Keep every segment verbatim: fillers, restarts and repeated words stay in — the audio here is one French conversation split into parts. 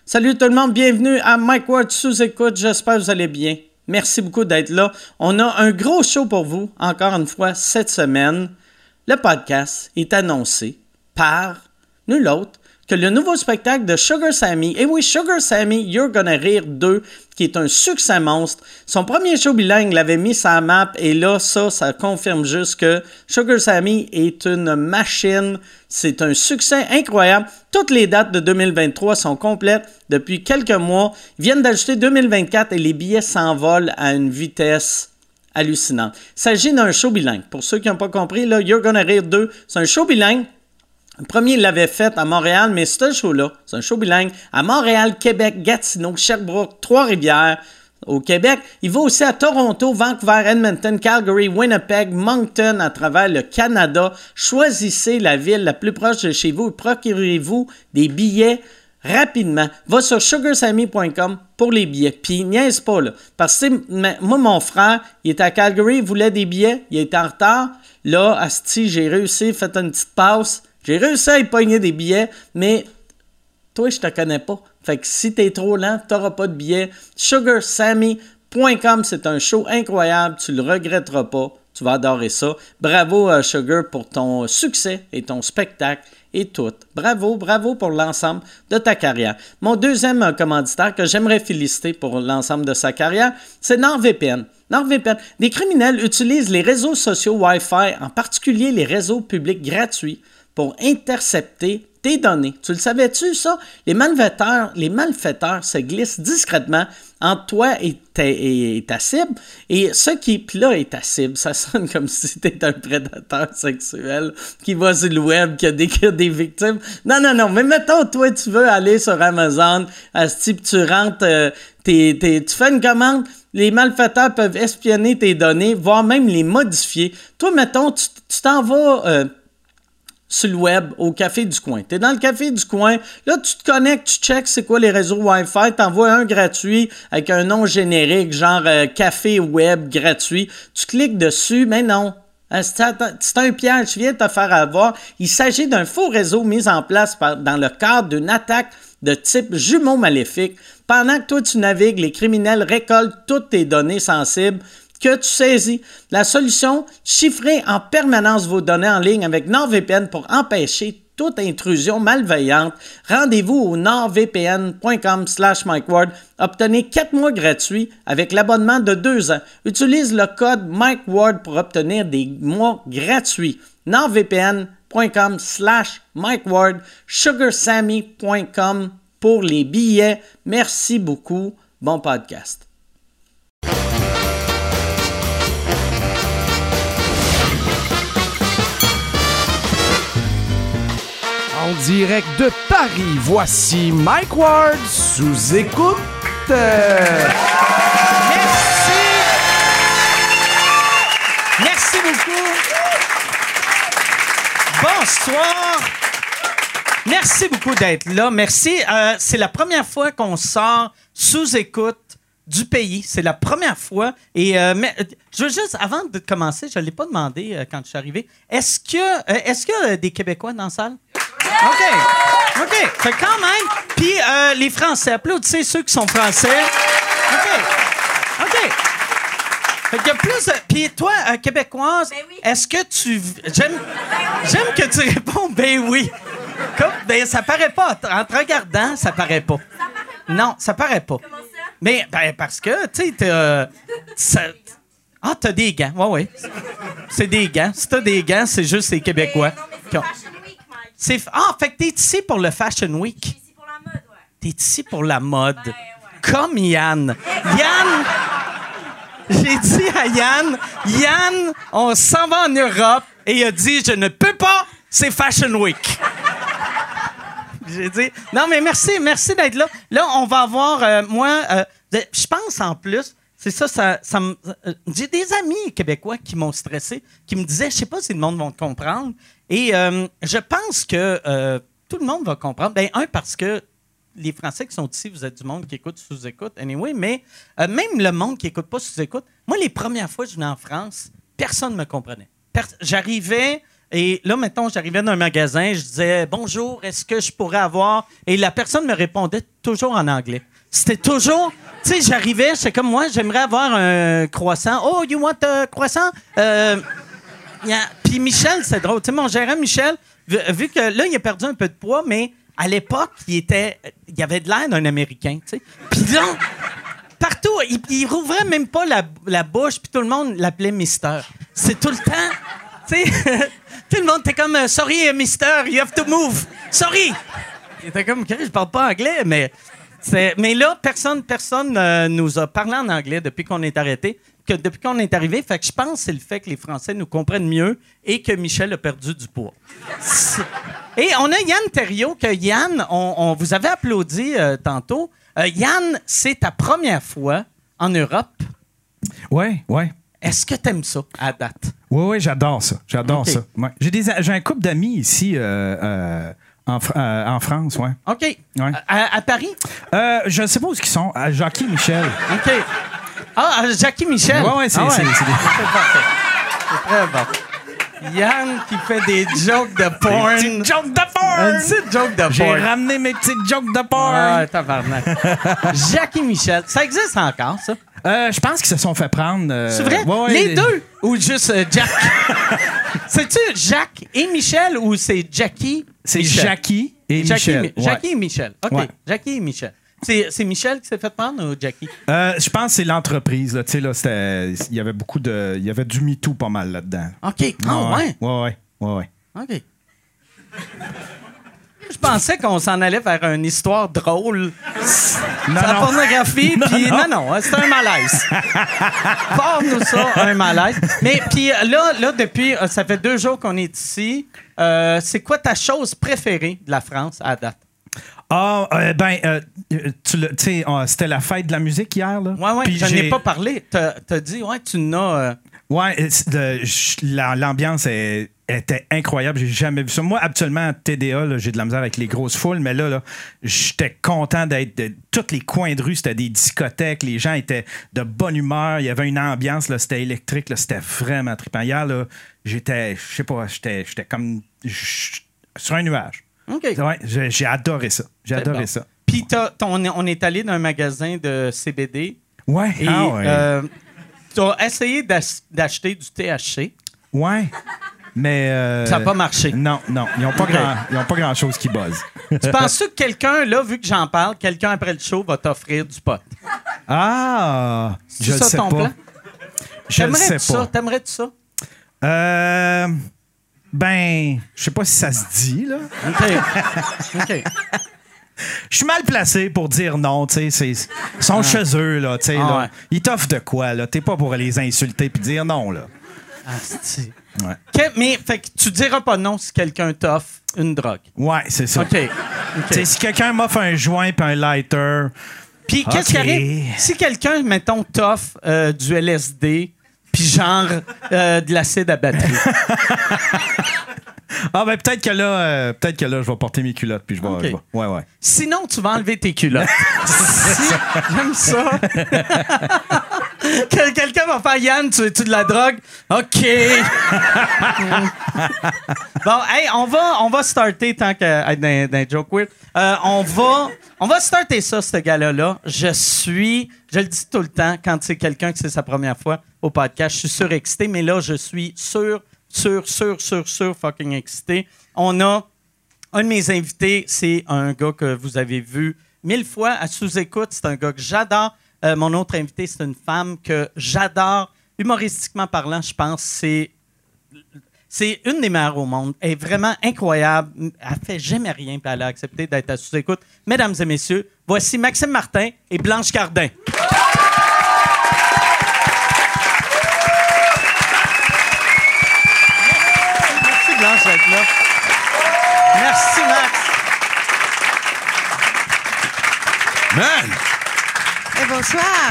Salut tout le monde, bienvenue à Mike Ward sous-écoute, j'espère que vous allez bien. Merci beaucoup d'être là. On a un gros show pour vous, encore une fois, cette semaine. Le podcast est annoncé par nul autre que le nouveau spectacle de Sugar Sammy. Et oui, Sugar Sammy, You're Gonna Rire deux, qui est un succès monstre. Son premier show bilingue l'avait mis sur la map et là, ça, ça confirme juste que Sugar Sammy est une machine. C'est un succès incroyable. Toutes les dates de deux mille vingt-trois sont complètes depuis quelques mois. Ils viennent d'ajouter deux mille vingt-quatre et les billets s'envolent à une vitesse hallucinante. Il s'agit d'un show bilingue. Pour ceux qui n'ont pas compris, là, You're Gonna Rire deux, c'est un show bilingue. Le premier, il l'avait fait à Montréal, mais ce show-là, c'est un show bilingue à Montréal, Québec, Gatineau, Sherbrooke, Trois-Rivières. Au Québec, il va aussi à Toronto, Vancouver, Edmonton, Calgary, Winnipeg, Moncton, à travers le Canada. Choisissez la ville la plus proche de chez vous et procurez-vous des billets rapidement. Va sur sugar sammy point com pour les billets. Puis, niaise pas, là. Parce que, moi, mon frère, il était à Calgary, il voulait des billets, il était en retard. Là, asti, j'ai réussi, fait une petite passe. J'ai réussi à y pogner des billets, mais toi, je te connais pas. Fait que si t'es trop lent, t'auras pas de billets. sugar sammy point com, c'est un show incroyable. Tu le regretteras pas. Tu vas adorer ça. Bravo, uh, Sugar, pour ton succès et ton spectacle et tout. Bravo, bravo pour l'ensemble de ta carrière. Mon deuxième uh, commanditaire que j'aimerais féliciter pour l'ensemble de sa carrière, c'est NordVPN. NordVPN. Des criminels utilisent les réseaux sociaux Wi-Fi, en particulier les réseaux publics gratuits, pour intercepter tes données. Tu le savais-tu, ça? Les malfaiteurs, les malfaiteurs se glissent discrètement entre toi et ta, et ta cible. Et ce qui est là est ta cible. Ça sonne comme si tu étais un prédateur sexuel qui va sur le web, qui a des, qui a des victimes. Non, non, non. Mais mettons, toi, tu veux aller sur Amazon, à ce type, tu rentres, euh, t'es, t'es, tu fais une commande, les malfaiteurs peuvent espionner tes données, voire même les modifier. Toi, mettons, tu, tu t'en vas... Euh, sur le web, au Café du Coin. Tu es dans le Café du Coin, là, tu te connectes, tu checks c'est quoi les réseaux Wi-Fi, t'envoies un gratuit avec un nom générique, genre euh, Café Web gratuit. Tu cliques dessus, mais non. C'est un piège, tu viens de te faire avoir. Il s'agit d'un faux réseau mis en place par, dans le cadre d'une attaque de type jumeau maléfique. Pendant que toi, tu navigues, les criminels récoltent toutes tes données sensibles que tu saisis. La solution, chiffrer en permanence vos données en ligne avec NordVPN pour empêcher toute intrusion malveillante. Rendez-vous au nordvpn point com slash mike ward. Obtenez quatre mois gratuits avec l'abonnement de deux ans. Utilise le code MikeWard pour obtenir des mois gratuits. nordvpn point com slash mike ward. sugar sammy point com pour les billets. Merci beaucoup. Bon podcast. En direct de Paris, voici Mike Ward sous écoute. Merci. Merci beaucoup. Bonsoir. Merci beaucoup d'être là. Merci. Euh, c'est la première fois qu'on sort sous écoute du pays. C'est la première fois. Et euh, mais, je veux juste, avant de commencer, je ne l'ai pas demandé euh, quand je suis arrivé, est-ce que euh, est-ce qu'il y a des Québécois dans la salle? OK. OK. Fait quand même. Puis euh, les Français, applaudissez ceux qui sont Français. OK. OK. Fait qu'il y a plus de... Puis toi, euh, Québécoise, ben oui. Est-ce que tu... J'aime j'aime que tu réponds « ben oui ». Comme, ben ça paraît pas. En te regardant, ça paraît pas. Ça paraît pas? Non, ça paraît pas. Comment ça? Mais ben, parce que, tu sais, t'as... ça- Ah, t'as des gants. Ouais, ouais. C'est des gants. Si t'as des gants, c'est juste les Québécois. Mais non, mais c'est qui ont- Fashion Week, Mike. C'est... Ah, fait que t'es ici pour le Fashion Week. Je suis ici pour la mode, ouais. T'es ici pour la mode. Ben, ouais. Comme Yann. Yann... J'ai dit à Yann, Yann, on s'en va en Europe et il a dit, je ne peux pas, c'est Fashion Week. J'ai dit, non mais merci, merci d'être là. Là, on va avoir, euh, moi, euh, je pense en plus, c'est ça, ça, ça me, euh, j'ai des amis québécois qui m'ont stressé, qui me disaient, je sais pas si le monde va comprendre. Et euh, je pense que euh, tout le monde va comprendre. Ben, un, parce que les Français qui sont ici, vous êtes du monde qui écoute sous-écoute, anyway, mais euh, même le monde qui n'écoute pas sous-écoute, moi, les premières fois que je venais en France, personne ne me comprenait. Per- J'arrivais, Et là, mettons, j'arrivais dans un magasin, je disais « Bonjour, est-ce que je pourrais avoir... » Et la personne me répondait toujours en anglais. C'était toujours... Tu sais, j'arrivais, j'étais comme moi, j'aimerais avoir un croissant. « Oh, you want a croissant? Euh, » yeah. Puis Michel, c'est drôle. Tu sais, mon gérant Michel, vu, vu que là, il a perdu un peu de poids, mais à l'époque, il était... Il avait de l'air d'un Américain, tu sais. Puis là... Partout, il, il rouvrait même pas la, la bouche, puis tout le monde l'appelait Mister. C'est tout le temps, tu sais, tout le monde était comme « Sorry, Mister, you have to move. Sorry. » Il était comme « Je parle pas anglais, mais... » Mais là, personne personne euh, nous a parlé en anglais depuis qu'on est arrêté, que depuis qu'on est arrivé. Fait que je pense que c'est le fait que les Français nous comprennent mieux et que Michel a perdu du poids. Et on a Yann Terriot, que Yann, on, on vous avait applaudi euh, tantôt. Euh, Yann, c'est ta première fois en Europe. Oui, oui. Est-ce que t'aimes ça à date? Oui, oui, j'adore ça. J'adore okay. ça. Ouais. J'ai, des, j'ai un couple d'amis ici euh, euh, en, euh, en France, oui. OK. Ouais. À, à Paris? Euh, je ne sais pas où ils sont. À Jackie Michel. OK. Ah, Jackie Michel? Oui, oui, c'est, ah ouais. c'est, c'est, des... c'est très bon. Yann qui fait des jokes de porn. Des petites jokes de porn! Une petite joke de porn. J'ai ramené mes petites jokes de porn. Ah, tabarnak. Jackie Michel. Ça existe encore, ça? Euh, je pense qu'ils se sont fait prendre. Euh... C'est vrai? Ouais, ouais, les les... deux? Ou juste euh, Jack? C'est-tu Jack et Michel ou c'est Jackie? C'est Michel? Jackie et Jackie, Michel. Mi- Jackie ouais. et Michel. OK. Ouais. Jackie et Michel. C'est, c'est Michel qui s'est fait prendre ou Jackie? Euh, je pense que c'est l'entreprise. Là, là, c'était, il y avait beaucoup de. Il y avait du MeToo pas mal là-dedans. OK. Ah, oh, ouais. Ouais, ouais. Ouais, ouais. OK. Je pensais qu'on s'en allait vers une histoire drôle. Non, la non. pornographie, puis non, non, c'est un malaise. Parle-nous ça, un malaise. Mais puis là, là, depuis, ça fait deux jours qu'on est ici. Euh, c'est quoi ta chose préférée de la France à date? Ah, euh, ben, euh, tu le- tu sais, euh, c'était la fête de la musique hier, là. Ouais, ouais, Puis j'en j'ai- ai pas parlé. T'as, t'as dit, ouais, tu n'as... Euh... Ouais, euh, c'est de- j- la- l'ambiance est- était incroyable. J'ai jamais vu ça. Moi, habituellement, à T D A, là, j'ai de la misère avec les grosses foules, mais là, là j'étais content d'être. De, tous les coins de rue, c'était des discothèques. Les gens étaient de bonne humeur. Il y avait une ambiance, là, c'était électrique. Là, c'était vraiment trippant. Hier, là, j'étais, je sais pas, j'étais, j'étais comme j- sur un nuage. OK. Ouais, j'ai, j'ai adoré ça. J'ai C'est adoré bon. ça. Puis t'as- t'as- on est, on est allé dans un magasin de C B D. Ouais. Et ah ouais. euh, t'as essayé d'ach- d'acheter du T H C. Ouais. Mais. euh, Ça n'a pas marché. Non, non. Ils n'ont pas, Ok. grand, ils ont pas grand-chose qui buzz. Tu penses que quelqu'un, là, vu que j'en parle, quelqu'un après le show va t'offrir du pot? Ah! C'est Je le ça sais ton pas. plan? Je le sais T'aimerais-tu ça? pas. T'aimerais-tu ça? Euh. Ben, je sais pas si ça se dit, là. OK. OK. Je suis mal placé pour dire non, tu sais. c'est- Ils sont chez eux, là, tu sais. Ah là. ouais. Ils t'offrent de quoi, là? T'es pas pour les insulter puis dire non, là. Ah, c'est... Ouais. Que- mais fait que tu diras pas non si quelqu'un t'offre une drogue. Ouais, c'est ça. OK. Tu OK. sais, si quelqu'un m'offre un joint puis un lighter, Puis qu'est-ce qui OK. arrive? Si quelqu'un, mettons, t'offre euh, du L S D, puis genre euh, de l'acide à batterie. ah ben peut-être que là, euh, peut-être que là, je vais porter mes culottes puis je vais, OK. je vais- ouais, ouais. Sinon, tu vas enlever tes culottes. Si- J'aime ça. Que quelqu'un va faire Yann, tu veux-tu de la drogue? OK. Bon, hey, on va, on va starter tant que hey, dans, dans Joke Weird. Euh, on va, on va starter ça, ce gars-là. Je suis, je le dis tout le temps, quand c'est quelqu'un que c'est sa première fois au podcast, je suis surexcité, mais là, je suis sur, sur, sur, sur, sur fucking excité. On a un de mes invités, c'est un gars que vous avez vu mille fois à sous-écoute. C'est un gars que j'adore. Euh, mon autre invité, c'est une femme que j'adore. Humoristiquement parlant, je pense c'est c'est une des meilleures au monde. Elle est vraiment incroyable. Elle fait jamais rien, puis elle a accepté d'être à sous-écoute. Mesdames et messieurs, voici Maxime Martin et Blanche Cardin. Merci Blanche d'être là. Merci Max. Man! Et bonsoir.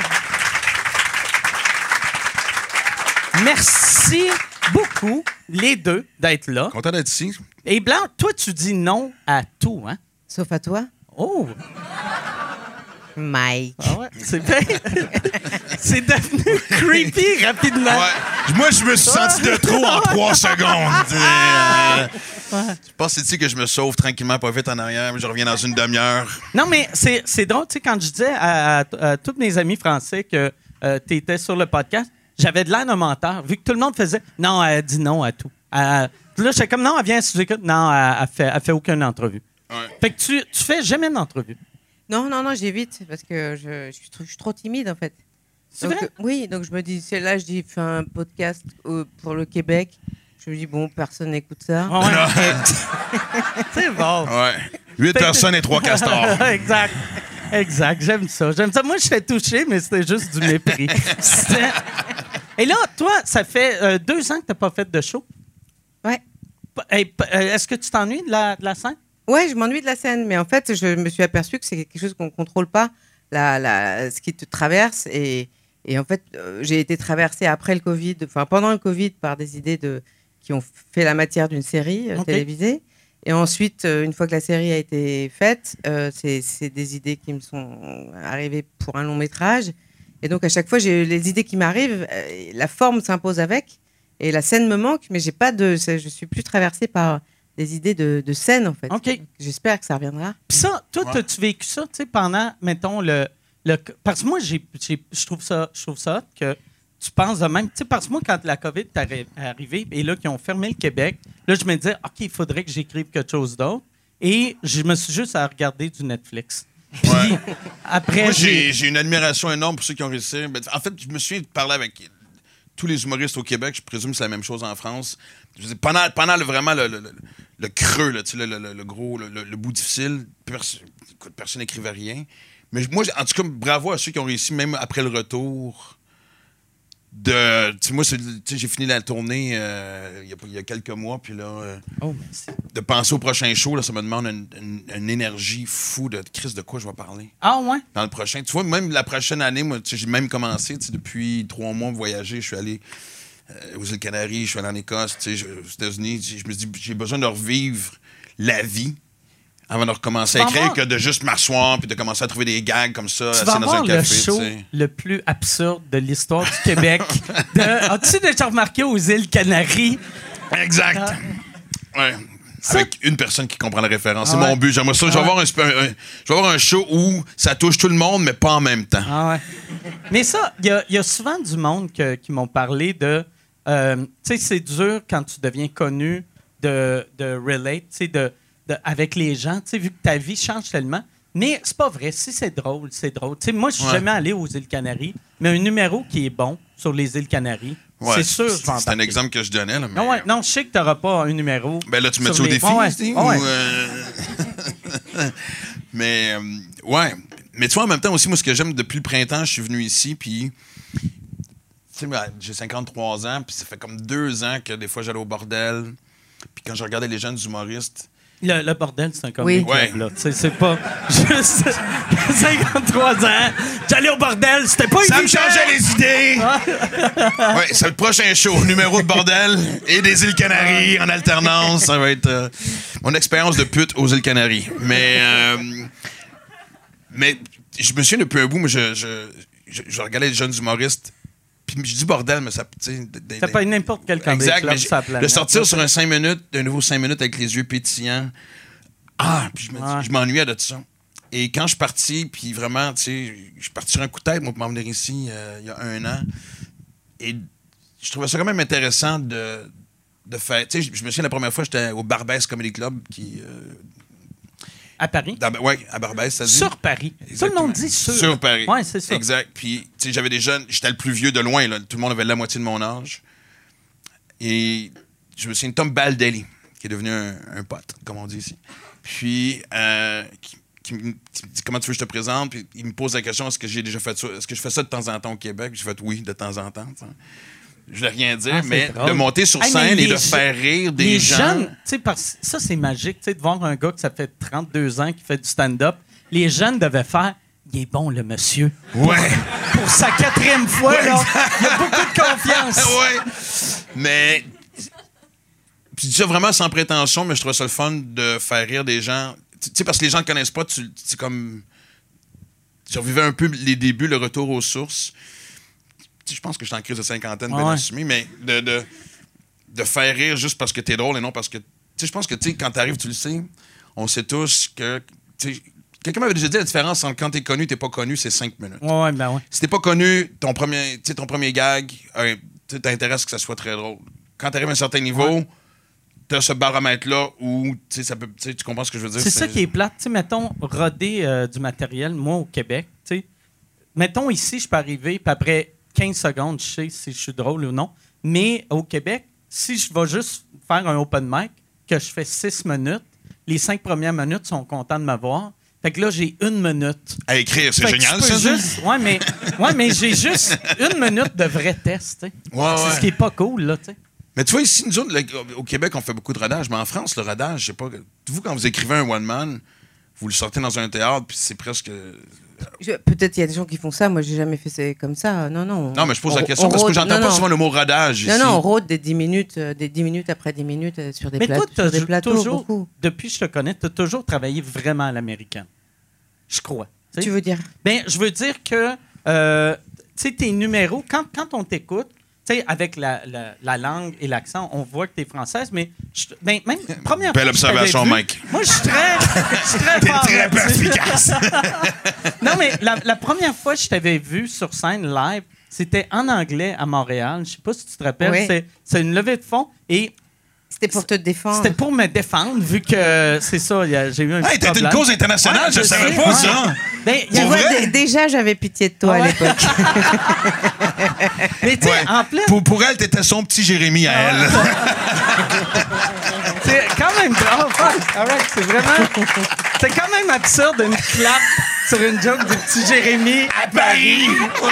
Merci beaucoup, les deux, d'être là. Content d'être ici. Et Blanc, toi, tu dis non à tout, hein? Sauf à toi, Oh! Mike. Ah ouais, c'est bien. C'est devenu creepy rapidement. Ouais. Moi, je me suis senti de trop en trois secondes. Euh, je pense ici que je me sauve tranquillement, pas vite en arrière, mais je reviens dans une demi-heure. Non, mais c'est, c'est drôle, tu sais, quand je disais à, à, à tous mes amis français que euh, tu étais sur le podcast, j'avais de l'air d'un menteur, vu que tout le monde faisait « Non, elle dit non à tout. » Là, j'étais comme « Non, elle vient sous écoute. » Non, elle, elle, fait, elle fait aucune entrevue. Ouais. Fait que tu, tu fais jamais d'entrevue. Non, non, non, j'évite parce que je, je, suis, trop, je suis trop timide en fait. C'est donc, vrai? euh, Oui, donc je me dis, c'est là, je dis, fais un podcast euh, pour le Québec. Je me dis, bon, personne n'écoute ça. Ah ouais. C'est bon. Ouais. Huit personnes et trois castors. Exact. Exact. J'aime ça. J'aime ça. Moi, je suis touché, mais c'était juste du mépris. C'était... Et là, toi, ça fait euh, deux ans que tu n'as pas fait de show. Ouais. Hey, est-ce que tu t'ennuies de la, de la scène? Ouais, je m'ennuie de la scène, mais en fait, je me suis aperçue que c'est quelque chose qu'on ne contrôle pas, la, la, ce qui te traverse. Et, et en fait, euh, j'ai été traversée après le Covid, enfin pendant le Covid, par des idées de, qui ont fait la matière d'une série euh, Okay. télévisée. Et ensuite, euh, une fois que la série a été faite, euh, c'est, c'est des idées qui me sont arrivées pour un long métrage. Et donc, à chaque fois, j'ai les idées qui m'arrivent, euh, la forme s'impose avec, et la scène me manque, mais j'ai pas de, je suis plus traversée par des idées de, de scène, en fait. OK. J'espère que ça reviendra. Puis ça, toi, Ouais. as-tu vécu ça, tu sais, pendant, mettons, le... le parce que moi, j'ai, j'ai, je trouve ça je trouve ça hot que tu penses de même. Tu sais, parce que moi, quand la COVID est arri- arrivée et là, qu'ils ont fermé le Québec, là, je me disais, OK, il faudrait que j'écrive quelque chose d'autre. Et je me suis juste à regarder du Netflix. Puis Ouais. après, Moi, j'ai... j'ai, j'ai une admiration énorme pour ceux qui ont réussi. Ben, en fait, je me souviens de parler avec tous les humoristes au Québec. Je présume que c'est la même chose en France. Je veux dire, pendant, pendant le, vraiment le, le, le, le creux, là, tu sais, le, le, le gros, le, le bout difficile, pers- écoute, personne n'écrivait rien. Mais moi, en tout cas, bravo à ceux qui ont réussi, même après le retour. De, tu sais, moi, c'est- tu sais, j'ai fini la tournée euh, il y a, il y a quelques mois, puis là, euh, Oh, merci. de penser au prochain show, là, ça me demande une, une- une énergie fou de Chris, de quoi je vais parler Ah, ouais? dans le prochain. Tu vois, même la prochaine année, moi, tu sais, j'ai même commencé, tu sais, depuis trois mois, voyager. Je suis allé euh, aux îles Canaries, je suis allé en Écosse, tu sais, je- aux États-Unis. Tu sais, je me dis, j'ai besoin de revivre la vie avant de recommencer à Tu vas écrire voir- que de juste m'asseoir puis de commencer à trouver des gags comme ça, Tu assis vas dans voir un le café. show tu sais. le plus absurde de l'histoire du Québec. De... As-tu déjà remarqué aux îles Canaries? Exact. Ouais. Ça- Avec une personne qui comprend la référence. C'est Ah ouais. mon but. J'aimerais ça. Je vais Ah ouais. avoir un, un- un- je vais avoir un show où ça touche tout le monde, mais pas en même temps. Ah ouais. Mais ça, il y, a- il y a souvent du monde que- qui m'ont parlé de... euh, tu sais, c'est dur quand tu deviens connu de, de relate, tu sais, de, de- avec les gens, tu sais, vu que ta vie change tellement. Mais c'est pas vrai. Si c'est drôle, c'est drôle. Tu sais, moi, je suis Ouais. jamais allé aux îles Canaries, mais un numéro qui est bon sur les îles Canaries, Ouais, c'est sûr, je vais C'est un embarquer. exemple que je donnais. Là, mais... Non, ouais, non, je sais que tu n'auras pas un numéro. Ben là, tu mets sur ça au les- défi, Ouais, ouais. Steve, Ouais. ou, euh, Mais, euh, ouais. Mais tu vois, en même temps aussi, moi, ce que j'aime depuis le printemps, je suis venu ici, puis... Tu sais, ben, j'ai cinquante-trois ans, puis ça fait comme deux ans que des fois, j'allais au bordel. Puis quand je regardais les jeunes humoristes... Le, le bordel, c'est un Oui. comédie. Ouais. Là. Tu sais, c'est pas juste cinquante-trois ans. J'allais au bordel, c'était pas Ça me évident. changeait les idées! Ouais, c'est le prochain show, numéro de bordel et des îles Canaries en alternance. Ça va être euh, mon expérience de pute aux îles Canaries. Mais, euh, mais je me souviens depuis un bout, moi, je, je, je, je regardais les jeunes humoristes. Puis je dis bordel, mais ça. C'est pas n'importe quel comédie Exact, club mais sur la j'ai- planète. de sortir sur un cinq minutes, un nouveau cinq minutes avec les yeux pétillants. Ah, puis je me dis- Ouais. je m'ennuyais de ça. Et quand je suis parti, puis vraiment, tu sais, je suis parti sur un coup de tête, moi, pour m'en venir ici euh, il y a un an. Et je trouvais ça quand même intéressant de, de faire. Tu sais, je me souviens la première fois, j'étais au Barbès Comedy Club, qui. Euh, À Paris. dans- ouais, à Barbès, ça dit. Sur Paris. Tout le monde dit sur. Sur Paris. Ouais, c'est ça. Exact. Puis, tu sais, j'avais des jeunes, j'étais le plus vieux de loin, là. Tout le monde avait la moitié de mon âge. Et je me souviens de Tom Baldelli, qui est devenu un, un pote, comme on dit ici. Puis, euh, qui, qui me qui me dit comment tu veux que je te présente. Puis, il me pose la question est-ce que j'ai déjà fait ça Est-ce que je fais ça de temps en temps au Québec J'ai fait oui, de temps en temps. t'sais. Je voulais rien dire, Ah, c'est mais drôle. de monter sur Hey, mais scène et les de je- faire rire des Les gens. jeunes, tu sais, parce ça, c'est magique, tu sais, de voir un gars que ça fait trente-deux ans qui fait du stand-up. Les jeunes devaient faire il est bon, le monsieur. Ouais. Pour sa quatrième fois, là, il y a beaucoup de confiance. Ouais. Mais. Puis je dis ça vraiment sans prétention, mais je trouve ça le fun de faire rire des gens. Tu sais, parce que les gens ne connaissent pas, tu c'est comme. Je revivais un peu les débuts, le retour aux sources. je pense que je suis en crise de cinquantaine, Ah bien ouais. assumé, mais de, de, de faire rire juste parce que t'es drôle et non parce que... Tu sais, je pense que, tu sais, quand t'arrives, tu le sais, on sait tous que... tu sais, quelqu'un m'avait déjà dit la différence entre quand t'es connu et t'es pas connu, c'est cinq minutes. Ouais, ouais, ben ouais. Si t'es pas connu, ton premier, tu sais, ton premier gag, euh, tu sais, t'intéresses que ça soit très drôle. Quand t'arrives à un certain niveau... Ouais. T'as ce baromètre-là où, tu sais, ça peut... Tu sais, tu comprends ce que je veux dire? C'est ça qui est plate. Tu sais, mettons, roder euh, du matériel, moi, au Québec, tu sais, mettons, ici, je peux arriver, puis après quinze secondes, je sais si je suis drôle ou non. Mais au Québec, si je vais juste faire un open mic, que je fais six minutes, les cinq premières minutes sont contents de m'avoir. Fait que là, j'ai une minute. À écrire, c'est Fait que génial, je peux ça. juste- ouais, mais, ouais, mais j'ai juste une minute de vrai test. tu sais. Ouais, C'est ouais. ce qui est pas cool, là, tu sais. Mais tu vois, ici, nous autres, le- au Québec, on fait beaucoup de rodage, mais en France, le rodage, je sais pas. Vous, quand vous écrivez un one-man, vous le sortez dans un théâtre, puis c'est presque. Je- Peut-être il y a des gens qui font ça. Moi, j'ai jamais fait ça comme ça. Non, non. Non, mais je pose On- la question on parce que rôde- j'entends non, pas non. souvent le mot rodage ici. Non, non, on rôde des dix minutes, euh, des dix minutes après dix minutes euh, sur des, Mais pla- toi, sur des t'as plateaux. toujours, beaucoup. depuis que je te connais, tu as toujours travaillé vraiment à l'américaine. Je crois. Tu sais. Tu veux dire Ben, je veux dire que, euh, tu sais, tes numéros, quand, quand on t'écoute, tu sais, avec la, la, la langue et l'accent, on voit que tu es française, mais je, ben, même première Belle fois que je t'avais observation, vu, Mike. Moi, je suis très, je suis très fort très là-dessus. perspicace. Non, mais la, la première fois que je t'avais vu sur scène live, c'était en anglais à Montréal. Je sais pas si tu te rappelles. Oui. C'est, c'est une levée de fonds et C'était pour te défendre. c'était pour me défendre, vu que c'est ça, y a- j'ai eu un Hey, petit t'étais une problème. cause internationale, Ouais, je je savais sais, pas ouais. ça. Ben, y Tu a- vois, vrai? dé- déjà, j'avais pitié de toi Ah ouais. à l'époque. mais tu sais, Ouais. en pleine, Pour, pour elle, t'étais son petit Jérémy à elle. c'est quand même drôle. Fuck, all right, c'est vraiment... C'est quand même absurde une clap sur une joke du petit Jérémy à Paris.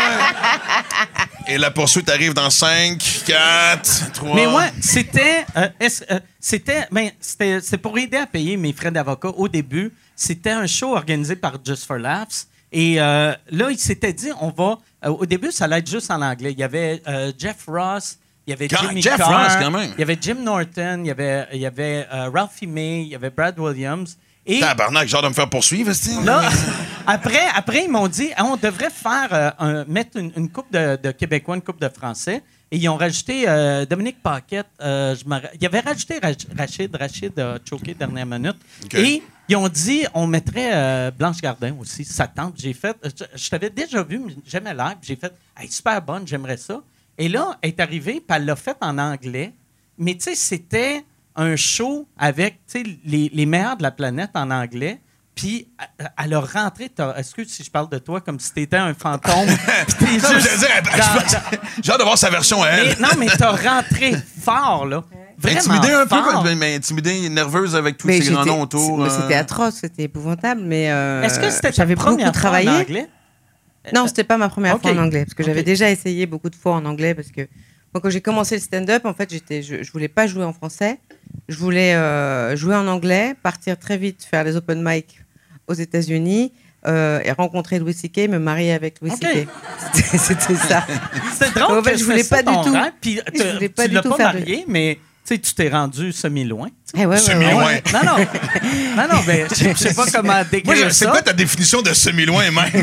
Et la poursuite arrive dans cinq, quatre, trois... Mais ouais, c'était... euh, est-ce- euh, c'était... Ben, c'était c'est pour aider à payer mes frais d'avocat au début. C'était un show organisé par Just for Laughs. Et euh, là, il s'était dit, on va... euh, au début, ça allait être juste en anglais. Il y avait euh, Jeff Ross, il y avait Quand- Jimmy Jeff Carr, Ross, quand même. il y avait Jim Norton, il y avait, il y avait euh, Ralphie May, il y avait Brad Williams. Et Tabarnak, genre de me faire poursuivre, est là, après, après, ils m'ont dit, ah, on devrait faire euh, un- mettre une, une coupe de, de Québécois, une coupe de Français. Et ils ont rajouté euh, Dominique Paquette. Euh, je m'en ra- ils avaient rajouté Rach- Rachid. Rachid a choqué dernière minute. OK. Et ils ont dit, on mettrait euh, Blanche Gardin aussi, sa tante. J'ai fait, je, je t'avais déjà vu, mais j'aimais l'air. Puis j'ai fait, hey, super bonne, j'aimerais ça. Et là, elle est arrivée, puis elle l'a fait en anglais. Mais tu sais, c'était un show avec tu sais, les, les meilleurs de la planète en anglais. Puis elle- elle a rentré. t'as- Excuse si je parle de toi comme si t'étais un fantôme. Puis t'es Non, mais juste je veux dire, elle- dans- je- dans- J'ai hâte de voir sa version à elle. mais, non, mais t'as rentré fort, là. Vraiment Intimidée un peu, fort. mais, mais intimidée, nerveuse avec tous Mais ces grands j'étais- noms autour. mais euh. C'était atroce, c'était épouvantable. Mais euh, Est-ce que c'était ta j'avais première beaucoup fois travaillé. en anglais? Non, c'était pas ma première Ok. fois en anglais, parce que j'avais Ok. déjà essayé beaucoup de fois en anglais, parce que moi, quand j'ai commencé le stand-up, en fait, j'étais, je, je voulais pas jouer en français, je voulais euh, jouer en anglais, partir très vite, faire les open mic aux États-Unis euh, et rencontrer Louis C K, me marier avec Louis Ok. C K. C'était, c'était ça. C'est drôle En fait, que je voulais c'est ça pas du ton tout. rêve, Puis Je tu voulais pas tu du l'as tout pas faire de- marié, mais tu sais, tu t'es rendu semi-loin. Eh ouais, ouais, Semi-loin. ouais, ouais. Non, non. Non, non, mais je je sais pas comment Moi, décrire je- c'est ça. quoi ta définition de semi-loin, Mike?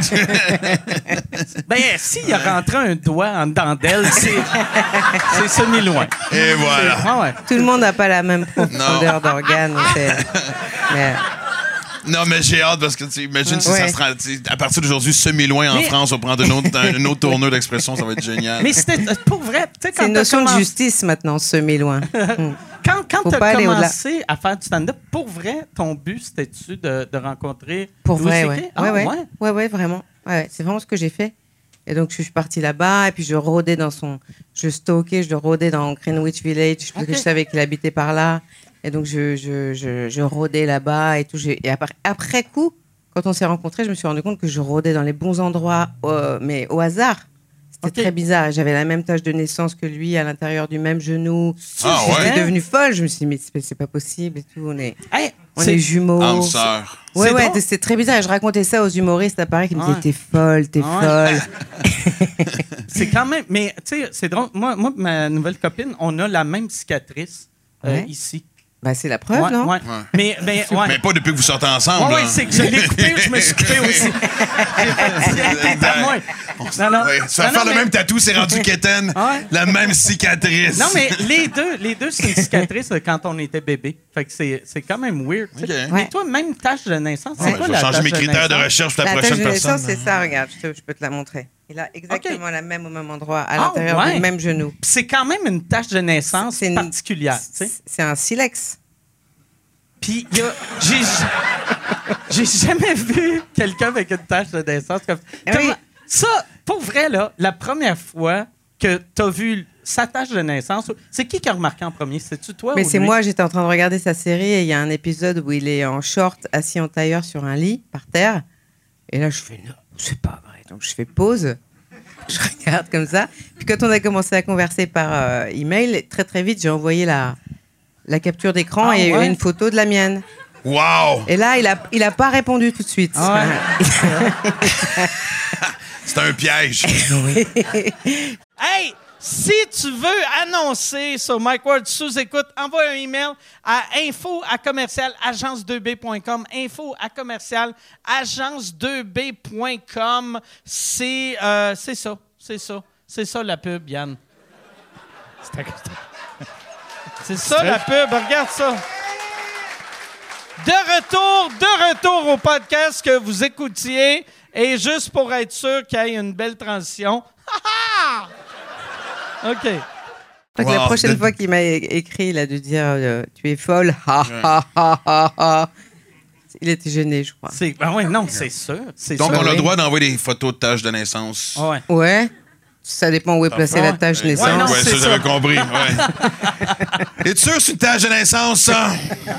Ben, s'il a rentré un doigt en dedans d'elle, c'est c'est semi-loin. Et voilà. Ah ouais. Tout le monde n'a pas la même profondeur d'organe. c'est- mais- Non, mais j'ai hâte parce que, tu sais, imagine si Ouais. ça se rend. tu sais, À partir d'aujourd'hui, semi-loin en Mais- France, on va prendre une autre, un- une autre tournure d'expression, ça va être génial. Mais c'était pour vrai. Tu sais, quand C'est une t'as notion de commencé- justice maintenant, semi-loin. Mm. Quand, quand Faut tu as pas aller au-delà. commencé à faire du stand-up, pour vrai, ton but, c'était-tu de, de rencontrer Pour Louis vrai, C K? ouais. Ah, ouais, ouais. ouais. Ouais, ouais, vraiment. Ouais, c'est vraiment ce que j'ai fait. Et donc, je suis partie là-bas, et puis je rôdais dans son. Je stalkais, je le rôdais dans Greenwich Village, parce que Ok. je savais qu'il habitait par là. Et donc, je, je, je, je rôdais là-bas et tout. J'ai- Et après, après coup, quand on s'est rencontrés, je me suis rendu compte que je rôdais dans les bons endroits, euh, mais au hasard. C'était Ok. très bizarre. Et j'avais la même tâche de naissance que lui, à l'intérieur du même genou. Ah ouais? J'étais devenue folle. Je me suis dit, mais c'est c'est pas possible et tout. On est, Hey, on c'est- est jumeaux. Âme sœur. Ouais, C'est ouais, drôle. c'était très bizarre. Et je racontais ça aux humoristes à Paris qui me Ouais. disaient, t'es folle, t'es Ouais. folle. C'est quand même. Mais tu sais, c'est drôle. Moi, moi, ma nouvelle copine, on a la même cicatrice euh, Ouais. ici. Bah, c'est la preuve, Ouais, non? ouais. Ouais. Mais, mais, ouais. Mais pas depuis que vous sortez ensemble. Oui, là. c'est que je l'ai coupé ou je me suis coupé aussi. J'ai fait tiens, t'es à moi. Non, non. Ouais, ça va Non, faire non, le mais- même tatou, c'est rendu quétaine. Ouais. La même cicatrice. Non, mais les deux, les deux, c'est une cicatrice de quand on était bébé. Fait que c'est, c'est quand même weird. tu sais. Ok. Mais Ouais. toi, même tâche de naissance, c'est Ouais, quoi je vais la changer tâche mes de critères de naissance? recherche pour la La prochaine tache de naissance, personne. c'est ça, regarde, je, te- je peux te la montrer. Il a exactement Ok. la même au même endroit, à Ah, l'intérieur ouais. du même genou. Puis c'est quand même une tâche de naissance C'est une- particulière. tu sais. C'est un silex. Puis il y a- j'ai, j'ai jamais vu quelqu'un avec une tache de naissance comme Eh Comment- oui. Ça, pour vrai, là, la première fois que tu as vu sa tache de naissance, c'est qui qui a remarqué en premier? C'est-tu toi Mais ou c'est lui? moi, j'étais en train de regarder sa série et il y a un épisode où il est en short, assis en tailleur sur un lit, par terre. Et là, je fais, non, c'est pas vrai. Donc, je fais pause. Je regarde comme ça. Puis quand on a commencé à converser par euh, email, très très vite, j'ai envoyé la, la capture d'écran Ah, et ouais? une photo de la mienne. Wow! Et là, il a, il a pas répondu tout de suite. Ah ouais. C'est un piège. Hey, si tu veux annoncer sur Mike Ward sous-écoute, envoie un email à info à commercial agence deux b point com. info à commercial agence deux b point com. C'est, euh, c'est ça, c'est ça. C'est ça la pub, Yann. C'est ça la pub, regarde ça. De retour, de retour au podcast que vous écoutiez. Et juste pour être sûr qu'il y ait une belle transition. OK. Donc, Wow, la prochaine de- fois qu'il m'a é- écrit, il a dû dire euh, tu es folle. Ha, ha, ha, ha, ha. Il était gêné, je crois. C'est, ben oui, non, c'est sûr. C'est Donc, sûr. on a oui. le droit d'envoyer des photos de tâches de naissance. Ah ouais. Ouais. Ça dépend où est placée la tâche Ouais, naissance. Ouais, non, ouais, c'est ça, j'avais ça. compris. Ouais. Es-tu sûr que c'est une tâche de naissance, ça?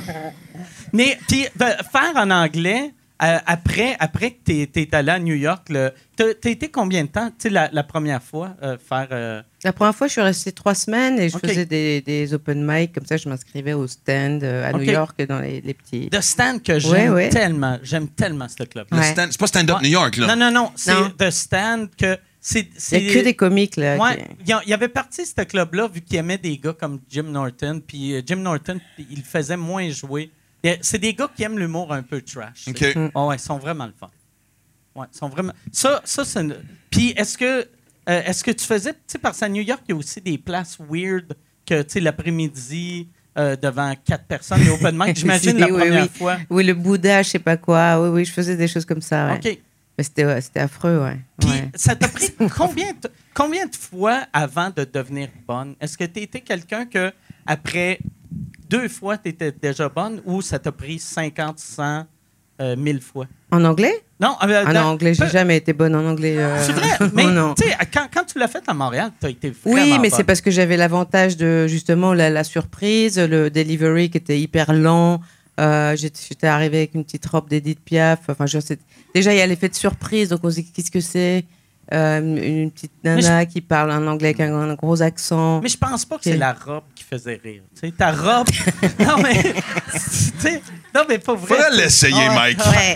Mais puis, de faire en anglais, euh, après, après que tu es allé à New York, le, t'as, t'as été combien de temps, tu sais, la, la première fois, euh, faire... euh, La première fois, je suis restée trois semaines et je Ok. faisais des, des open mic. Comme ça, je m'inscrivais au stand euh, à Ok. New York dans les, les petits. The Stand que j'aime Ouais, ouais. tellement. J'aime tellement ce club-là. Le Ouais. stand- c'est pas Stand Up Ouais. New York, là. Non, non, non. C'est Non. The Stand que... C'est, Il c'est, n'y a que des comiques, là. Ouais, qui- il y a- il y avait parti ce club-là vu qu'il aimait des gars comme Jim Norton. Puis euh, Jim Norton, il le faisait moins jouer. Et C'est des gars qui aiment l'humour un peu trash. tu sais. OK. Ah ouais, ils sont vraiment le fun. Ouais, ils sont vraiment. Ça, ça c'est. une- Puis est-ce que, euh, est-ce que tu faisais, tu sais, parce qu'à New York, il y a aussi des places weird que, tu sais, l'après-midi euh, devant quatre personnes, les open mic, j'imagine la Oui, première oui. fois. Oui, le Bouddha, je sais pas quoi. Oui, oui, je faisais des choses comme ça. Ouais. Ok. Mais c'était, ouais, c'était affreux, ouais. Puis Ouais. ça t'a pris combien de, combien de fois avant de devenir bonne? Est-ce que tu étais quelqu'un que après deux fois, tu étais déjà bonne ou ça t'a pris cinquante, cent, euh, mille fois? En anglais? Non, euh, Ah non, dans- en anglais, j'ai peu- jamais été bonne en anglais. euh. C'est vrai, mais Oh, non. tu sais, quand, quand tu l'as fait à Montréal, tu as été vraiment Oui, mais bonne. c'est parce que j'avais l'avantage de justement la, la surprise, le delivery qui était hyper lent. Euh, j'étais, j'étais arrivée avec une petite robe d'Edith Piaf. Enfin, je sais- déjà, il y a l'effet de surprise. Donc, on se dit qu'est-ce que c'est Euh, une, une petite nana qui parle un anglais avec un, un gros accent. Mais je pense pas que Ok. c'est la robe qui faisait rire. Tu sais, ta robe. non, mais. tu sais, non, mais pas vrai. Faudrait l'essayer, Ah, Mike. Ouais.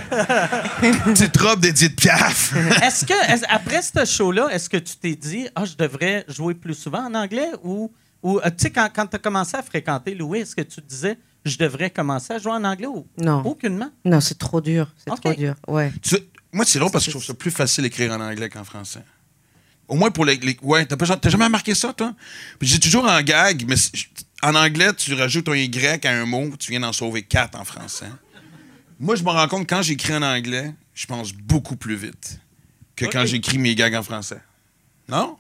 Petite robe d'Edith Piaf. Est-ce que, est-ce- après ce show-là, est-ce que tu t'es dit, ah, je devrais jouer plus souvent en anglais ou, ou euh, tu sais, quand, quand tu as commencé à fréquenter Louis, est-ce que tu te disais, je devrais commencer à jouer en anglais ou Non. aucunement? Non, c'est trop dur. C'est Ok. trop dur. Ouais. Tu- moi, c'est drôle parce que je trouve ça plus facile d'écrire en anglais qu'en français. Au moins pour les. les- ouais, t'as, pas- t'as jamais remarqué ça, toi? Puis j'ai toujours en gag, mais c'est- en anglais, tu rajoutes un Y à un mot, tu viens d'en sauver quatre en français. Moi, je me rends compte, quand j'écris en anglais, je pense beaucoup plus vite que quand Ok. j'écris mes gags en français. Non?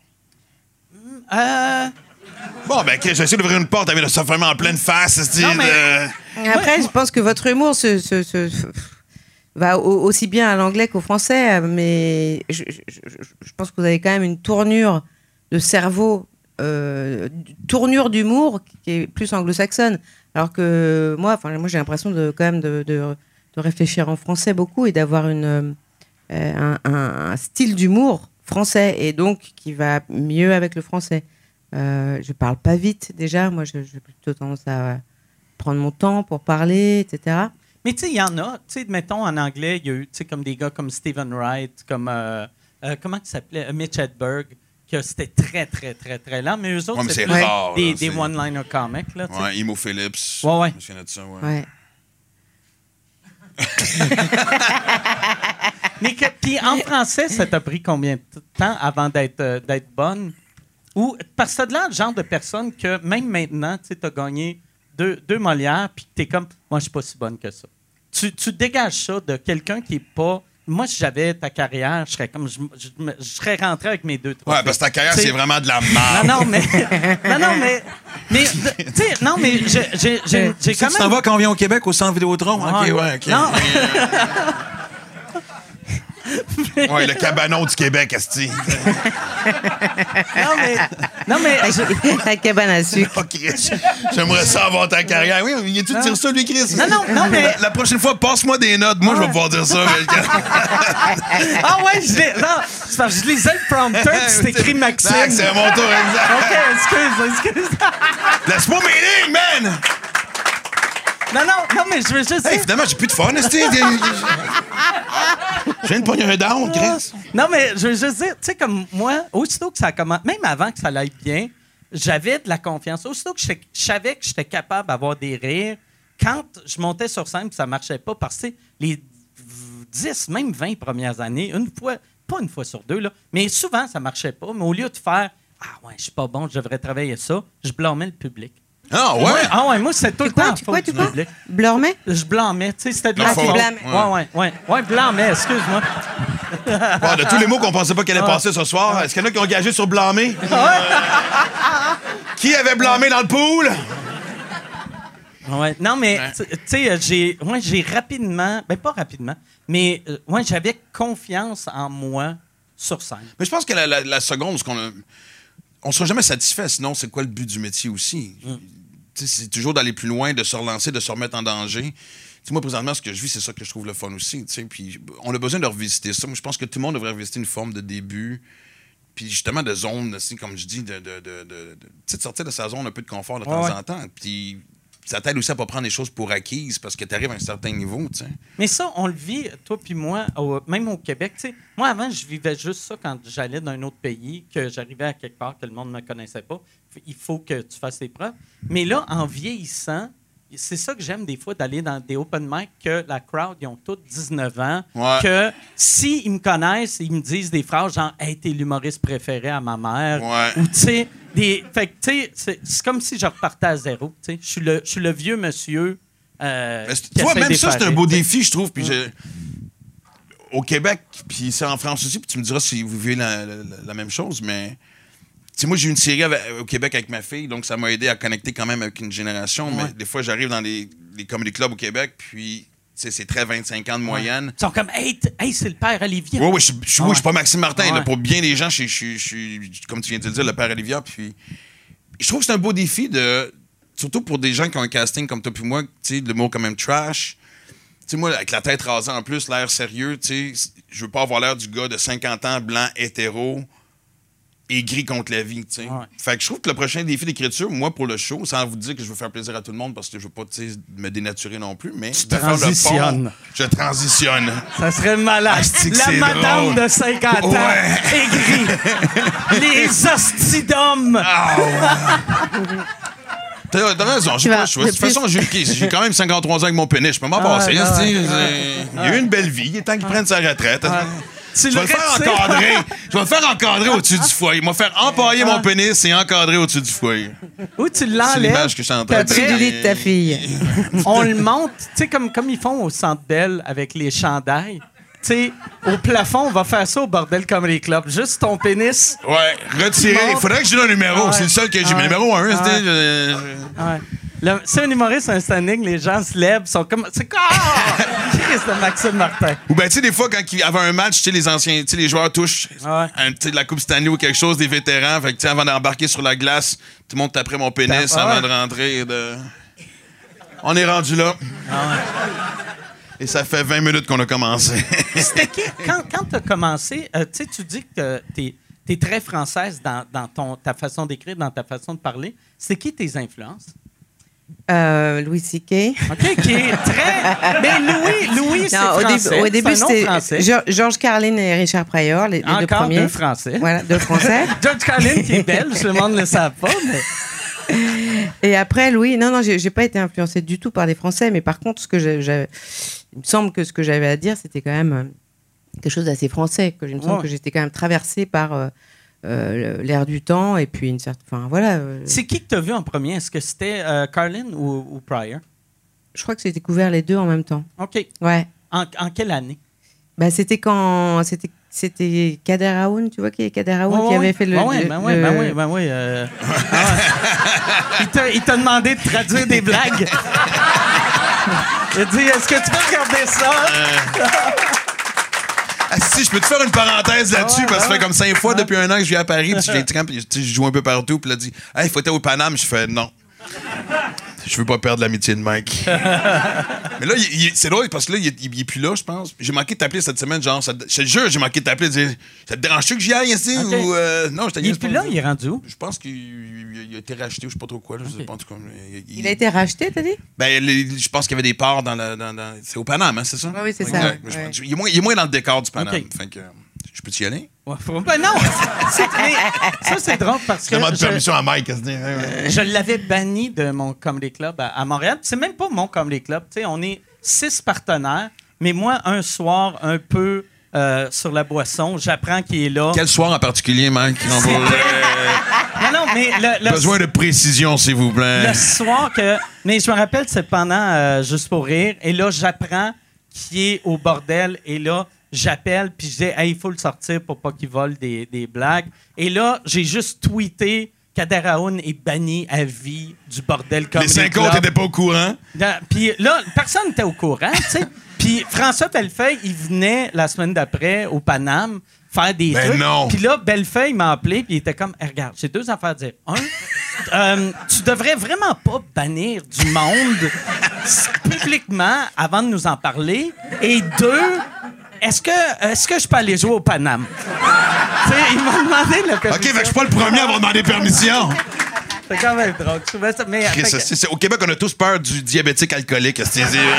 Euh, Bon, ben, OK, j'essaie d'ouvrir une porte avec ça vraiment en pleine face. c'est-tu, Non, mais- euh, Après, Ouais, je pense que votre humour se, se- se- se- va au- aussi bien à l'anglais qu'au français, mais je, je- je- je pense que vous avez quand même une tournure de cerveau, euh, tournure d'humour qui est plus anglo-saxonne. Alors que moi, enfin, moi j'ai l'impression de quand même de, de- de réfléchir en français beaucoup et d'avoir une, euh, un, un- un style d'humour français et donc qui va mieux avec le français. Euh, je parle pas vite déjà, moi je- j'ai plutôt tendance à prendre mon temps pour parler, et cetera. mais tu sais, il y en a. Tu sais, mettons, en anglais, il y a eu, tu sais, comme des gars comme Stephen Wright, comme, euh, euh, comment il s'appelait? Euh, Mitch Hedberg, que que c'était très, très, très, très lent. Mais eux autres, Ouais, mais c'est c'est plus rare, des, là, des c'est- one-liner comics. Là, tu sais. Ouais, Imo Phillips. Ouais, ouais. Je me souviens de ça, ouais. Ouais. Mais que- puis en français, ça t'a pris combien de temps avant d'être euh, d'être bonne? Ou, parce que t'as de l'air le genre de personne que même maintenant, tu as gagné deux, deux Molières, puis t'es comme, moi, je suis pas si bonne que ça. Tu, tu dégages ça de quelqu'un qui est pas... Moi, si j'avais ta carrière, je serais comme... Je, je, me- je serais rentré avec mes deux, trois... Ouais, parce que ta carrière, T'sais- c'est vraiment de la merde. Non, non, mais... non, non, mais... Mais, tu sais, non, mais j'ai j'ai- j'ai- j'ai quand Tu t'en même... vas quand on vient au Québec, au centre Vidéotron? Ah, OK, ouais, OK. non. Ouais, le cabanon du Québec, esti. Non, mais... Non, mais... La cabane à sucre. Oh, Chris, j'aimerais ça avoir ta carrière. Oui, il est-tu de dire ça, lui, Chris? Non, non, non, mais- La, la prochaine fois, passe-moi des notes. Moi, je vais pouvoir dire ça. Mais... Ah ouais, je l'ai... Non, c'est parce que je lisais le prompteur, puis c'est écrit Maxime. Tac, c'est mon tour, exact. OK, excuse, excuse. Laisse-moi mes lignes, man! Non, non, non, mais je veux juste Hey, dire... finalement, j'ai plus de fun, esti. Je viens de pogner un down, Chris. Non, mais je veux juste dire, tu sais, comme moi, aussitôt que ça commence, même avant que ça aille bien, j'avais de la confiance. Aussitôt que je, je savais que j'étais capable d'avoir des rires, quand je montais sur scène et ça marchait pas, parce que les dix, même vingt premières années, une fois, pas une fois sur deux, là, mais souvent ça marchait pas, mais au lieu de faire « Ah ouais, je suis pas bon, je devrais travailler ça », je blâmais le public. Ah, ouais? Moi, ah ouais, moi, c'était tout le Tu quoi, temps tu la quoi, faute tu du quoi? public. Blormais? Je blâmais, tu sais, c'était de La la faute. faute. blâmais. Ouais, ouais, ouais. Ouais, blâmais, excuse-moi. Bon, de tous les mots qu'on pensait pas qu'elle allait passer ce soir, est-ce qu'il y en a qui ont engagé sur blâmer? Qui avait blâmé dans le pool? Ouais. Non, mais tu tu sais, euh, j'ai ouais, j'ai rapidement, ben pas rapidement, mais euh, ouais, j'avais confiance en moi sur scène. Mais je pense que la, la, la seconde, ce qu'on a- on sera jamais satisfait, sinon c'est quoi le but du métier aussi? Mm. Tu sais, c'est toujours d'aller plus loin, de se relancer, de se remettre en danger. Tu sais, moi, présentement, ce que je vis, c'est ça que je trouve le fun aussi. tu sais. Puis on a besoin de revisiter ça. Moi, je pense que tout le monde devrait revisiter une forme de début. Puis justement, de zone, aussi, comme je dis, de, de, de, de, de, tu sais, de sortir de sa zone un peu de confort de temps Ouais. en temps. Puis ça t'aide aussi à pas prendre les choses pour acquises parce que tu arrives à un certain niveau. tu sais. Mais ça, on le vit, toi puis moi, au- même au Québec. Tu sais, moi, avant, je vivais juste ça quand j'allais dans un autre pays, que j'arrivais à quelque part que le monde ne me connaissait pas. Il faut que tu fasses tes preuves. Mais là, en vieillissant, c'est ça que j'aime des fois, d'aller dans des open mic, que la crowd, ils ont tous dix-neuf ans, Ouais. que s'ils me connaissent, ils me disent des phrases genre « Hey, t'es l'humoriste préféré à ma mère Ouais. ». Ou tu sais, des... Fait que tu sais, c'est c'est comme si je repartais à zéro. tu sais. Je suis le, je suis le vieux monsieur euh, Mais c'est- qui tu vois, essaie même ça, c'est un beau d'effacer, défi, je trouve. Puis je- au Québec, puis c'est en France aussi, puis tu me diras si vous vivez la, la- la même chose, mais tu sais, moi, j'ai eu une série avec- au Québec avec ma fille, donc ça m'a aidé à connecter quand même avec une génération. Ouais. Mais des fois, j'arrive dans les, les comedy clubs au Québec, puis tu sais, c'est très vingt-cinq ans de moyenne. Ils sont comme « Hey, t- hey c'est le père Olivier. Oui, oui, je je- oui, je suis pas Maxime Martin. Ouais. là, pour bien des gens, je suis- je suis, je suis, comme tu viens de le dire, le père Olivia. Puis je trouve que c'est un beau défi, de, surtout pour des gens qui ont un casting comme toi puis moi, tu sais, de l'humour quand même trash. Tu sais, moi, avec la tête rasée en plus, l'air sérieux, tu sais, je veux pas avoir l'air du gars de cinquante ans, blanc, hétéro, aigri contre la vie, tu sais. Ouais. Fait que je trouve que le prochain défi d'écriture, moi, pour le show, sans vous dire que je veux faire plaisir à tout le monde parce que je veux pas, tu sais, me dénaturer non plus, mais Tu de faire le transitionnes. pont, je transitionne. Ça serait malade. Asti que La c'est madame drôle. de cinquante ans, Ouais. aigrie. Les hosties d'hommes. T'as t'as raison, j'ai Tu pas vas- le choix. De de toute façon, j'ai j'ai quand même cinquante-trois ans avec mon pénis. Je peux m'en Ah, passer. ouais, hein, ouais, c'est- ouais. c'est- Il a eu une belle vie. Il est temps qu'il prenne sa retraite. Tu Je vais le faire retires. encadrer. Je vais le faire encadrer au-dessus du foyer. Il va faire empailler mon pénis et encadrer au-dessus du foyer. Ou tu C'est l'enlèves. l'image que je suis en train de puis après, Tu lis de ta fille. on le monte, tu sais, comme, comme ils font au Centre Bell avec les chandails. Tu sais, au plafond, on va faire ça au Bordel Comedy Club. Juste ton pénis. Ouais, retiré. Il faudrait que je donne un numéro. Ouais. C'est le seul que j'ai. Ouais. Mais numéro un, Ouais. c'était. euh, Ouais. Le- C'est un humoriste, un standing, les gens se lèvent, sont comme. C'est quoi? Christ de Maxime Martin. Ou ben, tu sais, des fois, quand il y avait un match, tu sais, les anciens, tu sais, les joueurs touchent Ouais. un, tu sais, de la Coupe Stanley ou quelque chose, des vétérans. Fait que, tu sais, avant d'embarquer sur la glace, tout le monde tapait mon pénis Ah, avant ouais. de rentrer. et De... On est rendu là. Et ça fait vingt minutes qu'on a commencé. C'était qui? Quand, quand tu as commencé, euh, tu sais, tu dis que tu es, très française dans, dans ton, ta façon d'écrire, dans ta façon de parler. C'est qui tes influences? Euh, Louis C K. OK, qui est très... Mais Louis, Louis c'est Non, au français. début, au début c'est un nom c'était français. Geor- George Carlin et Richard Pryor, les, les deux Encore premiers. deux français. Voilà, deux français. George Carlin qui est belge, le monde ne le savent pas, mais... Et après, Louis, non, non, j'ai, j'ai pas été influencée du tout par les Français, mais par contre, ce que j'ai, j'ai- il me semble que ce que j'avais à dire, c'était quand même euh, quelque chose d'assez français, que il me semble Ouais. que j'étais quand même traversée par euh, euh, l'air du temps et puis une certaine, enfin voilà. euh, C'est qui que t'as vu en premier? Est-ce que c'était euh, Carlin ou, ou Pryor? je crois que j'ai découvert les deux en même temps. OK. Ouais. En, en quelle année? Bah, c'était quand c'était c'était Kader Aoun, tu vois qui est Kader Aoun Ouais, qui ouais. avait fait le. Ouais, ouais, le- ben ouais, le- ben ouais, ben ouais, euh, ah ouais. Il t'a- Il t'a demandé de traduire des blagues. Il a dit, est-ce que tu peux regarder ça? Ah, si, je peux te faire une parenthèse là-dessus, ouais, parce que ça ouais. fait comme cinq fois depuis un an que je vis à Paris, puis je viens de Trump, puis tu sais, je joue un peu partout, puis il a dit « Hey, faut être au Paname », je fais « Non. Je veux pas perdre l'amitié de Mike. » Mais là, il- il- c'est drôle, parce que là, il est, il est plus là, je pense. J'ai manqué de t'appeler cette semaine, genre, ça, te- je te jure, j'ai manqué de t'appeler, de dire « Ça te dérange-tu que j'y aille ici? Ok. Ou, euh, non, je t'ai Il est plus là, il est rendu où? Je pense qu'il il- il a été racheté, ou je sais pas trop quoi, là, je sais pas, en tout cas. Il, Il a été racheté, t'as dit? Ben, les- je pense qu'il y avait des parts dans le. Dans, dans- c'est au Paname, hein, c'est ça? Ouais, oui, c'est ça, Exact. ouais. Je pense- Il, est moins, il est moins dans le décor du Paname. Ok. Fait que, je peux y aller? Ouais, faut- ben non! C'est- mais ça, c'est drôle parce que Demande je, permission à Mike à se dire. Ouais, ouais. je l'avais banni de mon comedy club à, à Montréal. C'est même pas mon comedy club. Tu sais, on est six partenaires, mais moi, un soir, un peu euh, sur la boisson, j'apprends qu'il est là. Quel soir en particulier, Mike? On va- Non, non, mais le, le- Besoin de précision, s'il vous plaît. le soir que... Mais je me rappelle, c'est pendant euh, Juste pour rire. Et là, j'apprends qu'il est au bordel. Et là, j'appelle, puis je dis, hey, il faut le sortir pour pas qu'il vole des, des blagues. Et là, j'ai juste tweeté Kader Aoun est banni à vie du bordel comme Les cinq autres n'étaient pas au courant. Puis là, personne n'était au courant, tu sais. Puis François Bellefeuille, il venait la semaine d'après au Paname faire des Ben trucs. non. Puis là, Bellefeuille m'a appelé, puis il était comme, hey, regarde, j'ai deux affaires à dire. Un, euh, tu devrais vraiment pas bannir du monde publiquement avant de nous en parler. Et deux, est-ce que, est-ce que je peux aller jouer au Paname? Tu sais, il m'a demandé le permission. OK, fait que je suis pas le premier à avoir demandé permission. C'est quand même drôle. Je trouvais ça- mais, Chris, fait que- c'est- c'est- au Québec, on a tous peur du diabétique alcoolique. C'est, c'est, euh,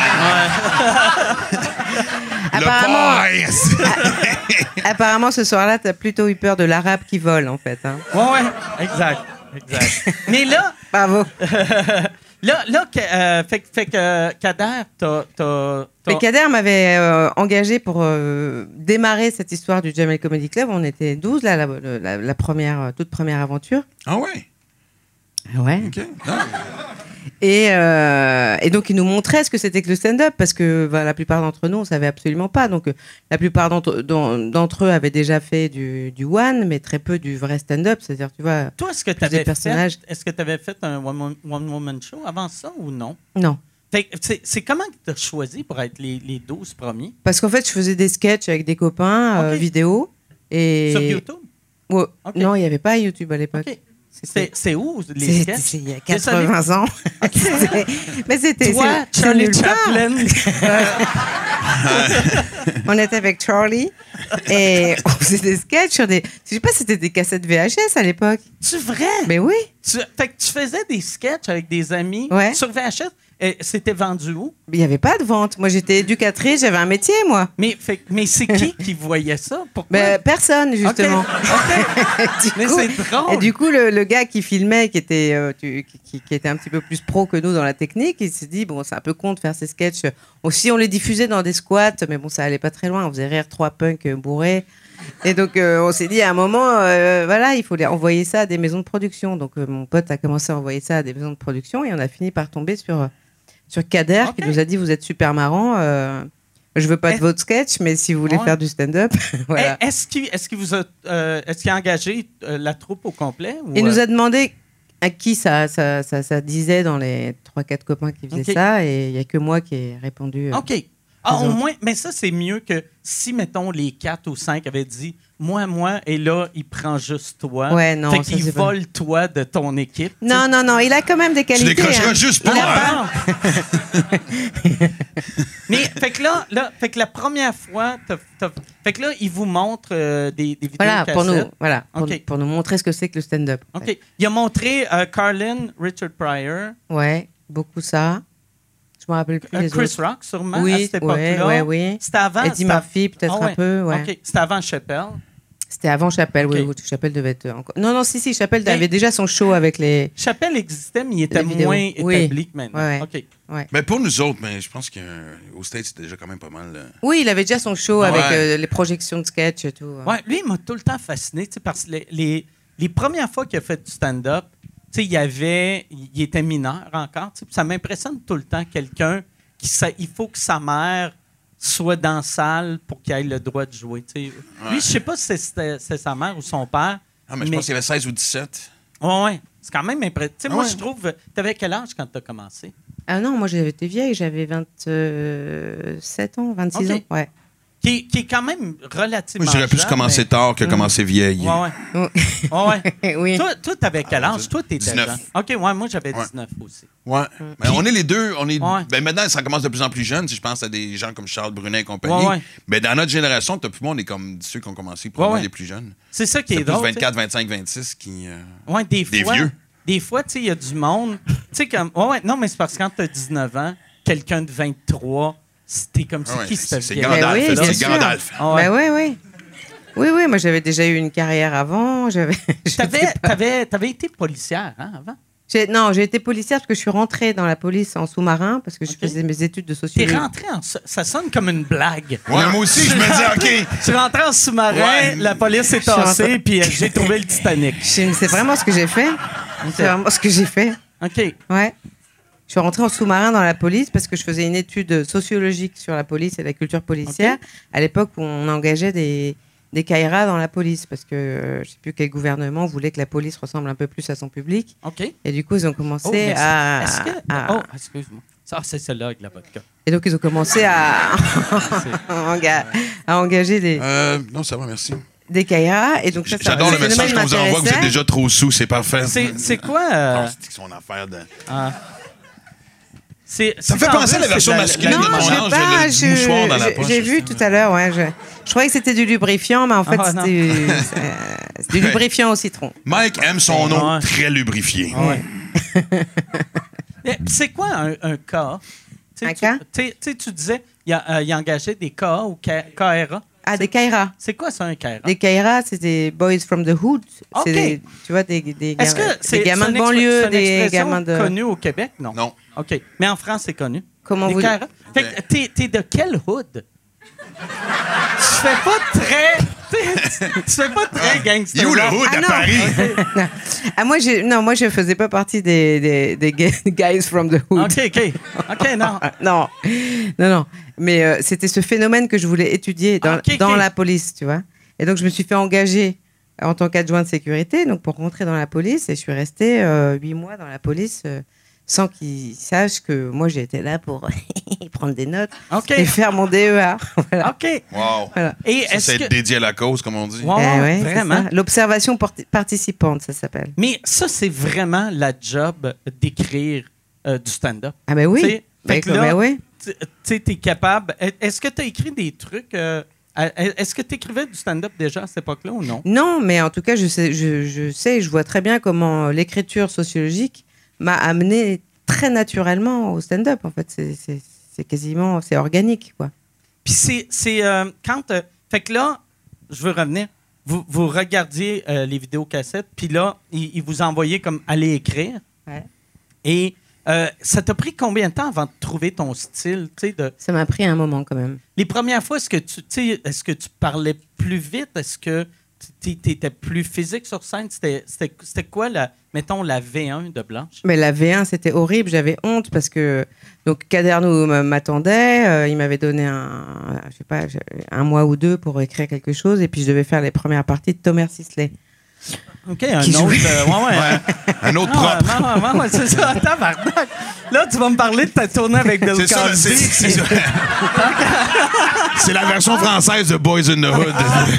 le Apparemment- pain, c'est- Apparemment, ce soir-là, t'as plutôt eu peur de l'arabe qui vole, en fait. Hein. Ouais, ouais, exact. exact. Mais là, Bravo. là, là que, euh, fait, que- fait que Kader, t'as. t'as- t'as- Mais Kader m'avait euh, engagé pour euh, démarrer cette histoire du Jamel Comedy Club. On était douze, là, la, la- la première, euh, toute première aventure. Ah ouais? Ouais. OK. Non. Et, euh, et donc, il nous montrait ce que c'était que le stand-up, parce que bah, la plupart d'entre nous, on savait absolument pas. Donc, euh, la plupart d'entre, d'en- d'entre eux avaient déjà fait du, du one, mais très peu du vrai stand-up. C'est-à-dire, tu vois, Toi, est-ce que tu des avais fait, personnages. est-ce que tu avais fait un one- one-woman show avant ça ou non? non. Fait que c'est, c'est comment que tu as choisi pour être les, les douze premiers? Parce qu'en fait, je faisais des sketchs avec des copains, euh, Ok. vidéo. Et... Sur YouTube? Ouais. Ok. Non, il n'y avait pas YouTube à l'époque. OK. C'est, c'est où, les C'est sketchs? c'est il y a C'est ça, les- quatre-vingts ans. C'était- Mais c'était. Toi, c'est- c'est Charlie nulle part. Chaplin. On était avec Charlie et on faisait des sketchs sur des. Je sais pas, c'était des cassettes V H S à l'époque. C'est vrai? Mais oui. Tu, fait que tu faisais des sketchs avec des amis Ouais. sur V H S. Et c'était vendu où? Il n'y avait pas de vente. Moi, j'étais éducatrice, j'avais un métier, moi. Mais, fait, mais c'est qui qui voyait ça? Pourquoi? Mais personne, justement. OK. OK. Du Mais coup- c'est drôle. Et du coup, le, le gars qui filmait, qui était, euh, tu- qui, qui- qui était un petit peu plus pro que nous dans la technique, il s'est dit, bon, c'est un peu con de faire ces sketchs. Aussi, on les diffusait dans des squats, mais bon, ça allait pas très loin. On faisait rire trois punks euh, bourrés. Et donc, euh, on s'est dit, à un moment, euh, voilà, il faut les envoyer ça à des maisons de production. Donc, euh, mon pote a commencé à envoyer ça à des maisons de production et on a fini par tomber sur, euh, sur Kader, Ok. qui nous a dit, vous êtes super marrant. Euh, je veux pas de Est- votre sketch, mais si vous voulez Ouais. faire du stand-up, voilà. Eh, Est-ce qu'il est-ce qu'il vous a, euh, est-ce qu'il a engagé euh, la troupe au complet? Ou, Il nous euh, a demandé à qui ça, ça, ça, ça disait dans les trois quatre copains qui faisaient Ok. ça, et il n'y a que moi qui ai répondu. euh, OK. Ah, les au autres. moins, mais ça, c'est mieux que si, mettons, les quatre ou cinq avaient dit moi, moi, et là, il prend juste toi. Ouais, non, Fait ça, qu'il c'est pas- vole toi de ton équipe. Non, non, non, il a quand même des Tu qualités. décrocheras hein. juste pas. Il a hein? Ah. Mais, fait que là, là, fait que la première fois, t'as- t'as- fait que là, il vous montre euh, des, des vidéos Voilà, pour nous, cassettes. voilà, pour, OK. pour nous montrer ce que c'est que le stand-up. en OK. fait. Il a montré euh, Carlin, Richard Pryor, Ouais, beaucoup ça. Je me rappelle plus euh, les Chris autres. Rock, sûrement, Oui, à cette époque-là. ouais, ouais, oui. C'était avant. Eddie c'était- Murphy, peut-être Ah ouais. un peu, ouais. OK. C'était avant Chappelle. C'était avant Chappelle, oui, Ok. oui. Chappelle devait être encore. Non, non, si, si, Chappelle Mais- avait déjà son show avec les. Chappelle existait, mais il était Les vidéos. moins Oui. établi que maintenant. Ouais, OK. Ouais. Mais pour nous autres, mais je pense qu'au States, c'était déjà quand même pas mal. euh. Oui, il avait déjà son show Ouais. avec euh, les projections de sketch et tout. Ouais, lui, il m'a tout le temps fasciné, tu sais, parce que les, les, les premières fois qu'il a fait du stand-up, tu sais, il y avait, il était mineur encore, tu sais, puis ça m'impressionne tout le temps quelqu'un qui, sa- il faut que sa mère soit dans la salle pour qu'il ait le droit de jouer, tu sais. Lui, je sais pas si c'était c'est sa mère ou son père. Ah, mais je pense qu'il y avait seize ou dix-sept. Ouais, ouais. C'est quand même impressionnant. Tu sais, Ah moi, ouais. je trouve. T'avais quel âge quand t'as commencé? Ah non, moi j'avais été vieille, j'avais vingt-sept ans, vingt-six Ok. ans. Ouais. Qui, est- qui est quand même relativement. Moi, je dirais plus jeune, commencer mais- tard que commencer vieille. Ouais, ouais. Ouais, ouais. oui. Toi, toi, t'avais quel Ah, âge? Toi, t'étais dix-neuf. jeune. OK, ouais, moi, j'avais Ouais. dix-neuf aussi. Ouais. Mais on est les deux. On est, Ouais. ben maintenant, ça commence de plus en plus jeune. Si je pense à des gens comme Charles Brunet et compagnie. Ouais, ouais. Mais dans notre génération, toi puis moi, on est comme ceux qui ont commencé pour Ouais, ouais. les plus jeunes. C'est ça qui C'est est plus drôle. vingt-quatre, vingt-cinq, vingt-six qui. euh, tu sais. Ouais, des des fois. vieux. Des fois, tu sais, il y a du monde. Tu sais, comme. Ouais, ouais, non, mais c'est parce que quand t'as dix-neuf ans, quelqu'un de vingt-trois, c'était comme ah c'est ouais, qui c'est cette c'est vieille? Gandalf. Ben oui, bien c'est sûr. Gandalf. Ah ouais. Bah ouais, ouais. Oui, oui, moi j'avais déjà eu une carrière avant. J'avais. j'étais T'avais, pas- t'avais, t'avais été policière, hein, avant? J'ai- Non, j'ai été policière parce que je suis rentrée dans la police en sous-marin parce que je Ok. faisais mes études de T'es sociologie. rentré en. Ça sonne comme une blague. Ouais, moi aussi, je me dis, OK. Je suis rentré en sous-marin, Ouais. la police est suis rentré- tassée, puis euh, j'ai trouvé le Titanic. Je- C'est vraiment ce que j'ai fait. C'est vraiment ce que j'ai fait. OK. Ouais. Je suis rentrée en sous-marin dans la police parce que je faisais une étude sociologique sur la police et la culture policière. Ok. À l'époque où on engageait des, des caïras dans la police parce que euh, je sais plus quel gouvernement voulait que la police ressemble un peu plus à son public. OK. Et du coup, ils ont commencé Oh, mais c'est- à, Est-ce que. à- Oh, excuse-moi. Ça, c'est celle-là avec la vodka. Et donc, ils ont commencé à, à enga- à engager des, Euh, non, ça va, merci. des caïras. Et donc, ça, ça- J'adore le ce phénomène message qu'on vous envoie que vous êtes m'intéressait. déjà trop sous, c'est parfait. C'est, c'est quoi. euh, Non, c'est son affaire de. ah. C'est, Ça me c'est fait en penser à la plus, version c'est masculine la- de Non, mon je âge, sais pas. le je- mouchoir dans la je- poche. J'ai vu tout à l'heure, ouais. Je, je croyais que c'était du lubrifiant, mais en fait, Ah, non. c'était c'est- c'est du lubrifiant au citron. Mike aime son nom Ouais. très lubrifié. Ouais. Mais c'est quoi un, un cas? Tu sais, Un tu- cas? tu sais- tu sais, tu disais, il a, euh, il a engagé des K A ou K- KRA. Ah, des caïras. C'est quoi ça, un KRA? Des caïras, c'est des boys from the hood. Ok. C'est des- tu vois, des, des, Est-ce gamins- que c'est des gamins c'est de une expr- banlieue, c'est une des expression gamins de... connue au Québec? Non. Non. OK. Mais en France, c'est connu. Comment Les vous... K R A. Fait que t'es, t'es de quel hood? Tu fais pas très... t'sais, Tu fais pas très gangster. Il est où le rap. hood Ah à non. Paris? Ah, moi, j'ai- non, moi, je faisais pas partie des, des, des ga- guys from the hood. OK, OK. OK, non. Non, non, non. Mais euh, c'était ce phénomène que je voulais étudier dans, Ah, ok, dans ok. la police, tu vois. Et donc, je me suis fait engager en tant qu'adjoint de sécurité, donc pour rentrer dans la police. Et je suis restée euh, huit mois dans la police euh, sans qu'ils sachent que moi, j'étais là pour prendre des notes OK. et faire mon D E A. Voilà. OK. Wow. Voilà. Et Ça, est-ce c'est que... dédié à la cause, comme on dit. Wow, Eh ouais, c'est vraiment. ça. L'observation porti- participante, ça s'appelle. Mais ça, c'est vraiment la job d'écrire euh, du stand-up. Ah ben oui. Tu sais, Ben, fait que ben là, oui. tu sais, t'es capable... Est-ce que tu as écrit des trucs... euh, à- Est-ce que tu écrivais du stand-up déjà à cette époque-là ou non? Non, mais en tout cas, je sais, je, je sais, je vois très bien comment l'écriture sociologique m'a amené très naturellement au stand-up. En fait, c'est, c'est, c'est quasiment, c'est organique, quoi. Puis c'est... c'est, euh, quand... euh, fait que là, je veux revenir. Vous, vous regardiez euh, les vidéocassettes, puis là, ils il vous envoyaient comme aller écrire. Ouais. Et euh, ça t'a pris combien de temps avant de trouver ton style? Tu sais, de... Ça m'a pris un moment quand même. Les premières fois, est-ce que tu, tu sais, est-ce que tu parlais plus vite? Est-ce que tu étais plus physique sur scène? C'était, c'était, c'était quoi, la, mettons, la V un de Blanche? Mais la V un, c'était horrible. J'avais honte parce que donc Caderno m- m'attendait. euh, il m'avait donné un, je sais pas, un mois ou deux pour écrire quelque chose, et puis je devais faire les premières parties de Thomas Sisley. OK, un Qui autre. joue- euh, ouais, ouais. Ouais. Un autre Ah, propre. ouais, ouais, ouais, ouais, c'est ça, tabarnak. Là, tu vas me parler de ta tournée avec Bill C'est ça, c'est, Cosby. c'est ça. C'est la version française de Boys in the Hood.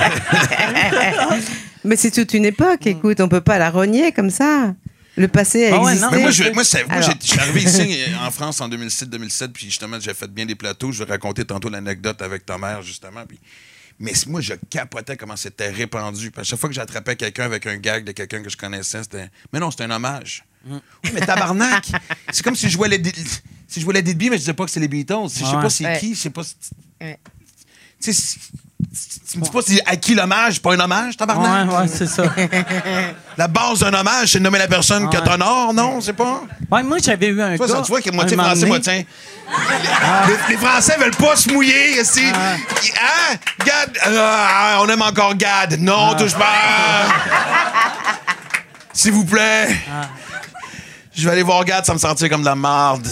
Mais c'est toute une époque, écoute, on peut pas la renier comme ça. Le passé a Ah ouais, existé. non, Mais moi, je, moi, c'est- moi, Alors. j'ai- je suis arrivé ici en France en deux mille six deux mille sept, puis justement, j'ai fait bien des plateaux. Je vais raconter tantôt l'anecdote avec ta mère, justement. Puis, mais moi, je capotais comment c'était répandu. Puis à chaque fois que j'attrapais quelqu'un avec un gag de quelqu'un que je connaissais, c'était. Mais non, c'était un hommage. Oui, mais tabarnak! C'est comme si je jouais les, si je jouais les D B, mais je disais pas que c'est les Beatles. Je sais Ouais. pas c'est Ouais. qui, je sais pas. si- Ouais. Tu sais, si- tu me dis pas c'est à qui l'hommage, pas un hommage, tabarnak? Ouais, ouais, c'est ça. La base d'un hommage, c'est de nommer la personne que Ouais. t'honores, non? C'est pas? Ouais, moi, j'avais eu un Tu vois, gars... ça, tu vois que moitié un moment français, donné- moitié. Les, les Français veulent pas se mouiller. C'est, hein? Gad, ah, on aime encore Gad. Non, touche pas. S'il vous plaît. Je vais aller voir Gad, ça me sentir comme de la marde.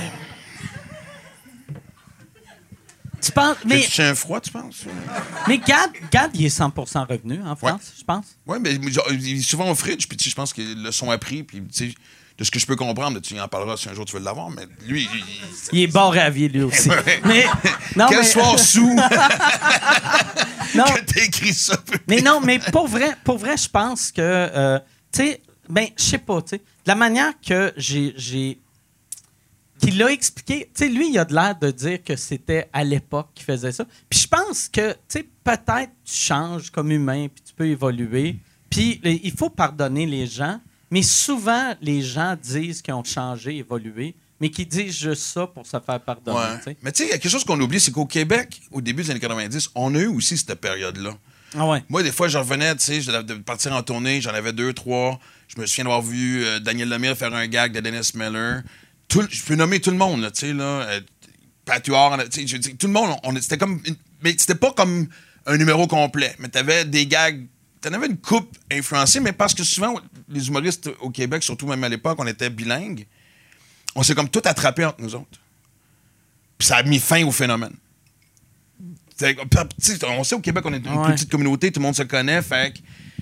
Tu penses... Mais, Tu un froid, tu penses? mais Gad, Gad, il est cent pour cent revenu en France, je pense. Oui, mais genre, il est souvent au fridge, puis tu sais, je pense que le son a pris, puis tu sais, de ce que je peux comprendre, tu en parleras si un jour tu veux l'avoir, mais lui, il- il- Il est bord à vie, lui aussi. Ouais. Mais... Non, Quel mais... soir sous Non. que t'as écrit ça. Mais non, mais pour vrai, pour vrai, je pense que, euh, tu sais, ben, je sais pas, tu sais, de la manière que j'ai, j'ai qu'il l'a expliqué, tu sais, lui, il a de l'air de dire que c'était à l'époque qu'il faisait ça. Puis je pense que, tu sais, peut-être tu changes comme humain, puis tu peux évoluer, puis euh, il faut pardonner les gens, mais souvent, les gens disent qu'ils ont changé, évolué, mais qu'ils disent juste ça pour se faire pardonner, Ouais. tu sais. Mais tu sais, il y a quelque chose qu'on oublie, c'est qu'au Québec, au début des années quatre-vingt-dix, on a eu aussi cette période-là. Ah ouais. Moi, des fois, je revenais, tu sais, je devais partir en tournée, j'en avais deux, trois. Je me souviens d'avoir vu euh, Daniel Lemire faire un gag de Dennis Miller. Tout, je peux nommer tout le monde, là, tu sais, là. Euh, Pat Huard, tu sais, je veux dire, tout le monde, on, c'était comme... une- mais c'était pas comme un numéro complet, mais t'avais des gags... T'en avais une coupe influencée, mais parce que souvent, les humoristes au Québec, surtout même à l'époque, on était bilingues, on s'est comme tout attrapé entre nous autres. Puis ça a mis fin au phénomène. C'est- tu sais, on sait au Québec, on est une Ouais. plus petite communauté, tout le monde se connaît, fait que...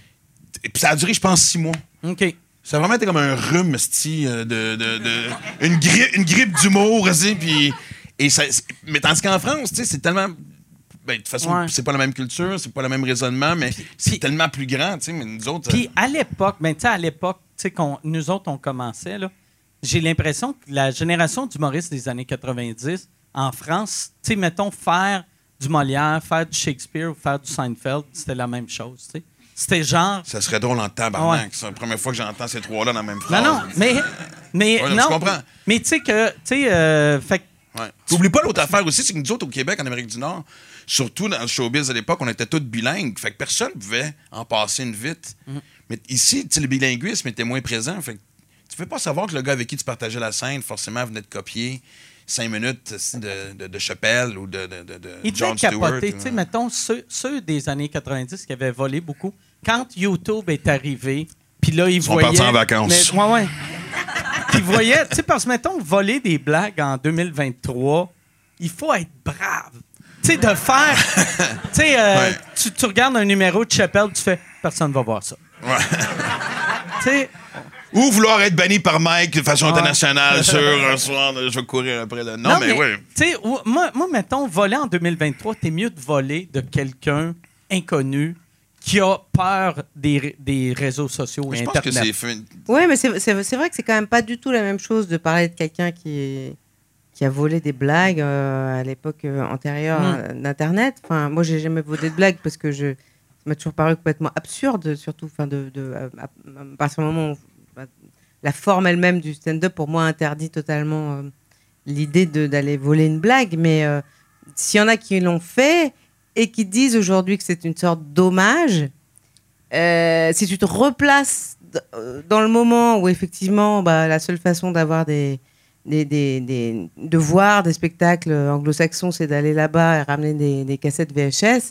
Et puis ça a duré, je pense, six mois. OK. Ça a vraiment été comme un rhume, esti, euh, de, de, de- une, grippe, une grippe d'humour, esti, puis... Et ça, c'est- mais tandis qu'en France, tu sais, c'est tellement... Ben, de toute façon, Ouais. c'est pas la même culture, c'est pas le même raisonnement, mais c'est puis- tellement plus grand, tu sais, mais nous autres... Puis à l'époque, ben, tu sais, à l'époque, tu sais, qu'on- nous autres, on commençait, là, j'ai l'impression que la génération d'humoristes des années quatre-vingt-dix, en France, tu sais, mettons, faire du Molière, faire du Shakespeare ou faire du Seinfeld, c'était la même chose, tu sais. C'était genre... Ça serait drôle en tabarnak. Ouais. C'est la première fois que j'entends ces trois-là dans la même phrase. Non, non, mais... mais Ouais, non, non, je comprends. Mais tu sais que... Tu sais, euh, fait que- Ouais. N'oublie pas l'autre affaire aussi, c'est que nous autres, au Québec, en Amérique du Nord, surtout dans le showbiz à l'époque, on était tous bilingues. Fait que personne ne pouvait en passer une vite. Mm-hmm. Mais ici, tu sais, le bilinguisme était moins présent. Fait que tu ne peux pas savoir que le gars avec qui tu partageais la scène, forcément, venait de copier cinq minutes de, de, de Chappelle ou de, de, de, de il Jon devait Stewart. capoter. Tu sais, Ouais. mettons, ceux, ceux des années quatre-vingt-dix qui avaient volé beaucoup, quand YouTube est arrivé, puis là, ils sont voyaient... partis en vacances. Mais, ouais, ouais. Puis ils voyaient... Tu sais, parce que, mettons, voler des blagues en deux mille vingt-trois, il faut être brave. Tu sais, de faire... Tu sais, euh, Ouais. tu, tu regardes un numéro de Chappelle, tu fais « Personne ne va voir ça. Ouais. » Tu sais... Ou vouloir être banni par Mike de façon Ouais. internationale sur un soir, de- je vais courir après le. Non, mais, oui. Tu sais, ou- moi, moi, mettons, voler en deux mille vingt-trois, t'es mieux de voler de quelqu'un inconnu qui a peur des, des réseaux sociaux et Je pense que Internet. c'est fin- Oui, mais c'est c'est- c'est vrai que c'est quand même pas du tout la même chose de parler de quelqu'un qui, est- qui a volé des blagues euh, à l'époque euh, antérieure Mm. à- d'Internet. Enfin, moi, j'ai jamais volé de blagues parce que je, ça m'a toujours paru complètement absurde, surtout enfin, de, de, à, à- à partir du moment où bah, la forme elle-même du stand-up, pour moi, interdit totalement euh, l'idée de- d'aller voler une blague. Mais euh, s'il y en a qui l'ont fait et qui disent aujourd'hui que c'est une sorte d'hommage, euh, si tu te replaces d- euh, dans le moment où effectivement bah, la seule façon d'avoir des, des, des, des- de voir des spectacles anglo-saxons, c'est d'aller là-bas et ramener des, des cassettes V H S,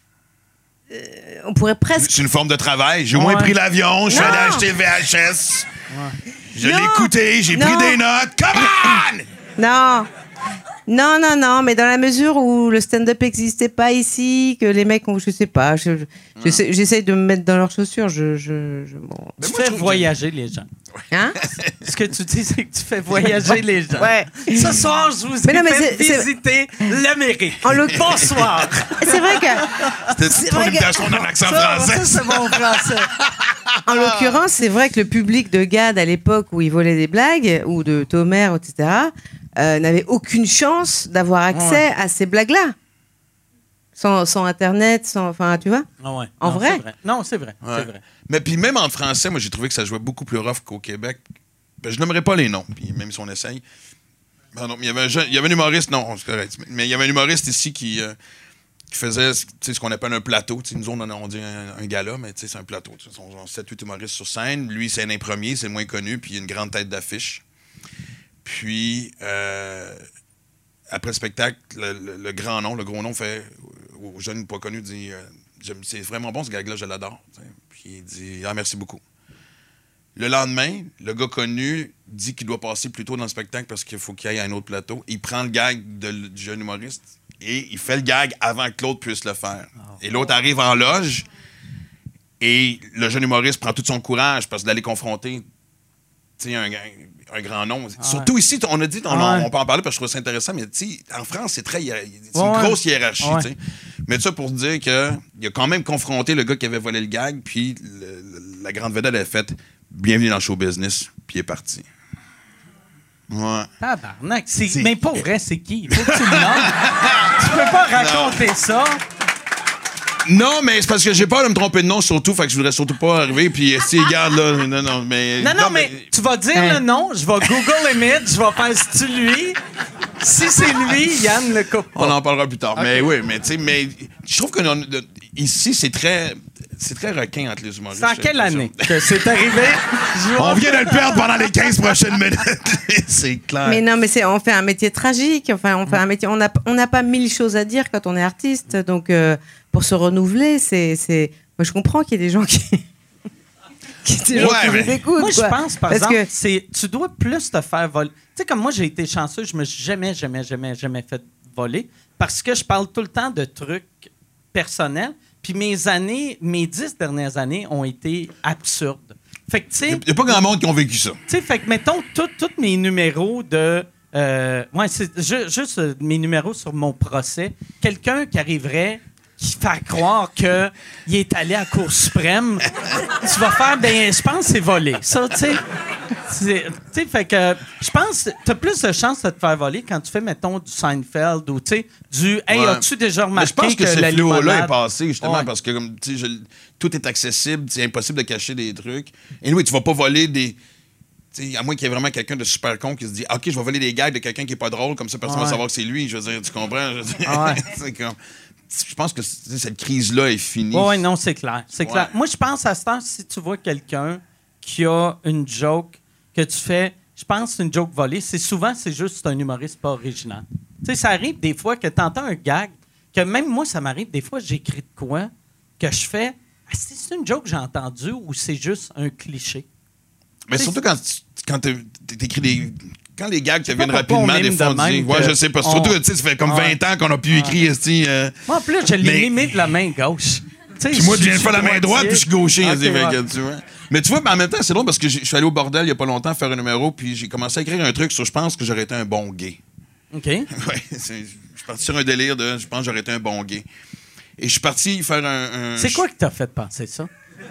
euh, on pourrait presque... C'est une forme de travail. J'ai au moins Ouais. pris l'avion, je suis Non. allé acheter le V H S. Je Non. l'ai écouté, j'ai Non. pris des notes. Come on! Non, Non, non, non, mais dans la mesure où le stand-up n'existait pas ici, que les mecs ont, je sais pas, je, je, j'essaie, j'essaie de me mettre dans leurs chaussures, je... je, je bon. Tu fais voyager les gens. Hein? Ce que tu dis, c'est que tu fais voyager les gens. Ouais. Ce soir, je vous ai Mais non, mais fait c'est- c'est- visiter l'Amérique. En le- Bonsoir. C'est vrai que... C'était C'est ton vrai que- imitation d'un accent Ça, français. ça, c'est mon français. En l'occurrence, c'est vrai que le public de Gad à l'époque où il volait des blagues, ou de Thomer, et cetera, euh, n'avait aucune chance d'avoir accès Ouais. à ces blagues-là. Sans, sans Internet, sans... Enfin, tu vois? Ah ouais. En Non, vrai? c'est Non, c'est vrai. Ouais. C'est vrai. Mais puis même en français, moi, j'ai trouvé que ça jouait beaucoup plus rough qu'au Québec. Ben, je nommerai pas les noms, puis même si on essaye. Ben non, mais il y avait un jeune- il y avait un humoriste, non, c'est correct, mais il y avait un humoriste ici qui, euh, qui faisait tu sais, ce qu'on appelle un plateau. Tu sais, nous, on, on dit un, un gala, mais tu sais, c'est un plateau. Tu sais, on a sept huit humoristes sur scène. Lui, c'est un premier, c'est le moins connu, puis il a une grande tête d'affiche. Puis, euh, après le spectacle, le, le- le grand nom, le gros nom fait aux jeunes pas connus, dit euh, J'aime- c'est vraiment bon ce gag-là, je l'adore. Tu sais. Puis il dit Ah, merci beaucoup. Le lendemain, le gars connu dit qu'il doit passer plus tôt dans le spectacle parce qu'il faut qu'il aille à un autre plateau. Il prend le gag de- du jeune humoriste et il fait le gag avant que l'autre puisse le faire. Et l'autre arrive en loge et le jeune humoriste prend tout son courage parce que d'aller confronter tu sais, un, un grand nom. Ah Surtout ouais. ici, on a dit, on, Ah ouais. on peut en parler parce que je trouve ça intéressant, mais tu sais, en France, c'est très hiér- c'est Ouais, une ouais. grosse hiérarchie. Ouais. tu sais. Mais ça pour dire qu'il a quand même confronté le gars qui avait volé le gag, puis le- le- la grande vedette a fait Bienvenue dans le show business, puis il est parti. Ouais. Tabarnak. C'est... C'est- Mais pas vrai, c'est qui? Il faut que tu le nommes. Tu peux pas raconter ça. Non, mais c'est parce que j'ai peur de me tromper de nom, surtout, fait que je voudrais surtout pas arriver, puis si, regarde, là, non, non, mais... Non, non, mais, tu vas dire Hein. le nom, je vais Google Image, je vais faire si tu lui. Si c'est lui, Yann le coupe pas. On en parlera plus tard. Mais oui, mais tu sais, mais je trouve que non- de- ici, c'est très... C'est très requin entre les humoristes. C'est en j'ai quelle l'impression. année que c'est arrivé? Je On vais- vient de le perdre pendant les quinze prochaines minutes. C'est clair. Mais non, mais c'est, on fait un métier tragique. Enfin, on fait un métier. On n'a on n'a pas mille choses à dire quand on est artiste. Donc, euh, pour se renouveler, c'est, c'est. Moi, je comprends qu'il y ait des gens qui. qui des gens Ouais, qui mais- nous écoutent. Moi, je quoi. pense, par Parce exemple, que c'est, tu dois plus te faire voler. Tu sais, comme moi, j'ai été chanceux, je me suis jamais, jamais, jamais, jamais fait voler parce que je parle tout le temps de trucs personnels. Puis mes années, mes dix dernières années ont été absurdes. Fait que, tu sais, Il n'y a pas grand monde qui ont vécu ça. tu sais, fait que, mettons, tous tous mes numéros de. Euh, ouais, c'est ju- juste euh, mes numéros sur mon procès. Quelqu'un qui arriverait, qui fait croire qu'il est allé à la Cour suprême, tu vas faire, ben, je pense que c'est volé. Ça, tu sais. C'est- Tu sais, fait que je pense que tu as plus de chances de te faire voler quand tu fais, mettons, du Seinfeld ou, tu sais, du Hey, Ouais. as-tu déjà Mais remarqué je pense que, ce la fléau-là limonade- est passé, justement, Ouais. parce que comme, tu sais, je- tout est accessible, c'est impossible de cacher des trucs. Et oui, tu vas pas voler des... tu sais, à moins qu'il y ait vraiment quelqu'un de super con qui se dit « OK, je vais voler des gags de quelqu'un qui est pas drôle, comme ça personne Ouais. va savoir que c'est lui. » Je veux dire, tu comprends? Je, veux dire, Ouais. c'est comme- je pense que tu sais, cette crise-là est finie. Oui, non, c'est clair. C'est Ouais. clair. Moi, je pense à ce temps, si tu vois quelqu'un qui a une joke que tu fais, je pense que c'est une joke volée, c'est souvent, c'est juste c'est un humoriste pas original. Tu sais, ça arrive des fois que tu entends un gag, que même moi, ça m'arrive, des fois, j'écris de quoi, que je fais, ah, c'est c'est une joke que j'ai entendue ou c'est juste un cliché. Mais C'est- surtout quand tu quand t'es- t'écris des... Quand les gags te sais viennent pas pourquoi rapidement, on des mime fois, de on dit... même Ouais, que je sais pas. on- Surtout, tu sais, ça fait comme Ouais. vingt ans qu'on a pu écrire, esti, euh, Moi, en plus, je l'ai Mais- mimé de la main gauche. Tu sais, Puis moi, je viens de suis faire la main droitier. droite, puis je suis gaucher. Ok, esti, fait ouais. que, tu vois. Mais tu vois, mais en même temps, c'est drôle parce que j'ai- je suis allé au bordel il y a pas longtemps faire un numéro, puis j'ai commencé à écrire un truc sur « Je pense que j'aurais été un bon gay ». OK. Ouais, c'est- je suis parti sur un délire de « Je pense que j'aurais été un bon gay ». Et je suis parti faire un... un- C'est quoi qui t'a fait penser ça?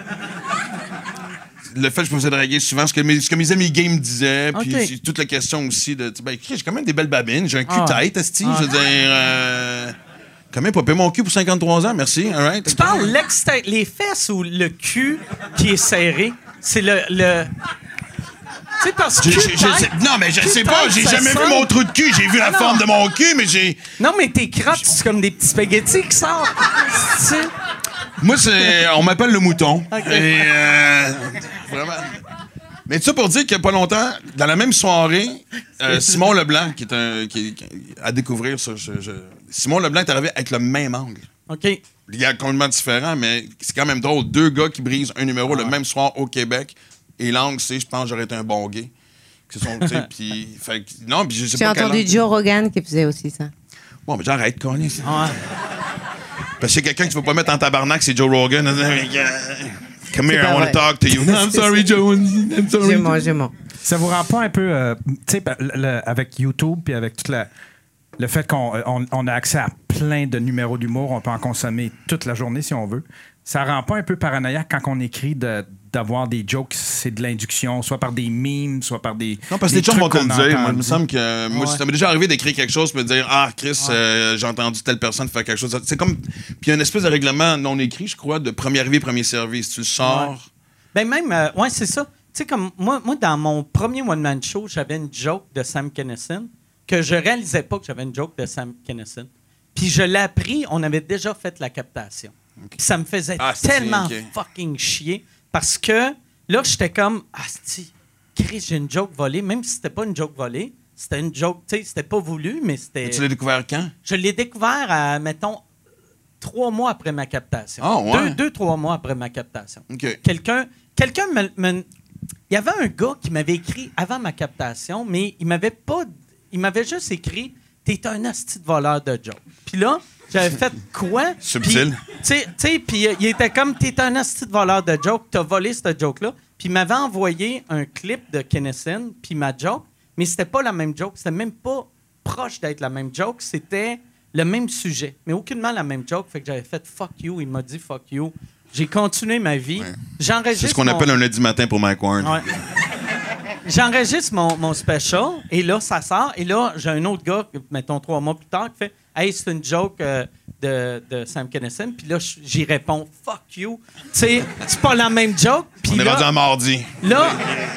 Le fait que je me faisais draguer souvent, ce que mes, ce que mes amis gays me disaient, puis Ok. c'est toute la question aussi de... Ben, écoute, j'ai quand même des belles babines, j'ai un Ah. cul-tête, esti, Ah. je veux dire... Euh, quand même pas payé mon cul pour cinquante-trois ans, merci, all right? Tu parles l'extérieur, les fesses ou le cul qui est serré? C'est le. le... Tu sais, parce que. J'ai- j'ai- je sais- non, mais je sais pas, j'ai ça jamais vu sonne- mon trou de cul, j'ai vu la Ah non. forme de mon cul, mais j'ai... Non, mais tes crottes, c'est comme des petits spaghettis qui sortent. Tu sais? Moi, c'est... On m'appelle le mouton. Ok. Et, euh, vraiment... Mais tout ça pour dire qu'il n'y a pas longtemps, dans la même soirée, euh, Simon Leblanc, qui est un... Qui, qui- à découvrir, ça, je- je- Simon Leblanc est arrivé avec le même angle. OK. Les gars complètement différents, mais c'est quand même drôle. Deux gars qui brisent un numéro le même soir au Québec. Et l'angle, c'est « Je pense que j'aurais été un bon gay ». qui sont, tu sais, puis... fait que- Non, puis je sais J'ai pas quelle entendu langue- Joe Rogan qui faisait aussi ça. Bon, mais j'arrête, Connie. Ouais. Parce que c'est quelqu'un que tu veux pas mettre en tabarnak, c'est Joe Rogan. Come here, pas I want vrai. to talk to you. No, I'm sorry, Joe. I'm Je sorry. mens, je mens. Ça vous rend pas un peu, euh, tu sais, le- le- avec YouTube puis avec toute la, le fait qu'on on, on a accès à plein de numéros d'humour, on peut en consommer toute la journée si on veut. Ça rend pas un peu paranoïaque quand on écrit de- d'avoir des jokes, c'est de l'induction, soit par des memes, soit par des. Non, parce que des les chums vont trucs te le qu'on dire. a Moi, il me entendus. semble que. Moi, Ouais. ça m'est déjà arrivé d'écrire quelque chose puis de dire Ah, Chris, euh, j'ai entendu telle personne faire quelque chose. C'est comme. Puis il y a une espèce de règlement non écrit, je crois, de premier arrivé, premier servi. Si tu le sors. Ben même, euh, ouais, c'est ça. Tu sais, comme moi, moi, dans mon premier one-man show, j'avais une joke de Sam Kinison que je réalisais pas que j'avais une joke de Sam Kinison. Puis je l'ai appris, on avait déjà fait la captation. Puis ça me faisait Ah, c'est- tellement ok. fucking chier parce que là, j'étais comme, ah, si, Chris, j'ai une joke volée, même si c'était pas une joke volée, c'était une joke, tu sais, c'était pas voulu, mais c'était. Tu l'as découvert quand? Je l'ai découvert à, mettons, trois mois après ma captation. Ah, ouais? Deux, deux, trois mois après ma captation. OK. Quelqu'un, quelqu'un me, me- il y avait un gars qui m'avait écrit avant ma captation, mais il m'avait pas, il m'avait juste écrit, t'es un asti de voleur de joke. Puis là, j'avais fait quoi? Subtil. Puis, Tu sais- tu sais, puis euh, il était comme, t'es un asti de voleur de joke, t'as volé cette joke-là. Puis il m'avait envoyé un clip de Kinnison, puis ma joke, mais c'était pas la même joke, c'était même pas proche d'être la même joke, c'était le même sujet, mais aucunement la même joke. Fait que j'avais fait fuck you, il m'a dit fuck you. J'ai continué ma vie. J'enregistre C'est ce qu'on mon- appelle un lundi matin pour Mike Warren. Ouais. J'enregistre mon, mon special et là, ça sort. Et là, j'ai un autre gars, mettons trois mois plus tard, qui fait Hey, c'est une joke euh, de, de Sam Kinison. Puis là, j'y réponds Fuck you. Tu sais, c'est pas la même joke. Puis On est là, rendu à mardi. là,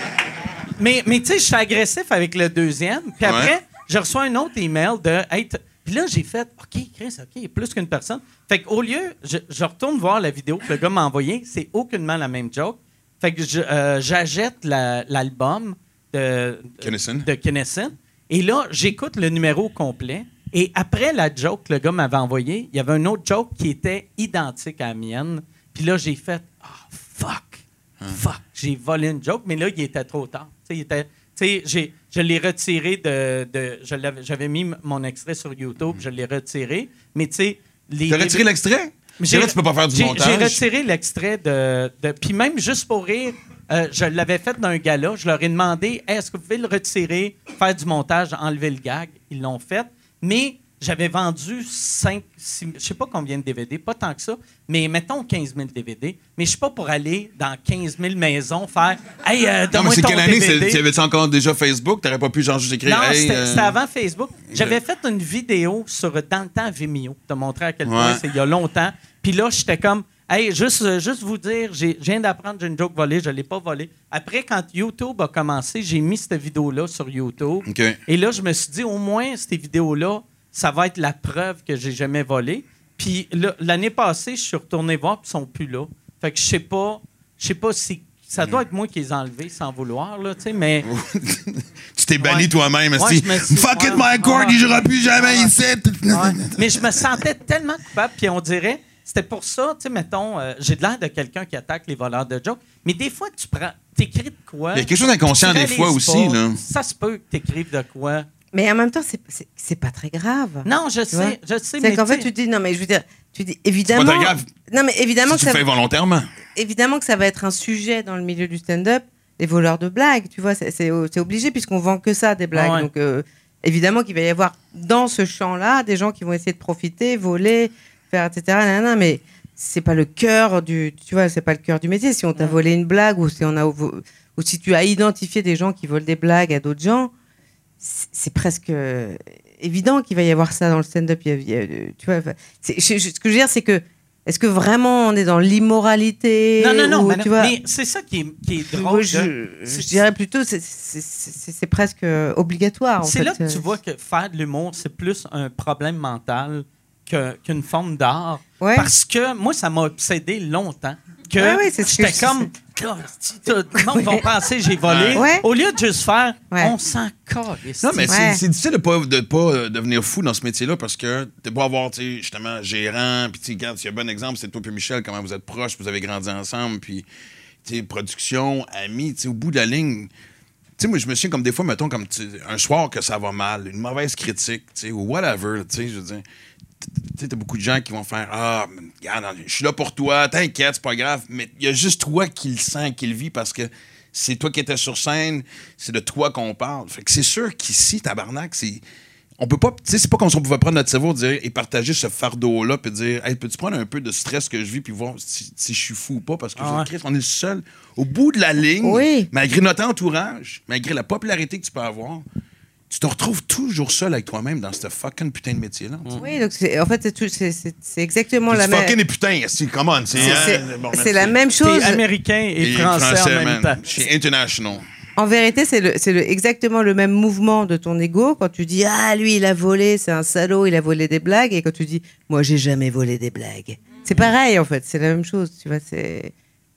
mais, mais tu sais, je suis agressif avec le deuxième. Puis après, Ouais. je reçois un autre email de Hey, t- puis là, j'ai fait OK, Chris, OK, il y a plus qu'une personne. Fait qu'au lieu, je, je retourne voir la vidéo que le gars m'a envoyée, c'est aucunement la même joke. Fait que je, euh, j'achète la- l'album de, Kinnison. de Kinnison. Et là, j'écoute le numéro complet. Et après la joke que le gars m'avait envoyée, il y avait un autre joke qui était identique à la mienne. Puis là, j'ai fait « Ah, fuck! Fuck! » J'ai volé une joke, mais là, il était trop tard. Tu sais, il était... Tu sais, j'ai, je l'ai retiré de... de je l'avais- j'avais mis m- mon extrait sur YouTube, je l'ai retiré. Mais tu sais... les- T'as retiré l'extrait? j'ai- Là, tu peux pas faire du j'ai- montage. J'ai retiré l'extrait de, de- Puis même juste pour rire, euh, je l'avais fait d'un gala. Je leur ai demandé hey, est-ce que vous pouvez le retirer, faire du montage, enlever le gag. Ils l'ont fait. Mais j'avais vendu cinq, six, je sais pas combien de D V D, pas tant que ça, mais mettons quinze mille D V D. Mais je suis pas pour aller dans quinze mille maisons faire hey, euh, Non, mais donne-moi c'est ton quelle année? D V D. C'est- T'avais-tu encore déjà Facebook? T'aurais pas pu genre juste écrire Non, hey, c'était euh, c'était avant Facebook. J'avais fait une vidéo sur dans le temps Vimeo, te montrer à quel point Ouais. c'est il y a longtemps. Puis là, j'étais comme, hey, juste, euh, juste vous dire, j'ai- je viens d'apprendre j'ai une joke volée, je l'ai pas volée. Après, quand YouTube a commencé, j'ai mis cette vidéo-là sur YouTube. OK. Et là, je me suis dit, au moins, ces vidéos-là, ça va être la preuve que j'ai jamais volé. Puis là, l'année passée, je suis retourné voir, puis ils sont plus là. Fait que je sais pas, je sais pas si. Ça doit être moi qui les ai enlevés sans vouloir, là, tu sais, mais. Tu t'es banni Ouais. toi-même. Ouais, esti. je me suis- Fuck it, ouais, Mike Ward, ouais. il jouera plus jamais Ouais. ici. Ouais. Mais je me sentais tellement coupable, puis on dirait, c'était pour ça, tu sais, mettons, euh, j'ai de l'air de quelqu'un qui attaque les voleurs de jokes, mais des fois, tu prends, t'écris de quoi. Il y a quelque chose d'inconscient tu des fois réalises aussi, pas. là. Ça se peut que t'écrives de quoi. Mais en même temps, c'est- c'est c'est pas très grave. Non, je vois? sais, je sais, C'est mais qu'en fait, tu sais- tu dis, non, mais je veux dire, tu dis évidemment. très grave. Non, mais évidemment Si que, tu ça, le fais volontairement. évidemment que ça va être un sujet dans le milieu du stand-up, les voleurs de blagues, tu vois, c'est c'est- c'est obligé puisqu'on vend que ça, des blagues. Ah ouais. Donc, euh, évidemment qu'il va y avoir dans ce champ-là des gens qui vont essayer de profiter, voler, faire, et cetera. Nanana, mais c'est pas le cœur du, tu vois, c'est pas le cœur du métier. Si on t'a Ouais. volé une blague ou si on a, ou si tu as identifié des gens qui volent des blagues à d'autres gens, c'est c'est presque euh, évident qu'il va y avoir ça dans le stand-up. Il y a- il y a, euh, tu vois, enfin, c'est- je- je- ce que je veux dire, c'est que est-ce que vraiment on est dans l'immoralité Non, non, non, ou, mais, tu vois, mais c'est ça qui est, qui est moi, drôle. je, de- je c'est- dirais plutôt c'est c'est- c'est- c'est presque euh, obligatoire. en C'est fait. là que tu vois que faire de l'humour, c'est plus un problème mental que- qu'une forme d'art. Ouais. Parce que moi, ça m'a obsédé longtemps. Que Ouais, ouais, c'est ce que j'étais je- comme, Ah, si, tout le monde va penser que j'ai volé. Ouais. Au lieu de juste faire, Ouais. on s'en calisse. Non, mais c'est- Ouais. c'est difficile de pas, de pas euh, devenir fou dans ce métier-là parce que t'es beau avoir, tu sais, justement, gérant, puis tu sais, regarde, s'il y a un bon exemple, c'est toi et Michel, comment vous êtes proches, vous avez grandi ensemble, puis, tu sais, production, amis, tu sais, au bout de la ligne, tu sais, moi, je me souviens comme des fois, mettons, comme un soir que ça va mal, une mauvaise critique, tu sais, ou whatever, tu sais, je veux dire. Tu sais, t'as beaucoup de gens qui vont faire « Ah, regarde, je suis là pour toi, t'inquiète, c'est pas grave. » Mais il y a juste toi qui le sens, qui le vit, parce que c'est toi qui étais sur scène, c'est de toi qu'on parle. Fait que c'est sûr qu'ici, tabarnak, c'est... On peut pas... Tu sais, c'est pas comme si on pouvait prendre notre cerveau dire, et partager ce fardeau-là, puis dire « Hey, peux-tu prendre un peu de stress que je vis, puis voir si, si je suis fou ou pas? » Parce que, ah ouais. Christ, on est le seul. Au bout de la ligne, oui. malgré notre entourage, malgré la popularité que tu peux avoir... Tu te retrouves toujours seul avec toi-même dans ce fucking putain de métier-là. Mm. Oui, donc c'est, en fait, c'est, tout, c'est, c'est, c'est exactement puis la même... fucking et putain, c'est, come on, c'est... C'est, hein, c'est, bon, c'est la même chose. T'es américain et, et français, français en même man. temps. Je suis international. En vérité, c'est, le, c'est le, exactement le même mouvement de ton ego quand tu dis « Ah, lui, il a volé, c'est un salaud, il a volé des blagues » et quand tu dis « Moi, j'ai jamais volé des blagues ». C'est pareil, en fait, c'est la même chose, tu vois, c'est,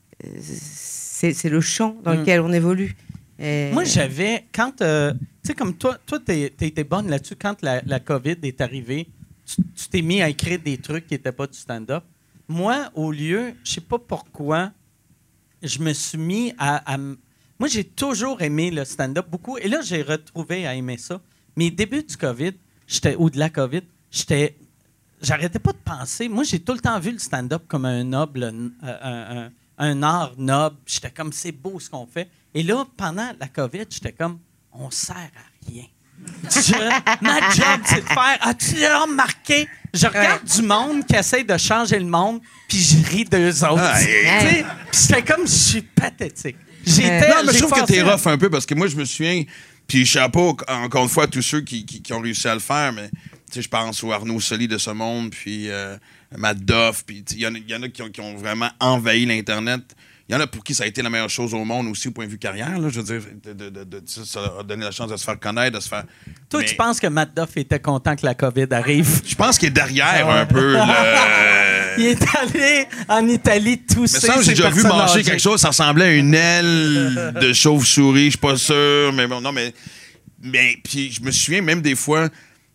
c'est, c'est le champ dans mm. lequel on évolue. Et... Moi, j'avais, quand, euh, tu sais, comme toi, toi, t'es, t'as été bonne là-dessus, quand la, la COVID est arrivée, tu, tu t'es mis à écrire des trucs qui n'étaient pas du stand-up. Moi, au lieu, je sais pas pourquoi, je me suis mis à, à... Moi, j'ai toujours aimé le stand-up beaucoup, et là, j'ai retrouvé à aimer ça. Mais début du COVID, j'étais, ou de la COVID, j'étais... J'arrêtais pas de penser. Moi, j'ai tout le temps vu le stand-up comme un noble, un, un, un, un art noble. J'étais comme, c'est beau ce qu'on fait. Et là, pendant la COVID, j'étais comme, on sert à rien. Je, ma job, c'est de faire, as-tu remarqué? Je regarde ouais. du monde qui essaie de changer le monde, puis je ris d'eux autres. Ah, hey. Puis c'était comme, je suis pathétique. J'étais, non, mais je trouve que t'es à... rough un peu, parce que moi, je me souviens, puis chapeau, encore une fois, à tous ceux qui, qui, qui ont réussi à le faire, mais je pense au Arnaud Soli de ce monde, puis euh, Matt Duff, puis il y, y en a qui ont, qui ont vraiment envahi l'Internet. Il y en a pour qui ça a été la meilleure chose au monde aussi au point de vue carrière. Là, je veux dire, de, de, de, de, ça a donné la chance de se faire connaître, de se faire... Toi, mais... tu penses que Matt Duff était content que la COVID arrive? Je pense qu'il est derrière un peu. Le... Il est allé en Italie tousser. Mais ça, j'ai déjà vu manger quelque chose, ça ressemblait à une aile de chauve-souris, je suis pas sûr. Mais bon, non, mais... mais puis je me souviens même des fois...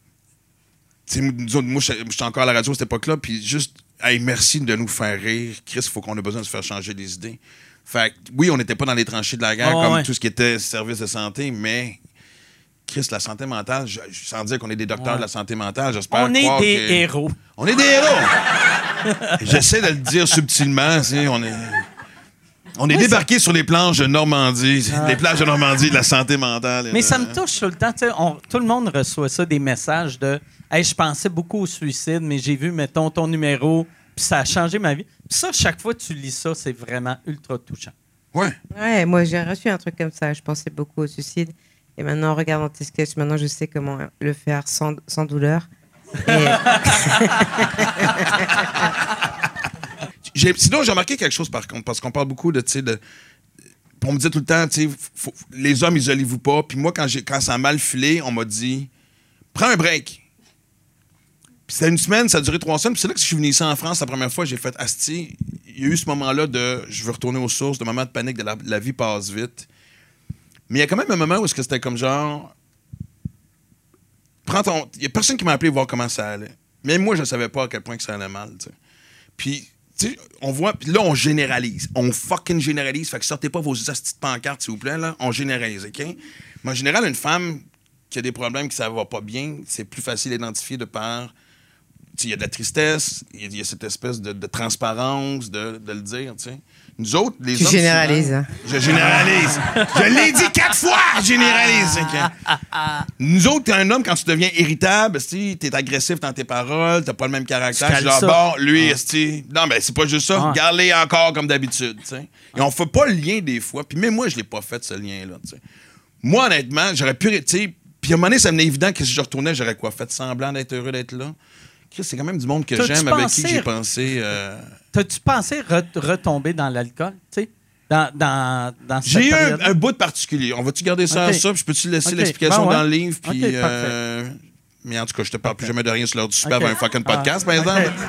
Moi, j'étais encore à la radio à cette époque-là, puis juste... Hey, merci de nous faire rire. Chris, il faut qu'on ait besoin de se faire changer les idées. Fait que, oui, on n'était pas dans les tranchées de la guerre oh, comme ouais. tout ce qui était service de santé, mais Chris, la santé mentale, je, sans dire qu'on est des docteurs ouais. de la santé mentale, j'espère On est croire des que... héros. On est des héros! J'essaie de le dire subtilement, tu sais, on est... On est oui, débarqué ça... sur les planches de Normandie, ah. les plages de Normandie de la santé mentale. Mais ça me touche tout le temps. On, tout le monde reçoit ça, des messages de hey, « je pensais beaucoup au suicide, mais j'ai vu, mettons, ton numéro, puis ça a changé ma vie. » Puis ça, chaque fois que tu lis ça, c'est vraiment ultra touchant. Ouais. Ouais, moi, j'ai reçu un truc comme ça. Je pensais beaucoup au suicide. Et maintenant, en regardant tes sketchs, maintenant, je sais comment le faire sans, sans douleur. Et... J'ai, sinon, j'ai remarqué quelque chose, par contre, parce qu'on parle beaucoup de, tu sais, de... On me dit tout le temps, tu sais, les hommes, isolez-vous pas. Puis moi, quand, j'ai, quand ça a mal filé, on m'a dit, prends un break. Puis c'était une semaine, ça a duré trois semaines. Puis c'est là que je suis venu ici en France la première fois, j'ai fait, asti, il y a eu ce moment-là de, je veux retourner aux sources, de moment de panique, de la, la vie passe vite. Mais il y a quand même un moment où est-ce que c'était comme genre, prends ton... Il y a personne qui m'a appelé voir comment ça allait. Même moi, je ne savais pas à quel point que ça allait mal, tu sais. Puis... T'sais, on voit, puis là, on généralise. On fucking généralise. Fait que sortez pas vos astuces de pancartes, s'il vous plaît, là. On généralise, OK? Mais en général, une femme qui a des problèmes, que ça va pas bien, c'est plus facile à identifier de par... Il y a de la tristesse, il y a cette espèce de, de transparence, de, de le dire, tu sais. Nous autres, les tu hommes... Tu généralises. Souvent, je généralise. Je l'ai dit quatre fois, je généralise. Okay? Nous autres, t'es un homme, quand tu deviens irritable, t'es agressif dans tes paroles, t'as pas le même caractère. Je dis, bon, lui, ah. non, mais c'est pas juste ça. Ah. Garde-les encore comme d'habitude, tu sais. Et on fait pas le lien des fois. Puis même moi, je l'ai pas fait, ce lien-là, tu sais. Moi, honnêtement, j'aurais pu, tu sais, puis à un moment donné, ça venait évident que si je retournais, j'aurais quoi? Fait semblant d'être heureux d'être là. Chris, c'est quand même du monde que T'as-tu j'aime, avec pensé, qui j'ai pensé... Euh... T'as-tu pensé re- retomber dans l'alcool, tu sais? Dans, dans, dans cette J'ai eu un, période? un bout de particulier. On va-tu garder ça okay. à ça? Puis je peux-tu laisser okay. l'explication ben ouais. dans le livre? Puis, okay, euh... Mais en tout cas, je te parle okay. plus jamais de rien sur l'heure du super okay. avant un fucking podcast, ah. par exemple.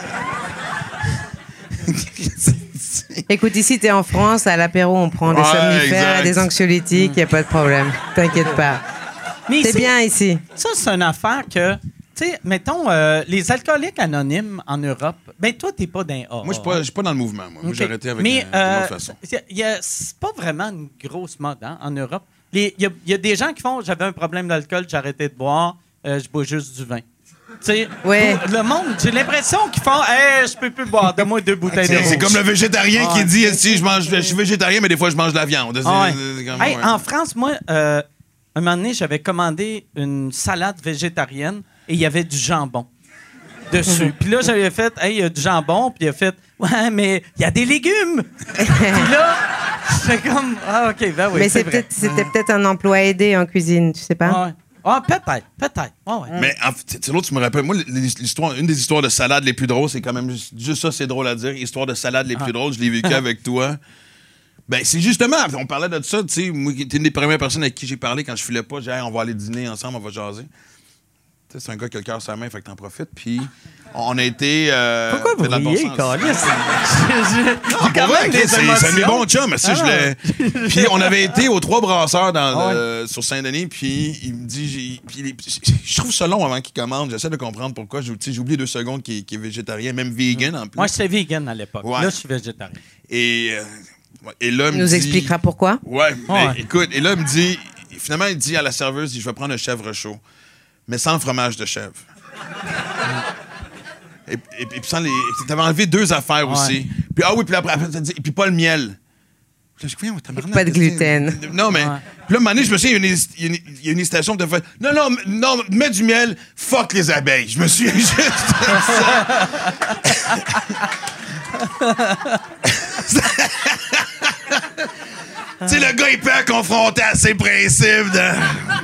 Okay. Écoute, ici, t'es en France, à l'apéro, on prend des ouais, somnifères et des anxiolytiques, il n'y a pas de problème. T'inquiète pas. Mais c'est bien ici. Ça, c'est une affaire que... Tu sais, mettons, euh, les alcooliques anonymes en Europe, ben toi, t'es pas d'un A. Moi, je suis pas dans le mouvement. Moi, okay. moi j'ai arrêté avec Mais, euh, euh, d'une autre façon. Y a, c'est pas vraiment une grosse mode hein, en Europe. Il y, y a des gens qui font « J'avais un problème d'alcool, j'ai arrêté de boire, euh, je bois juste du vin. » Tu sais, ouais. le monde, j'ai l'impression qu'ils font « Hey, je peux plus boire, donne-moi deux bouteilles de rouge. » C'est comme le végétarien ah, qui dit si je mange, je suis végétarien, mais des fois je mange de la viande. Ah, ouais. c'est, c'est comme, hey, ouais. En France, moi, euh, un moment donné, j'avais commandé une salade végétarienne et il y avait du jambon dessus. Puis là, j'avais fait « Hey, il y a du jambon. » Puis il a fait « Ouais, mais il y a des légumes. » Puis là, c'est comme « Ah, OK, ben oui, mais c'est c'est vrai. peut-être, c'était peut-être un emploi aidé en cuisine, tu sais pas? Ah, ouais. Ah, peut-être, peut-être. Ah, ouais. Mais en fait, c'est l'autre, tu me rappelles, moi, l'histoire, une des histoires de salade les plus drôles, c'est quand même juste, juste ça, c'est drôle à dire. Histoire de salade les plus Ah. drôles, je l'ai vécu avec toi. Ben, c'est justement, on parlait de ça, tu sais, moi, t'es une des premières personnes avec qui j'ai parlé quand je filais pas. J'ai dit, hey, on va aller dîner ensemble, on va jaser. Tu sais, c'est un gars qui a le cœur sur la main, fait que t'en profites. Puis, on a été. Euh, Pourquoi vous dans le bon riez, sens. câlisse? J'ai Ah, quand pour vrai, même ok, des c'est, c'est émotions. mes bons chums, mais si Ah. je voulais. Puis on avait été aux Trois Brasseurs dans, Ah ouais. euh, sur Saint-Denis, puis il me dit, j'ai, puis les- je trouve ça long avant qu'il commande. J'essaie de comprendre pourquoi. J'ai, j'ai oublié deux secondes qu'il, qu'il est végétarien, même vegan en plus. Moi, j'étais vegan à l'époque. Ouais. Là, je suis végétarien. Et, euh, et là, il Il me nous dit, expliquera pourquoi. Ouais, mais Ouais. écoute, et là, il me dit, finalement, il dit à la serveuse, je vais prendre un chèvre chaud, mais sans fromage de chèvre. Et, et, et puis sans les. T'avais enlevé deux affaires Ouais. aussi. Puis ah oui, puis après, après t'as dit, et puis pas le miel. Puis là, je dis, voyons, tabarnak, Pas de qu'est-ce que gluten. c'est? Non, mais. Ouais. Puis là, un moment donné, je me souviens, il y a une, hési- il y a une, il y a une hésitation de faire. Non, non, m- non, mets du miel, fuck les abeilles. Je me suis juste. Tu sais, le gars hyper confronté à ses principes de.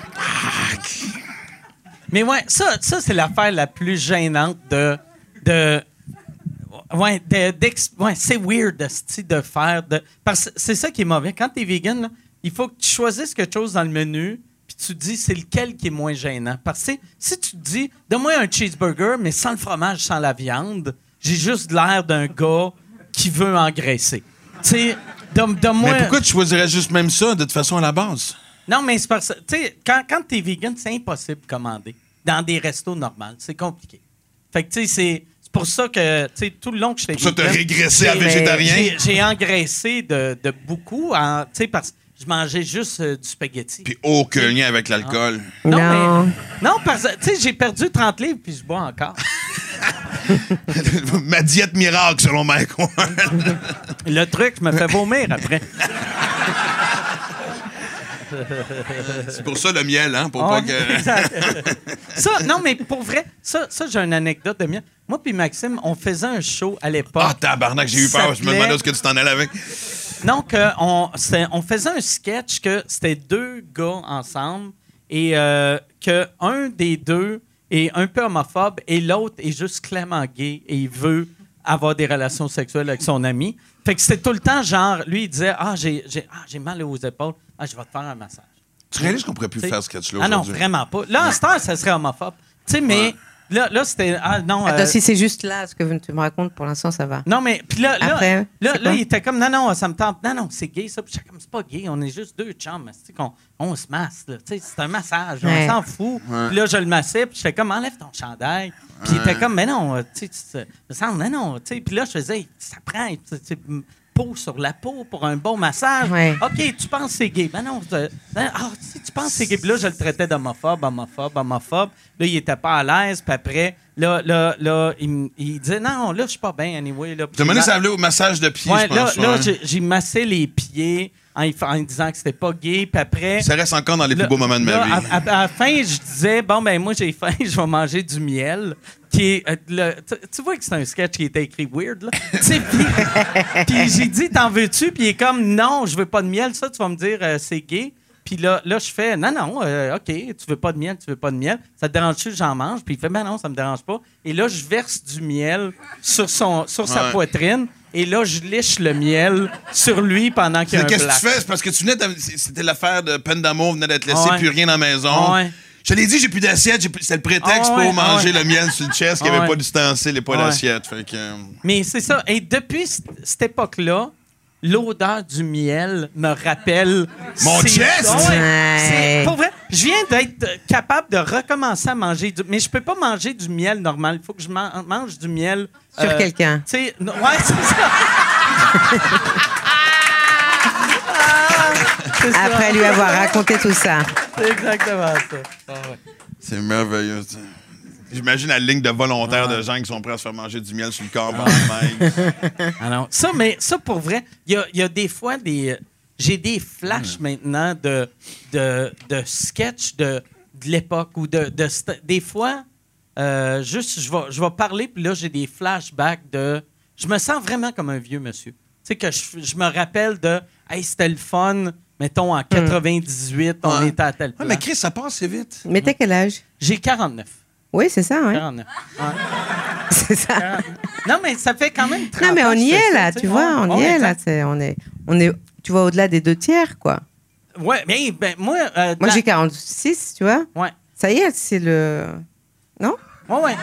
Mais ouais, ça, ça c'est l'affaire la plus gênante de. de ouais, de- d'ex- ouais, c'est weird de, de faire. De, parce que c'est ça qui est mauvais. Quand t'es vegan, là, il faut que tu choisisses quelque chose dans le menu, puis tu te dis c'est lequel qui est moins gênant. Parce que si tu te dis, donne-moi un cheeseburger, mais sans le fromage, sans la viande, j'ai juste l'air d'un gars qui veut engraisser. Tu sais, donne- donne-moi. Mais pourquoi tu choisirais juste même ça, de toute façon, à la base? Non, mais c'est parce que, tu sais, quand, quand t'es vegan, c'est impossible de commander. Dans des restos normaux, c'est compliqué. Fait que, tu sais, c'est c'est pour ça que, tu sais, tout le long que j'étais Pour ça, vegan... t'as régressé à j'ai- végétarien? J'ai, j'ai engraissé de, de beaucoup, en- tu sais, parce que je mangeais juste euh, du spaghetti. Puis aucun lien avec l'alcool. non, Non. mais... Non, parce que, tu sais, j'ai perdu trente livres, puis je bois encore. Ma diète miracle, selon Mike Ward. Le truc, je me fais vomir après. C'est pour ça le miel, hein? Pour Ah, pas que. exact. Ça, non, mais pour vrai, ça, ça j'ai une anecdote de mienne. Moi puis Maxime, on faisait un show à l'époque. Ah, tabarnak, j'ai eu Ça peur. Je me s'appelait- demandais où est-ce que tu t'en allais avec. Non, que on, c'est- on faisait un sketch que c'était deux gars ensemble et euh, que un des deux est un peu homophobe et l'autre est juste clairement gay et il veut avoir des relations sexuelles avec son ami. Fait que c'était tout le temps genre, lui il disait ah j'ai j'ai ah, j'ai mal aux épaules, ah je vais te faire un massage. Tu réalises qu'on pourrait plus T'sais, faire ce sketch-là Ah non, aujourd'hui? vraiment pas. Là, en ce temps, ça serait homophobe. Tu sais, mais Ouais. là, là c'était. Ah non. Attends, euh, si c'est juste là, ce que tu me racontes, pour l'instant, ça va. Non, mais. Puis là, là, Après, là, c'est là, quoi? il était comme, non, non, ça me tente. Non, non, c'est gay, ça. Puis j'étais comme, c'est pas gay, on est juste deux chums. Tu sais, qu'on on se masse, là. Tu sais, c'est un massage, Ouais. on s'en fout. Ouais. Puis là, je le massais, puis j'étais comme, enlève ton chandail. Puis il était comme, mais non, euh, tu sais, tu te- me semble, mais non, tu sais. Puis là, je faisais, hey, ça prend, tu sais, tu- peau sur la peau pour un bon massage. Ouais. OK, tu penses que c'est gay. Ben non, euh, ben, ah, si tu penses que c'est gay. Puis là, je le traitais d'homophobe, homophobe, homophobe. Là, il était pas à l'aise. Puis après, là, là, là, il, me- il disait, non, là, je suis pas bien, anyway. Là. Puis Tu as demandé là- ça allait au massage de pied, Ouais, je là, pense. là ouais. j'ai, j'ai massé les pieds en, y fa- en disant que c'était pas gay. Puis après... Ça reste encore dans les Là- plus beaux moments de ma là, vie. À, à- à la fin, je disais, bon, ben moi, j'ai faim, je vais manger du miel. Qui est, euh, le- tu, tu vois que c'est un sketch qui était écrit weird, là. Tu sais, puis, puis j'ai dit, t'en veux-tu? Puis il est comme, non, je veux pas de miel. Ça, tu vas me dire, euh, c'est gay. Puis là, là, je fais, non, non, euh, OK, tu veux pas de miel, tu veux pas de miel. Ça te dérange-tu que j'en mange? Puis il fait, ben non, ça me dérange pas. Et là, je verse du miel sur, son, sur sa Ouais. poitrine. Et là, je liche le miel sur lui pendant qu'il y a un Qu'est-ce que black. tu fais? C'est parce que tu venais de- C'était l'affaire de peine d'amour, venait d'être laissé, Ah ouais. plus rien dans la maison. Ah ouais. Je te l'ai dit, j'ai plus d'assiette. j'ai plus- C'était le prétexte Ah ouais, pour manger ah ouais. le miel sur le chest, qu'il n'y Ah avait ouais. pas d'ustensile et pas Ah ouais. d'assiette. Fait que, euh, Mais c'est ça. Et depuis c- cette époque-là, l'odeur du miel me rappelle... Mon ces- chest! Ah ouais. Ouais. C'est- Pour vrai, je viens d'être euh, capable de recommencer à manger du... Mais je peux pas manger du miel normal. Il faut que je man- mange du miel... Sur euh, quelqu'un. Tu sais, non- ouais, c'est ça. Ah, c'est ça. Après lui avoir raconté tout ça. C'est exactement ça. Ah ouais. C'est merveilleux, ça. J'imagine la ligne de volontaires de gens qui sont prêts à se faire manger du miel sur le corps. Ah. Ah non. Ça, mais ça, pour vrai, il y a, y a des fois des... J'ai des flashs mmh. maintenant de, de, de sketchs de, de l'époque ou de, de... Des fois, euh, juste, je vais, je vais parler, puis là, j'ai des flashbacks de... Je me sens vraiment comme un vieux monsieur. Tu sais, que je, je me rappelle de... Hey, c'était le fun... Mettons, en quatre-vingt-dix-huit, on ouais. était à tel point. Ouais, mais Chris, ça passe assez vite. Mais t'as quel âge? J'ai quarante-neuf. Oui, c'est ça, hein? quarante-neuf. Ouais. C'est ça. quarante Non, mais ça fait quand même trente Non, mais on y est, là, ça, tu vois, on ouais, y est, exact. là. C'est, on, est, on est, tu vois, au-delà des deux tiers, quoi. Ouais, mais ben, moi... Euh, Moi, la... j'ai quarante-six, tu vois. Ouais. Ça y est, c'est le... Non? Ouais, ouais.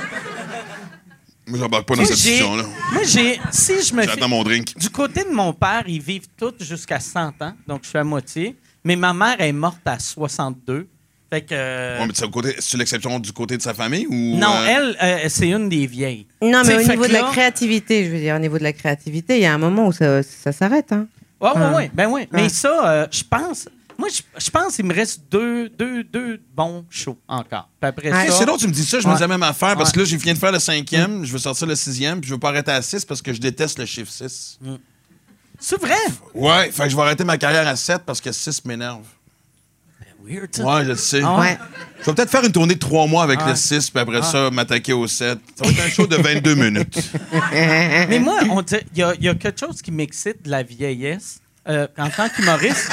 Moi, j'embarque pas dans cette discussion-là. Moi, j'ai... Si je me J'attends fais... mon drink. Du côté de mon père, ils vivent tous jusqu'à cent ans, donc je suis à moitié. Mais ma mère est morte à soixante-deux. Fait que... Euh... Ouais, mais c'est, côté, c'est l'exception du côté de sa famille ou... Non, euh... elle, euh, c'est une des vieilles. Non, mais T'sais, au niveau de là... la créativité, je veux dire, au niveau de la créativité, il y a un moment où ça, ça s'arrête, hein. Ouais, ouais, Ah. ouais. Ben oui. Mais Ah. ça, euh, je pense... Moi, je, je pense qu'il me reste deux, deux, deux bons shows encore. Puis après Ouais. Hey, ça... c'est l'autre, tu me dis ça, je me Ouais. disais même à faire parce que Ouais. là, je viens de faire le cinquième, je veux sortir le sixième, puis je veux pas arrêter à six parce que je déteste le chiffre six. C'est vrai? Ouais, fait que je vais arrêter ma carrière à sept parce que six m'énerve. Weird, ça. Ouais, je le sais. Ah Ouais. Je vais peut-être faire une tournée de trois mois avec Ah. le six, puis après ça, m'attaquer au sept. Ça va être un show de vingt-deux minutes. Mais moi, on dit, il y, a- il y a quelque chose qui m'excite de la vieillesse euh, en tant qu'humoriste.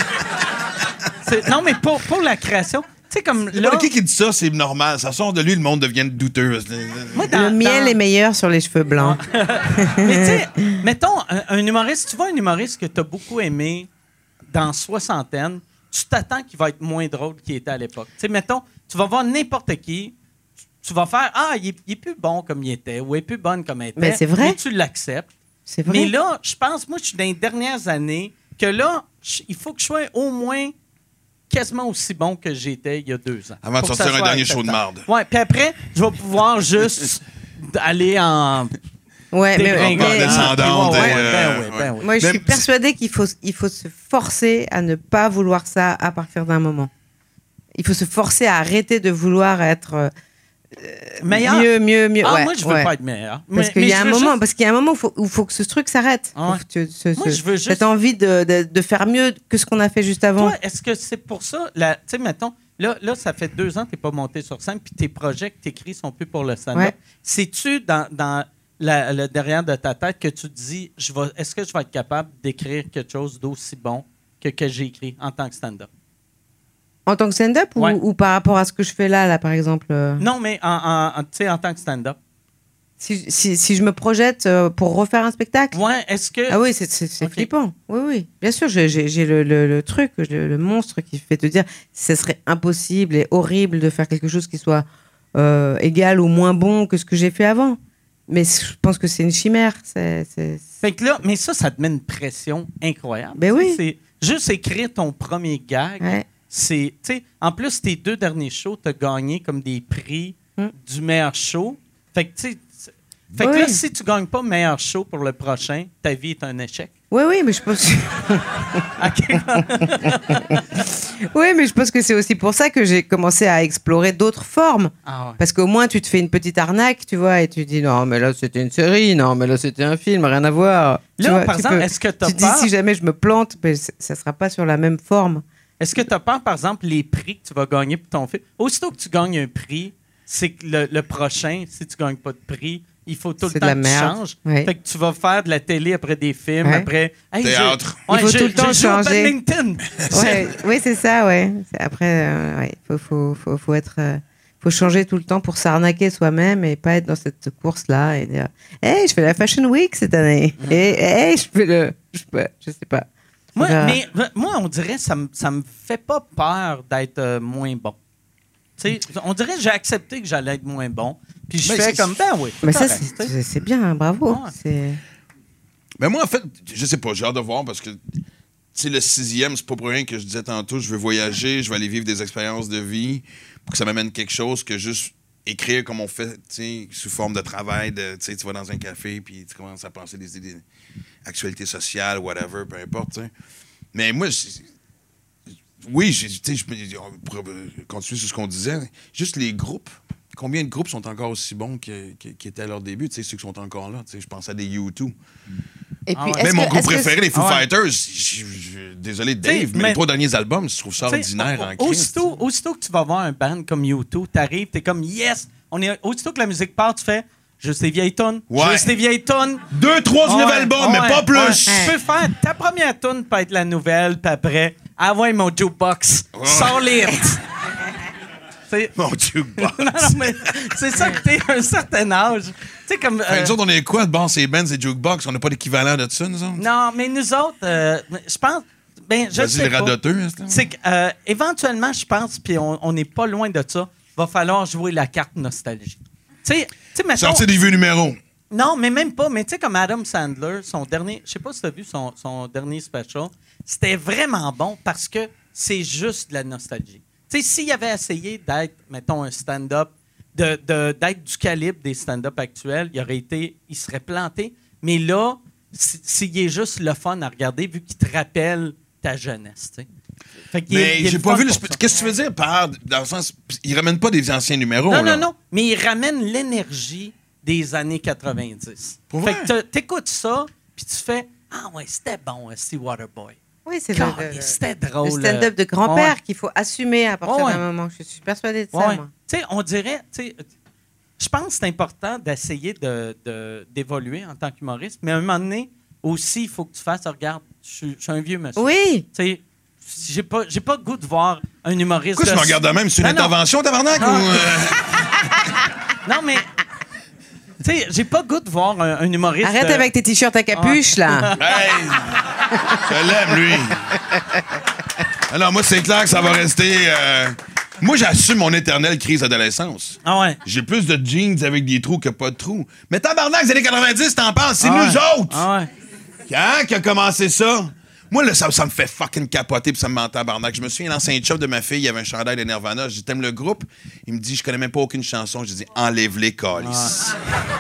C'est- non, mais pour, pour la création, tu sais, comme là... Là, qui qui dit ça, c'est normal. Ça sort de lui, le monde devient douteux. moi, dans- Le miel dans- est meilleur sur les cheveux blancs. Mais tu sais, mettons, un, un humoriste, tu vois un humoriste que tu as beaucoup aimé dans soixantaine, tu t'attends qu'il va être moins drôle qu'il était à l'époque. Tu sais, mettons, tu vas voir n'importe qui, tu, tu vas faire « Ah, il est, il est plus bon comme il était » ou « Il est plus bonne comme elle était ». Mais c'est vrai. Mais tu l'acceptes. C'est vrai. Mais là, je pense, moi, je suis dans les dernières années que là, je- il faut que je sois au moins quasiment aussi bon que j'étais il y a deux ans. Avant de Pour que sortir ça un soit dernier show de acceptable. marde. Ouais, puis après, je vais pouvoir juste aller en... Ouais, mais, dégringolade. mais- descendante, Ouais, ouais, et, euh, ben oui, ben ouais. oui. moi, je Mais- suis persuadée qu'il faut, il faut se forcer à ne pas vouloir ça à partir d'un moment. Il faut se forcer à arrêter de vouloir être euh, Meilleur. mieux, mieux, mieux. Ah, ouais, moi, je veux ouais. pas être meilleur. Parce Mais- qu'il mais y a je un veux moment, juste- parce qu'il y a un moment où il faut, où faut que ce truc s'arrête. Ah ouais. Faut que tu- ce- Moi, ce- je veux juste- Cette envie de, de, de faire mieux que ce qu'on a fait juste avant. Toi, est-ce que c'est pour ça, la- tu sais, mettons, là, là, ça fait deux ans que tu n'es pas monté sur scène, puis tes projets que tu écris sont plus pour le stand-up. Ouais. C'est-tu dans, dans la- le derrière de ta tête que tu te dis, je vais, est-ce que je vais être capable d'écrire quelque chose d'aussi bon que, que j'ai écrit en tant que stand-up? En tant que stand-up ou, Ouais. ou par rapport à ce que je fais là, là par exemple euh, Non, mais en, en, en- tu sais, en tant que stand-up. si, si, si je me projette euh, pour refaire un spectacle. Ouais, est-ce que... Ah oui, c'est, c'est, c'est Ok. flippant. Oui, oui. Bien sûr, j'ai, j'ai, j'ai le, le, le truc, le, le monstre qui fait te dire ce serait impossible et horrible de faire quelque chose qui soit euh, égal ou moins bon que ce que j'ai fait avant. Mais je pense que c'est une chimère. C'est, c'est... Fait que là, mais ça, ça te met une pression incroyable. Ben Tu sais, oui. C'est juste écrire ton premier gag. Ouais. C'est, tu sais, en plus, tes deux derniers shows, tu as gagné comme des prix Hmm. du meilleur show. Fait que, tu sais, c'est- fait que Oui. là, si tu gagnes pas meilleur show pour le prochain, ta vie est un échec. Oui, oui, mais je pense. oui, mais je pense que c'est aussi pour ça que j'ai commencé à explorer d'autres formes. Ah ouais. Parce qu'au moins, tu te fais une petite arnaque, tu vois, et tu dis non, mais là, c'était une série, non, mais là, c'était un film, rien à voir. Tu Là, vois, par tu exemple, peux- est-ce que tu as Tu te dis, peur? si jamais je me plante, ben, c- ça sera pas sur la même forme. Est-ce que tu as peur, par exemple, les prix que tu vas gagner pour ton film? Aussitôt que tu gagnes un prix, c'est que le, le prochain, si tu gagnes pas de prix, il faut tout C'est le de temps la que tu merde. changes. Ouais. Fait que tu vas faire de la télé après des films, Ouais. après... Hey, j'ai- Théâtre. Ouais, Il faut j'ai- tout le temps j'ai joué au changer. badminton. Ouais, oui, c'est ça, ouais. C'est- Après, euh, ouais, faut, faut, faut, faut être, euh, faut changer tout le temps pour s'arnaquer soi-même et pas être dans cette course-là et dire, hey, je fais la Fashion Week cette année. Et hey, je fais le, je sais pas, je sais pas. Moi, Ça- mais, moi, on dirait que ça me ça me fait pas peur d'être euh, moins bon. Tu sais, on dirait que j'ai accepté que j'allais être moins bon. Puis je Mais fais c'est- comme, ben oui. Mais ça, correct, c'est, tu sais. c'est- c'est bien, hein, bravo. Ouais. C'est... Mais moi, en fait, je sais pas, j'ai hâte de voir parce que, tu sais, le sixième, c'est pas pour rien que je disais tantôt, je veux voyager, je veux aller vivre des expériences de vie pour que ça m'amène quelque chose que juste écrire comme on fait, tu sais, sous forme de travail, de, tu sais, tu vas dans un café puis tu commences à penser des idées, actualités sociales, whatever, peu importe, tu sais. Mais moi, je- oui, j'ai, tu sais, je pour continuer sur ce qu'on disait, juste les groupes. Combien de groupes sont encore aussi bons qu'ils qu qu étaient à leur début? Tu sais, ceux qui sont encore là. Tu sais, je pense à des U deux. Et puis, Ah ouais. Mais mon que, groupe préféré, que... les Foo Ah ouais. Fighters, je, je, désolé Dave, T'sais, mais, mais- les trois derniers albums, je trouve ça T'sais, ordinaire au- en Christ. aussitôt, aussitôt que tu vas voir un band comme U deux, t'arrives, t'es comme yes, on est, aussitôt que la musique part, tu fais juste des vieilles tonnes, Ouais. juste des vieilles tonnes. Deux, trois du Ouais, nouvel album, ouais, mais pas plus. ouais. Tu peux faire ta première tune peut être la nouvelle, puis après, ah ouais, mon jukebox, sors les hits. C'est- Mon Dieu, bon. non, non, mais c'est ça que t'es à un certain âge. Tu sais, comme. Fait que euh, nous autres, on est quoi de bon, c'est Benz et Jukebox? On n'a pas d'équivalent de ça, nous autres? non, mais nous autres, euh, je pense. Ben, je Vas-y, sais les pas. radoteux, hein, c'est- C'est que, euh, éventuellement, je pense, puis on n'est pas loin de ça, va falloir jouer la carte nostalgie. Tu sais, tu sais, mettons- Sortir des vieux numéros. Non, mais même pas. Mais tu sais, comme Adam Sandler, son dernier. Je sais pas si tu as vu son, son dernier special. C'était vraiment bon parce que c'est juste de la nostalgie. Tu sais, s'il avait essayé d'être, mettons, un stand-up, de, de- d'être du calibre des stand-up actuels, il aurait été. Il serait planté. Mais là, si- s'il est juste le fun à regarder, vu qu'il te rappelle ta jeunesse, tu sais. Fait qu'il est- Mais il est j'ai le pas fun vu le. pour sp- ça. Qu'est-ce que tu veux dire par. Dans le sens. Ils ramènent pas des anciens numéros, Non, là. non, non. Mais il ramène l'énergie des années quatre-vingt-dix. Pour Fait vrai? que t'as- t'écoutes ça, puis tu fais Ah ouais, c'était bon, Sea Waterboy. Oui, c'est le, Calais, le- C'était le drôle. stand-up de grand-père qu'il faut assumer à partir Ouais. d'un moment. Je suis persuadée de ça, Ouais. moi. Tu sais, on dirait, tu sais, je pense que c'est important d'essayer de, de- d'évoluer en tant qu'humoriste, mais à un moment donné, aussi, il faut que tu fasses, regarde, je suis je suis un vieux monsieur. Oui. Tu sais, j'ai pas, j'ai pas le goût de voir un humoriste. Pourquoi tu de- me regardes de même? C'est une Non, non. intervention, tabarnak? Non. Ou, euh, Non, mais, tu sais, j'ai pas le goût de voir un, un humoriste. Arrête de- avec tes t-shirts à capuche, là. Hey! Je l'aime, lui. Alors, moi, c'est clair que ça va rester. euh, Moi, j'assume mon éternelle crise d'adolescence. Ah ouais. J'ai plus de jeans avec des trous que pas de trous. Mais tabarnak, les années quatre-vingt-dix, t'en penses? C'est Ah nous ouais. autres! Ah ouais. Hein, qui a commencé ça? Moi, là, ça, ça me fait fucking capoter puis ça me ment tabarnak. Je me souviens, l'ancien chum de ma fille, il y avait un chandail de Nirvana. Je dis, t'aimes le groupe? Il me dit, je connais même pas aucune chanson. Je dis, enlève-les, calice.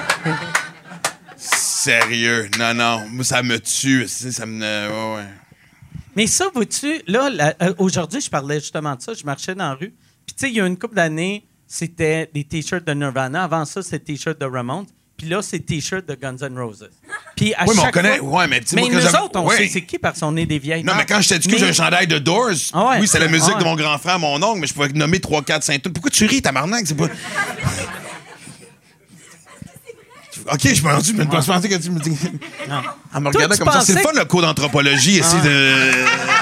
Sérieux? Non, non. Moi, ça me tue. Ça me. Ouais, ouais. Mais ça, vois-tu, là, la- euh, aujourd'hui, je parlais justement de ça. Je marchais dans la rue. Puis, tu sais, il y a une couple d'années, c'était des T-shirts de Nirvana. Avant ça, c'était des T-shirts de Ramones. Puis là, c'est T-shirts de Guns N' Roses. Puis à Oui, mais on chaque connaît. fois- Ouais, mais tu sais, Mais moi, quand nous j'avais- autres, on ouais. sait c'est qui parce qu'on est des vieilles. Non, mais quand j'étais du cul, Mais- j'ai un chandail de Doors. Ah ouais. Oui, c'est la musique Ah ouais. de mon grand frère, mon oncle, mais je pouvais nommer trois, quatre, cinq tunes. Pourquoi tu ris, tabarnak? C'est pas. OK, je me suis dit, mais je pensais que tu me dis. Elle me regardait tu comme ça. C'est le pensais fun, le cours d'anthropologie, ici, de.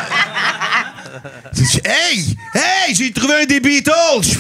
Tu dis, hey! Hey! J'ai trouvé un des Beatles!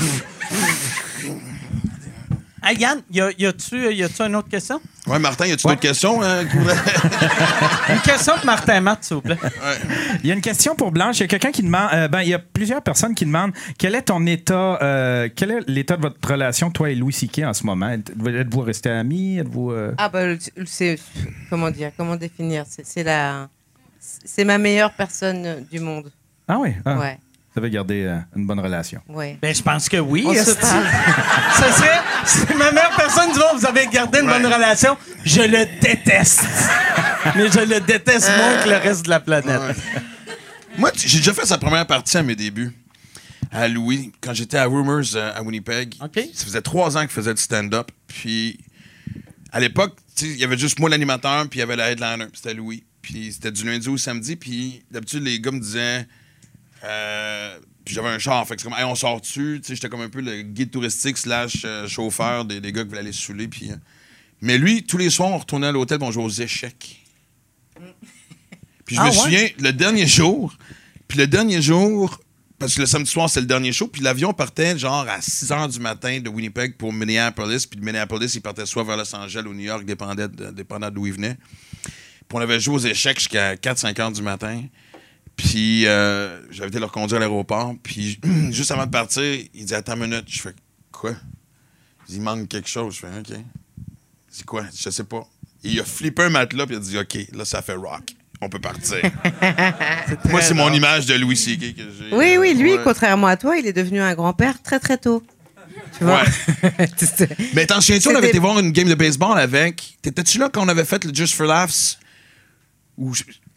Ah, Yann, y, a, y a-tu y a-tu une autre question? Ouais, Martin, y a-tu d'autres questions? euh, qui voudraient- Une question de Martin Matt, s'il vous plaît. Il y a une question pour Blanche. Il y a quelqu'un qui demande. euh, ben, il y a plusieurs personnes qui demandent quel est ton état, euh, quel est l'état de votre relation, toi et Louis C K en ce moment. Êtes- Êtes-vous restés amis? Êtes-vous euh, Ah, bah, le- c'est. Comment dire? Comment définir? C'est c'est la. C'est ma meilleure personne euh, du monde. Ah oui. Ah, Ouais. Vous avez gardé euh, une bonne relation. Ouais. Ben, je pense que oui. On se esti. parle. Ce serait. C'est ma meilleure personne du monde. Vous avez gardé une Ouais. bonne relation. Je le déteste. Mais je le déteste moins que le reste de la planète. Moi, t- j'ai déjà fait sa première partie à mes débuts. À Louis, quand j'étais à Rumors euh, à Winnipeg. OK. Ça faisait trois ans qu'il faisait du stand-up. Puis, à l'époque, tu sais, il y avait juste moi l'animateur, puis il y avait la headliner, puis c'était Louis. Puis c'était du lundi au samedi, puis d'habitude, les gars me disaient... Euh, puis j'avais un char, fait que c'est comme, hey, on sort dessus. Tu sais, j'étais comme un peu le guide touristique slash euh, chauffeur des, des gars qui voulaient aller se saouler. Puis, euh, mais lui, tous les soirs, on retournait à l'hôtel, puis on jouait aux échecs. Puis je Ah me ouais? souviens, le dernier jour, puis le dernier jour, parce que le samedi soir, c'est le dernier show, puis l'avion partait genre à six heures du matin de Winnipeg pour Minneapolis, puis de Minneapolis, il partait soit vers Los Angeles ou New York, dépendait de- dépendant d'où il venait. Puis on avait joué aux échecs jusqu'à quatre cinq heures du matin. Puis euh, j'avais été leur conduire à l'aéroport, puis juste avant de partir, il dit « Attends une minute. » Je fais « Quoi? » Il dit « Il manque quelque chose. » Je fais « OK. » C'est quoi? Je sais pas. Et il a flippé un matelas, puis il a dit « OK, là, ça fait rock. On peut partir. » Moi, c'est mon image de Louis C K que j'ai. Oui, oui, lui, Ouais. contrairement à toi, il est devenu un grand-père très, très tôt. Tu vois? Ouais. Mais t'en souviens-tu, on avait C'était- été voir une game de baseball avec. T'étais-tu là quand on avait fait le Just for Laughs? Où je- tu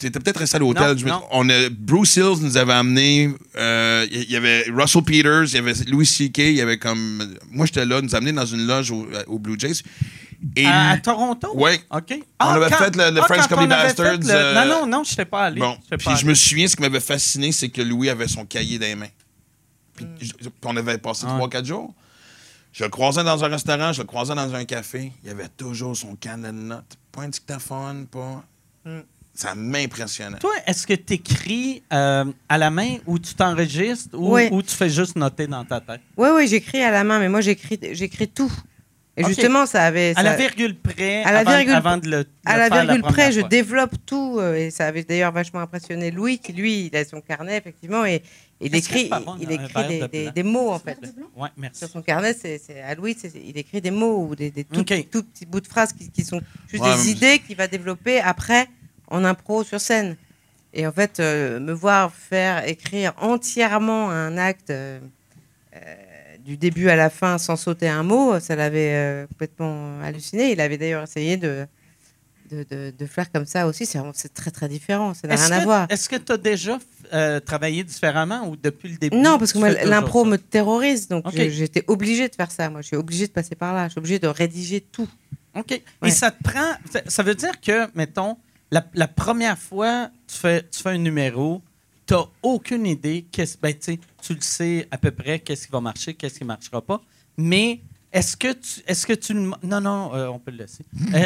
étais peut-être resté à l'hôtel. Non, Je me- non. on a, Bruce Hills nous avait amené. euh, Il y avait Russell Peters, il y avait Louis C K, il y avait comme. Moi, j'étais là, nous a amené dans une loge au, au Blue Jays. Et À, à lui- Toronto? Ouais. OK. On avait fait le- le ah, French quand Comedy on avait Bastards, fait le- euh, Non, non, non, je n'étais pas allé. Bon, J'étais puis pas je allé. me souviens, ce qui m'avait fasciné, c'est que Louis avait son cahier dans les mains. Puis je- puis on avait passé Ouais. trois, quatre jours. Je le croisais dans un restaurant, je le croisais dans un café. Il avait toujours son canet de notes. Pas un dictaphone, pas. Ça m'impressionnait. Toi, est-ce que tu écris à la main ou tu t'enregistres ou, Ouais. ou tu fais juste noter dans ta tête? Oui, oui, j'écris à la main, mais moi, j'écris, j'écris tout. Et Ok. justement, ça avait. À ça- la virgule près, À la avant, virgule- avant de le, le À la faire virgule première près, je fois. développe tout. euh, Et ça avait d'ailleurs vachement impressionné Louis, qui lui, il a son carnet, effectivement, et il Est-ce que écrit, je peux avoir il un écrit verre des, de des- blanc? des mots, en fait. Ouais, merci. Sur son carnet, c'est, c'est- à Louis, c'est- il écrit des mots ou des, des tout, Ok. tout petits bouts de phrases qui, qui sont juste Ouais, des mais- idées qu'il va développer après en impro sur scène. Et en fait, euh, me voir faire écrire entièrement un acte euh, euh, du début à la fin sans sauter un mot, ça l'avait euh, complètement halluciné. Il avait d'ailleurs essayé de, de, de, de faire comme ça aussi. C'est, vraiment- c'est très très différent, ça n'a Est-ce rien à que- voir. Est-ce que tu as déjà euh, travaillé différemment ou depuis le début? Non, parce que tu moi, fais toujours l'impro ça? me terrorise, donc Ok. je- j'étais obligée de faire ça. Moi, je suis obligée de passer par là. Je suis obligée de rédiger tout. OK. Et Ouais. ça te prend. ça- Ça veut dire que, mettons, la, la première fois tu fais, tu fais un numéro, tu n'as aucune idée. Qu'est-ce, ben, tu sais, tu le sais à peu près qu'est-ce qui va marcher, qu'est-ce qui ne marchera pas. Mais est-ce que tu. Est-ce que tu. le mo- Non, non, euh, on peut le laisser. Euh,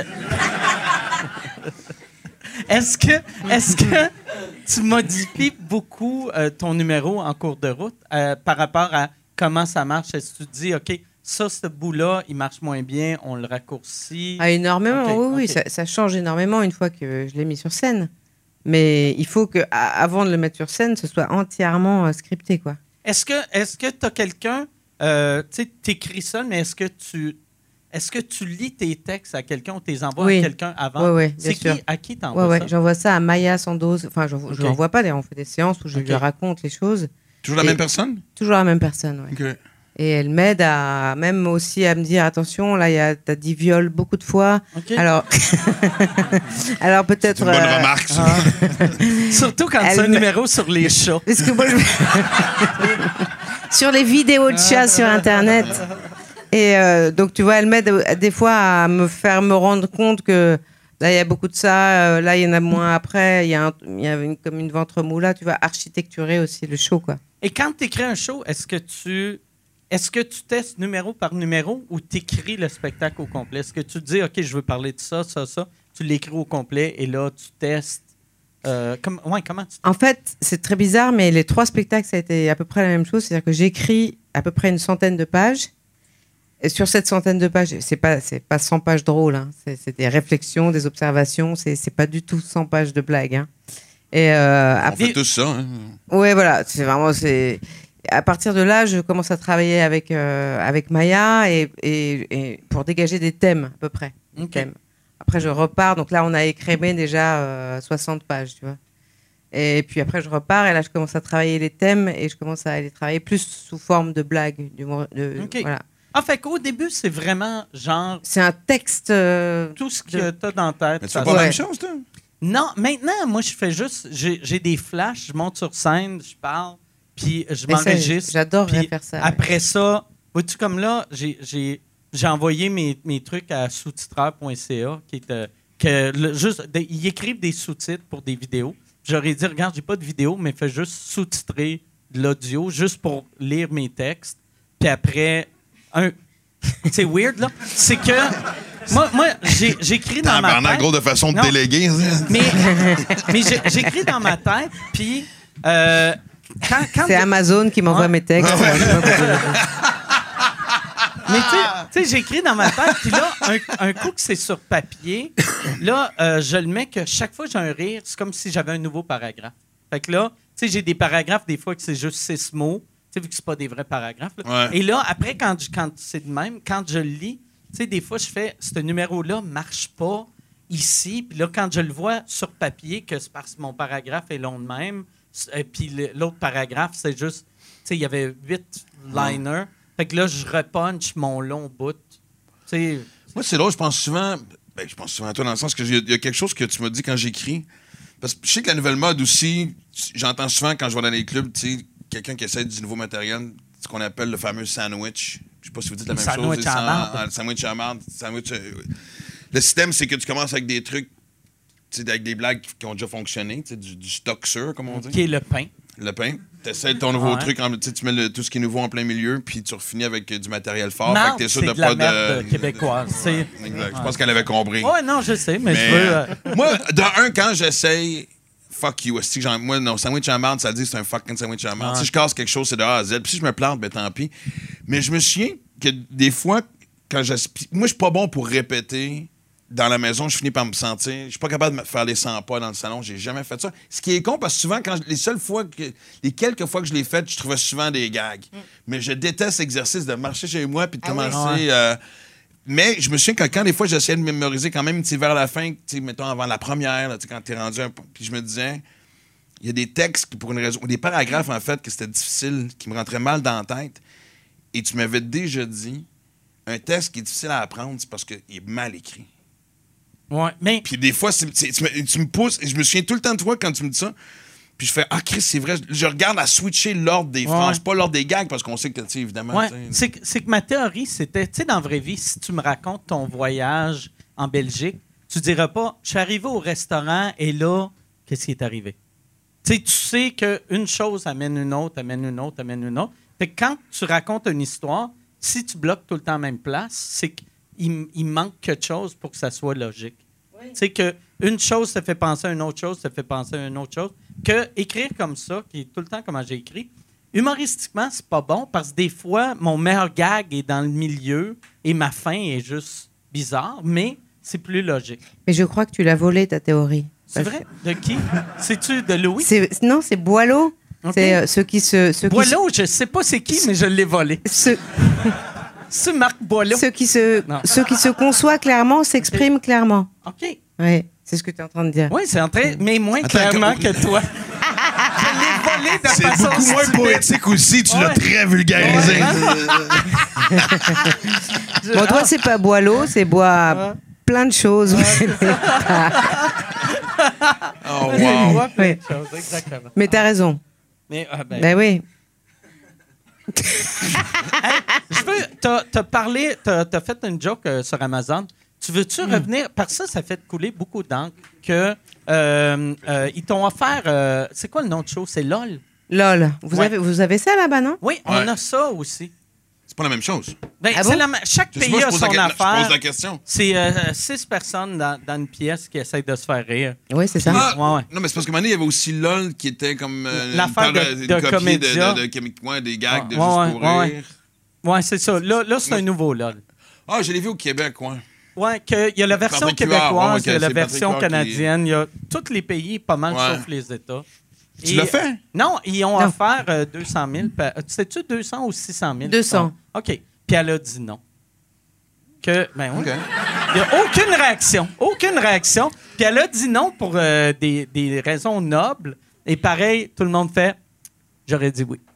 Est-ce que, est-ce que tu modifies beaucoup euh, ton numéro en cours de route euh, par rapport à comment ça marche? Est-ce que tu te dis, OK, ça, ce bout-là, il marche moins bien, on le raccourcit? Ah, énormément, Ok, oui, oui, ok. ça, ça change énormément une fois que je l'ai mis sur scène. Mais il faut que, a- avant de le mettre sur scène, ce soit entièrement euh, scripté, quoi. Est-ce que est-ce que tu as quelqu'un, euh, tu sais, t'écris seul, mais est-ce que tu est-ce que tu lis tes textes à quelqu'un ou tu les envoies Oui. à quelqu'un avant? Oui, oui, bien C'est qui, sûr. à qui t'envoies Ouais, ouais, ça? j'envoie ça à Maya Sandoz. Enfin, je Ok. ne l'envoie pas, d'ailleurs, on fait des séances où je Ok. lui raconte les choses. Toujours la Et- même personne? Toujours la même personne, ouais. OK. Et elle m'aide à même aussi à me dire attention, là, il y a- t'as dit viol beaucoup de fois. OK. Alors, alors peut-être. C'est une bonne euh, remarque, ça. Surtout quand Elle c'est un me- numéro sur les chats. Parce que moi, je- sur les vidéos de chats sur Internet. Et euh, donc, tu vois, elle m'aide euh, des fois à me faire me rendre compte que là, il y a beaucoup de ça, euh, là, il y en a moins après, il y a, un- il y a une- comme une ventre mou là, tu vois, architecturer aussi le show, quoi. Et quand tu écris un show, est-ce que tu est-ce que tu testes numéro par numéro ou tu écris le spectacle au complet? Est-ce que tu dis, OK, je veux parler de ça, ça, ça, tu l'écris au complet et là, tu testes. Euh, comme, ouais, comment tu. En fait, c'est très bizarre, mais les trois spectacles, ça a été à peu près la même chose. C'est-à-dire que j'écris à peu près une centaine de pages. Et sur cette centaine de pages, c'est pas, c'est pas cent pages drôles. Hein. C'est, c'est des réflexions, des observations. C'est, c'est pas du tout cent pages de blagues. Hein. Et euh, On après, fait tous ça. Hein? ouais, voilà. C'est vraiment. C'est... À partir de là, je commence à travailler avec, euh, avec Maya et, et, et pour dégager des thèmes, à peu près. Des Ok. thèmes. Après, je repars. Donc là, on a écrémé déjà euh, soixante pages, tu vois. Et puis après, je repars et là, je commence à travailler les thèmes et je commence à les travailler plus sous forme de blagues. d'humour- De, Ok. voilà. Ah, fait qu'au début, c'est vraiment genre C'est un texte. euh, tout ce que tu as dans ta tête. Mais tu ça fais pas la Ouais. même chose, toi? Non, maintenant, moi, je fais juste. J'ai, j'ai des flashs, je monte sur scène, je parle, puis je mais ça, m'enregistre. J'adorerais Puis faire ça. ouais. Après ça, vois-tu, comme là, j'ai, j'ai, j'ai envoyé mes, mes trucs à sous-titreur point c a, qui est. euh, que le- juste, de- ils écrivent des sous-titres pour des vidéos. J'aurais dit, regarde, j'ai pas de vidéo, mais fais juste sous-titrer de l'audio, juste pour lire mes textes. Puis après, un. C'est weird, là. C'est que. Moi, moi j'ai, j'écris dans ma Tabarnak, tête. gros de façon de Non. déléguer. ça. Mais, mais j'ai- j'écris dans ma tête, puis euh, quand, quand C'est Amazon qui m'envoie Ouais. mes textes. Ah ouais. Je sais pas pourquoi. mais tu sais- tu sais, j'écris dans ma tête, puis là, un, un coup que c'est sur papier, là, euh, je le mets que chaque fois que j'ai un rire, c'est comme si j'avais un nouveau paragraphe. Fait que là, tu sais, j'ai des paragraphes, des fois, que c'est juste six mots, tu sais, vu que c'est pas des vrais paragraphes. là. Ouais. Et là, après, quand, je- quand c'est de même, quand je le lis, tu sais, des fois, je fais, ce numéro-là marche pas ici, puis là, quand je le vois sur papier, que c'est parce que mon paragraphe est long de même, et puis le- l'autre paragraphe, c'est juste, tu sais, il y avait huit liners. Fait que là, je repunch mon long bout. Tu sais, Moi, c'est là où je pense souvent. Ben, je pense souvent à toi dans le sens que il y a quelque chose que tu m'as dit quand j'écris. Parce que je sais que la nouvelle mode aussi, j'entends souvent quand je vais dans les clubs, tu sais, quelqu'un qui essaie du nouveau matériel, ce qu'on appelle le fameux sandwich. Je sais pas si vous dites la même sandwich chose. à Sans- marde. ah, Sandwich à marde. Sandwich. euh, Le système, c'est que tu commences avec des trucs, tu sais, avec des blagues qui ont déjà fonctionné, tu sais, du, du stock sûr, comme on dit. Qui est le pain. Le pain. Tu essaies ton nouveau Ouais. truc, en- tu sais, tu mets le- tout ce qui est nouveau en plein milieu, puis tu refinis avec euh, du matériel fort. Marde, fait que t'es sûr c'est de de la pas merde de. québécoise. C'est- Exact. Je pense qu'elle avait compris. Ouais, non, je sais, mais, Mais, je veux. euh, moi, de un, quand j'essaye, fuck you. esti, genre, moi, non, sandwich à marde, ça dit c'est un fucking sandwich à marde. Ouais. Si je casse quelque chose, c'est de A à Z. Puis si je me plante, ben tant pis. Mais je me souviens que des fois, quand j'aspire. Moi, je suis pas bon pour répéter. Dans la maison, je finis par me sentir. Je suis pas capable de me faire les cent pas dans le salon. J'ai jamais fait ça. Ce qui est con, parce que souvent, quand je- les seules fois que. Les quelques fois que je l'ai fait, je trouvais souvent des gags. Mais je déteste l'exercice de marcher chez moi puis de Ah oui? commencer. euh, mais je me souviens que quand des fois j'essayais de mémoriser quand même, tu sais, vers la fin, tu sais, mettons avant la première, là, tu sais, quand t'es rendu un peu. Puis je me disais, il y a des textes qui, pour une raison, ou des paragraphes en fait, que c'était difficile, qui me rentraient mal dans la tête. Et tu m'avais déjà dit, un texte qui est difficile à apprendre, c'est parce qu'il est mal écrit. Ouais, mais Puis des fois, c'est- c'est- tu, me, tu me pousses, et je me souviens tout le temps de toi quand tu me dis ça. Puis je fais, ah, Chris, c'est vrai. Je regarde à switcher l'ordre des phrases, Ouais. pas l'ordre des gags, parce qu'on sait que, tu sais, évidemment. ouais, tu sais, c'est que, c'est que ma théorie, c'était, tu sais, dans la vraie vie, si tu me racontes ton voyage en Belgique, tu diras pas, je suis arrivé au restaurant et là, qu'est-ce qui est arrivé? Tu sais, tu sais qu'une chose amène une autre, amène une autre, amène une autre. Fait que quand tu racontes une histoire, si tu bloques tout le temps à la même place, c'est qu'il il manque quelque chose pour que ça soit logique. Tu sais que une chose te fait penser à une autre chose, te fait penser à une autre chose. Que écrire comme ça, qui est tout le temps comment j'ai écrit, humoristiquement, c'est pas bon parce que des fois, mon meilleur gag est dans le milieu et ma fin est juste bizarre, mais c'est plus logique. Mais je crois que tu l'as volé, ta théorie. C'est Parce- vrai? De qui? C'est-tu de Louis? C'est- Non, c'est Boileau. Ok. C'est euh, ceux qui se. Ceux qui Boileau, je sais pas c'est qui, mais je l'ai volé. se- ceux, C'est Marc Boileau. ceux qui se, Non. ceux qui se conçoivent clairement s'expriment clairement. OK. Oui, c'est ce que tu es en train de dire. Oui, c'est en train, mais moins Attends, clairement que- que toi. Je l'ai volé de C'est façon beaucoup moins stupide. poétique aussi, tu l'as Ouais. très vulgarisé. Je- Bon, toi, c'est pas Boileau, c'est bois Ouais. plein de choses. Oh, Je wow. vois plein Oui. de choses, exactement. Mais t'as raison. Mais, ah, ben, Ben oui. je veux, t'as, t'as parlé, t'as, t'as fait une joke euh, sur Amazon. Tu veux-tu Hmm. revenir? Parce que ça, ça fait couler beaucoup d'encre que euh, euh, ils t'ont offert. euh, c'est quoi le nom de show? C'est LOL. Lol. Vous, Ouais. avez, vous avez ça là-bas, non? Oui, on Ouais. a ça aussi. C'est pas la même chose. Ben, Ah c'est bon? la ma- chaque pays Excuse-moi, je a pose, la, son que- je pose affaire. la question. C'est euh, six personnes dans, dans une pièce qui essayent de se faire rire. Oui, c'est ça. Ah, Ouais, ouais. Non, mais c'est parce que maintenant, il y avait aussi LOL qui était comme euh, L'affaire une, de- par- de une copie de, Comédia. de, de, de, ouais, des gags de Ouais, Juste ouais, pour ouais, rire. Ouais, c'est ça. Là, là c'est un nouveau LOL. Ah, je l'ai vu au Québec, ouais. Ouais, que- il y a la version Patrick Huard, québécoise, ouais, il y a ok, la c'est version Patrick Huard qui- canadienne, il y a tous les pays, pas mal, Ouais. sauf les États. Tu Et- l'as fait? Non, ils ont Non. offert euh, deux cent mille. pa- euh, Sais-tu deux cents ou six cent mille? deux cents. OK. Puis elle a dit non. Que, ben oui. OK. Il n'y a aucune réaction. Aucune réaction. Puis elle a dit non pour euh, des, des raisons nobles. Et pareil, tout le monde fait j'aurais dit oui.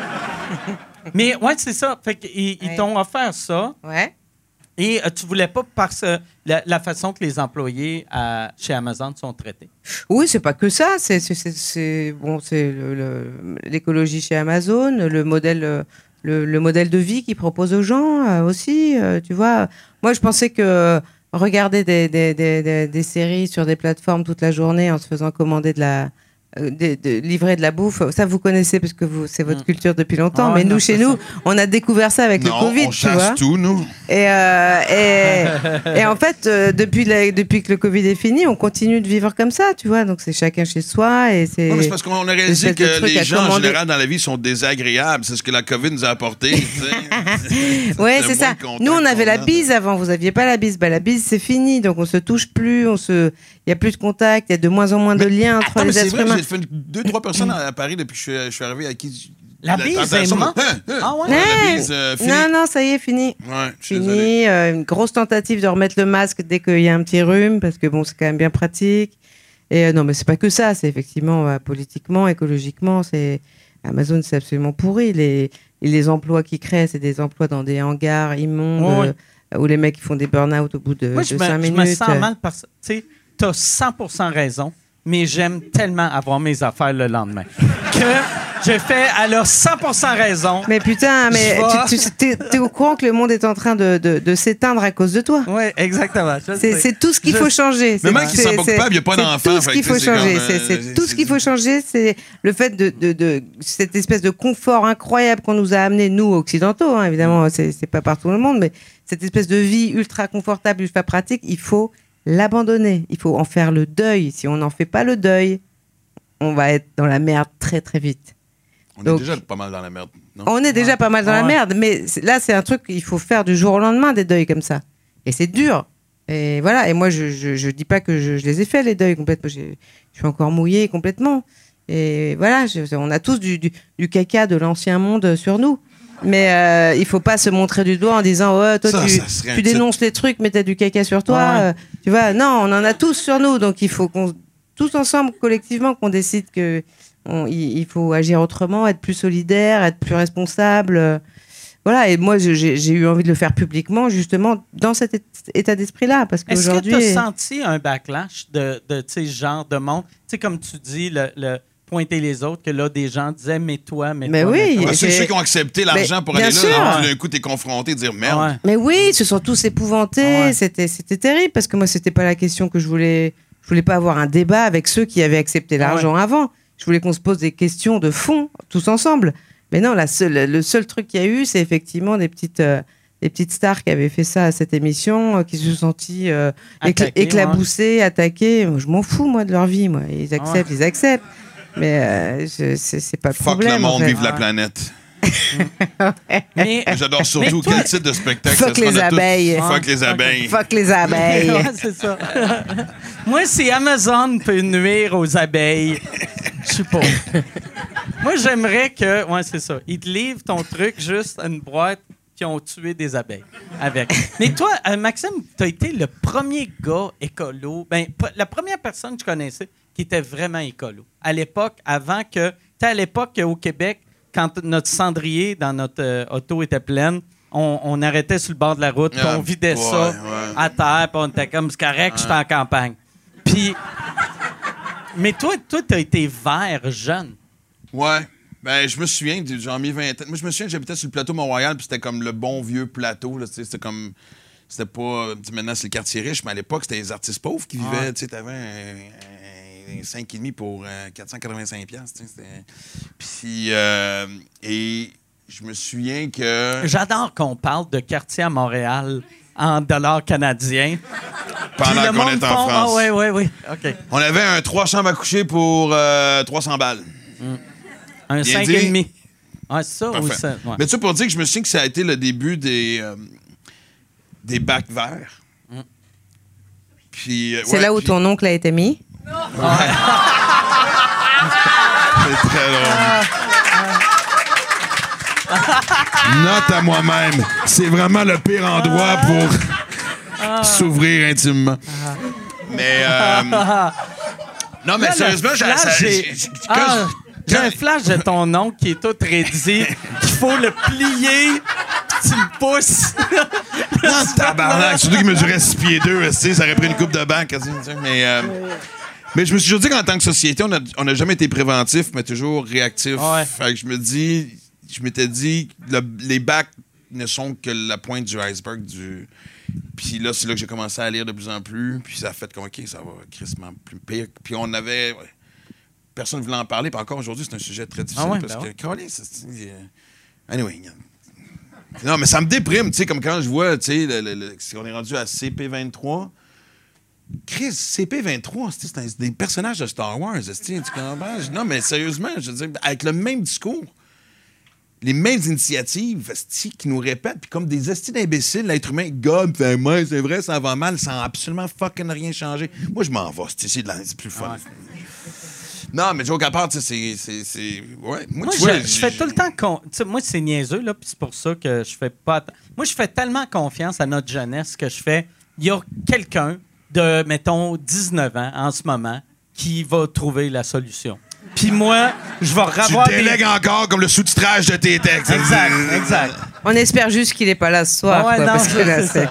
Mais ouais, c'est ça. Fait qu'ils ils Ouais. t'ont offert ça. Ouais. Et euh, tu voulais pas parce que la, la façon que les employés à- chez Amazon sont traités. Oui, c'est pas que ça. C'est c'est- c'est- c'est- bon, c'est le- le- l'écologie chez Amazon, le modèle, euh, le, le modèle de vie qu'ils proposent aux gens euh, aussi. euh, tu vois, moi, je pensais que regarder des, des, des, des- des séries sur des plateformes toute la journée en se faisant commander de la euh, de, de livrer de la bouffe, ça vous connaissez parce que vous c'est votre Mm. culture depuis longtemps. Ah, mais non, nous, c'est chez nous, ça. on a découvert ça avec Non, le Covid, on tu vois. chasse tout, nous. Et, euh, et, et en fait, euh, depuis, la- depuis que le Covid est fini, on continue de vivre comme ça, tu vois. Donc c'est chacun chez soi et c'est. Ouais, mais c'est parce qu'on a réalisé espèce de que truc les à gens, en commander. général, dans la vie, sont désagréables. C'est ce que la COVID nous a apporté. tu sais. Ouais, Le c'est ça. moins contact Nous, on avait qu'on la a. bise avant. Vous aviez pas la bise. Bah, la bise, c'est fini. Donc on se touche plus. On se. Il y a plus de contact. Il y a de moins en moins de liens entre Attends, mais les c'est êtres vrai, humains. j'ai fait une- deux, trois personnes à Paris depuis que je suis, je suis arrivé à qui. La bise tentation est de- morte? Hein, hein. Ah ouais? La Ouais. bise, euh, finie. Non, non, ça y est, fini. Ouais, je suis désolé. Fini. Euh, une grosse tentative de remettre le masque dès qu'il y a un petit rhume, parce que bon, c'est quand même bien pratique. Et euh, non, mais c'est pas que ça. C'est effectivement euh, politiquement, écologiquement, c'est Amazon, c'est absolument pourri. Les et les emplois qu'ils créent, c'est des emplois dans des hangars immondes Ouais. euh, où les mecs ils font des burn-out au bout de, Moi, de je, cinq me, je minutes. me sens mal parce que tu as cent pour cent raison. mais j'aime tellement avoir mes affaires le lendemain. Que j'ai fait, elle a cent pour cent raison. Mais putain, mais Je tu, tu, t'es, t'es au courant que le monde est en train de, de, de s'éteindre à cause de toi. Oui, exactement. je C'est, sais. c'est tout ce qu'il Je- faut changer. Mais C'est- même qu'il s'en c'est- pas c'est- coupable, il y a pas c'est d'enfant, tout ce fait qu'il que faut c'est changer. comme, C'est, euh, c'est c'est- tout ce qu'il faut changer, c'est le fait de, de, de cette espèce de confort incroyable qu'on nous a amené, nous, occidentaux, hein, évidemment, c'est, c'est pas partout dans le monde, mais cette espèce de vie ultra confortable, ultra pratique, il faut l'abandonner. Il faut en faire le deuil. Si on n'en fait pas le deuil, on va être dans la merde très, très vite. On Donc- est déjà pas mal dans la merde. Non? On est déjà pas mal dans la Ouais. merde, mais c'est- là, c'est un truc qu'il faut faire du jour au lendemain, des deuils comme ça. Et c'est dur. Et voilà. Et moi, je, je, je dis pas que je, je les ai fait, les deuils complètement. J'ai- Je suis encore mouillée complètement. Et voilà, je- on a tous du, du, du caca de l'ancien monde sur nous. Mais euh, il faut pas se montrer du doigt en disant ouais, toi Ça, tu, ça serait un tu titre. dénonces les trucs, mais t'as du caca sur toi. Ouais. Euh, tu vois, non, on en a tous sur nous. Donc il faut qu'on, tous ensemble, collectivement, qu'on décide que on- il, il faut agir autrement, être plus solidaire, être plus responsable. euh, Voilà, et moi, je- j'ai j'ai eu envie de le faire publiquement, justement, dans cet é- état d'esprit-là. Parce Est-ce que qu'aujourd'hui. tu as senti un backlash de, de tu sais, genre de monde? Tu sais, comme tu dis, le, le pointer les autres, que là, des gens disaient, mais toi, mais Mais toi. oui, mais toi. Ah, ceux, j'ai- ceux qui ont accepté l'argent Mais pour bien aller sûr. là, d'un coup, t'es confronté, dire merde. Ouais. Mais oui, ils se sont tous épouvantés. Ouais. C'était, c'était terrible parce que moi, c'était pas la question que je voulais. Je voulais pas avoir un débat avec ceux qui avaient accepté l'argent avant. Je voulais qu'on se pose des questions de fond tous ensemble. Mais non, la seule, le seul truc qu'il y a eu, c'est effectivement des petites, euh, des petites stars qui avaient fait ça à cette émission, euh, qui se sont sentis euh, écla- Attaqués, éclaboussés, attaqués. Moi, je m'en fous, moi, de leur vie. Moi. Ils acceptent, Ouais. ils acceptent. Mais euh, je- c'est, c'est pas le Fuck problème. le en monde, fait. vive la planète. Mais, J'adore surtout Mais toi- quel titre de spectacle. Fuck ça, les on a tous- abeilles. Fuck les abeilles. Fuck les abeilles. ouais, c'est ça. Moi, si Amazon peut nuire aux abeilles, je suis pas. Moi, j'aimerais que. Ouais, c'est ça. Ils te livrent ton truc juste à une boîte qui ont tué des abeilles avec. Mais toi, euh, Maxime, tu as été le premier gars écolo, ben, p- la première personne que je connaissais qui était vraiment écolo. À l'époque, avant que. Tu sais, à l'époque, au Québec, quand notre cendrier dans notre euh, auto était pleine, on, on arrêtait sur le bord de la route, puis Ah, on vidait ouais, ça ouais. à terre, puis on était comme, c'est correct, je suis en campagne. Puis. Mais toi, toi, tu as été vert jeune. Ouais. Ben, je me souviens, j'ai mis vingt ans. Moi, je me souviens que j'habitais sur le plateau Mont-Royal, puis c'était comme le bon vieux plateau. Là, tu sais, c'était comme. C'était pas. tu sais, Maintenant, c'est le quartier riche, mais à l'époque, c'était les artistes pauvres qui vivaient. Ouais. Tu sais, t'avais un, un cinq virgule cinq pour euh, quatre cent quatre-vingt-cinq piastres. tu sais, c'était- Puis. euh, et je me souviens que. J'adore qu'on parle de quartier à Montréal en dollars canadiens. Pendant Puis le qu'on monde était en font, France. Ah, oui, oui, oui. OK. On avait un trois chambres à coucher pour euh, trois cents balles. Un Bien cinq dit. et demi. Ah, c'est ça ou Parfait. ça? Ouais. Mais tu sais, pour dire que je me souviens que ça a été le début des, euh, des bacs verts. Puis, euh, C'est ouais, là où puis- ton oncle a été mis. C'est très drôle. Note à moi-même. C'est vraiment le pire endroit pour s'ouvrir intimement. Mais. euh, non, mais Là, le sérieusement, j'ai. flash, ça- j'ai- j'ai- j'ai- Ah, quand je- j'ai un flash de ton oncle qui est tout raidi, qu'il faut le plier, tu le pousses. Non, tabarnak. Surtout qu'il mesurait six pieds deux, tu sais, ça aurait pris une coupe de banque. tu sais, Mais, euh, mais je me suis toujours dit qu'en tant que société, on n'a on a jamais été préventif, mais toujours réactif. Ouais. Fait que je me dis, je m'étais dit, le- les bacs ne sont que la pointe du iceberg du. Puis là, c'est là que j'ai commencé à lire de plus en plus. Puis ça a fait comme, OK, ça va crissement plus pire. Puis on avait. ouais, personne ne voulait en parler. Puis encore aujourd'hui, c'est un sujet très difficile. Ah ouais, parce ben que, ouais. Calais, c'est- c'est, euh, anyway. Non, mais ça me déprime, tu sais, comme quand je vois, tu sais, le, le, le- on est rendu à C P vingt-trois. Chris, C P vingt-trois, c'est c'est un- c'est des personnages de Star Wars, tu sais, tu comprends? Non, mais sérieusement, je veux dire, avec le même discours, les mêmes initiatives, esti, qui nous répètent, puis comme des estis d'imbéciles, l'être humain, God, fait, moi, c'est vrai, ça va mal, sans absolument fucking rien changer. Moi, je m'en vais, c'est c'est de la- c'est plus fun. Non, mais joke à part, tu sais, c'est- c'est. c'est- Ouais, moi, Moi, tu je, vois, je fais tout le temps... con- tu sais, moi, c'est niaiseux, là, puis c'est pour ça que je fais pas... atten- Moi, je fais tellement confiance à notre jeunesse que je fais... Il y a quelqu'un de, mettons, dix-neuf ans, en ce moment, qui va trouver la solution. Puis moi, je vais Tu revoir... délègues des... encore comme le sous-titrage de tes textes. Exact, exact. On espère juste qu'il n'est pas là ce soir. Ouais, quoi, non, parce que là, c'est ça. c'est-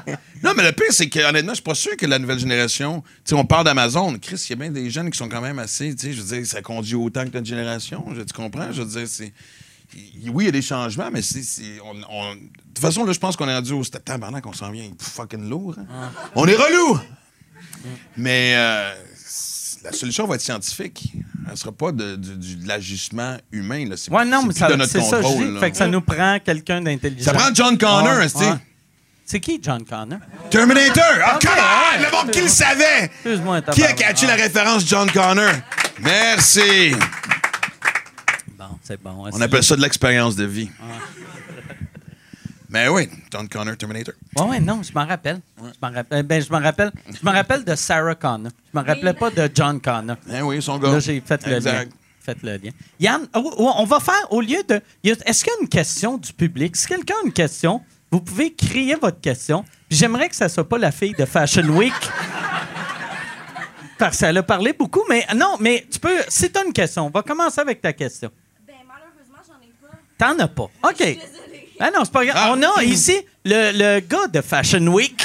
Non, mais le pire, c'est que honnêtement, je suis pas sûr que la nouvelle génération... Tu sais, on parle d'Amazon. Chris, il y a bien des jeunes qui sont quand même assez... Tu sais, je veux dire, ça conduit autant que notre génération. Je, tu comprends? Je veux dire, c'est... Oui, il y a des changements, mais c'est... c'est on, on... De toute façon, là, je pense qu'on est rendu au stade tabarnak qu'on s'en vient fucking lourd. Hein? Ah. On est relou! Mais euh, la solution va être scientifique. Elle ne sera pas de, de, de, de l'ajustement humain. Là. C'est, ouais, non, c'est mais plus ça, de notre c'est contrôle. ça, je dis. Là. Fait que ça nous prend quelqu'un d'intelligent. Ça prend John Connor, ouais, tu sais. ouais. C'est qui, John Connor? Terminator! Oh, okay, come on! ouais, Le monde qui le savait! Excuse-moi, qui a catché ah. la référence John Connor? Merci! Bon, c'est bon. On appelle ça de l'expérience de vie. Ah. Mais oui, John Connor, Terminator. Oui, oui, non, je m'en rappelle. Ouais. Je m'en rappelle. Ben, je m'en rappelle. Je me rappelle de Sarah Connor. Je me rappelais pas de John Connor. Ben oui, son gars. Là, j'ai fait le lien. Faites le lien. Yann, on va faire, au lieu de... Est-ce qu'il y a une question du public? Si quelqu'un a une question, vous pouvez crier votre question. Puis j'aimerais que ça soit pas la fille de Fashion Week. Parce qu'elle a parlé beaucoup, mais non, mais tu peux... Si tu as une question, on va commencer avec ta question. Ben, malheureusement, j'en ai pas. T'en as pas. OK. Je suis désolée. Ah non, c'est pas grave. Ah. On a ici le, le gars de Fashion Week.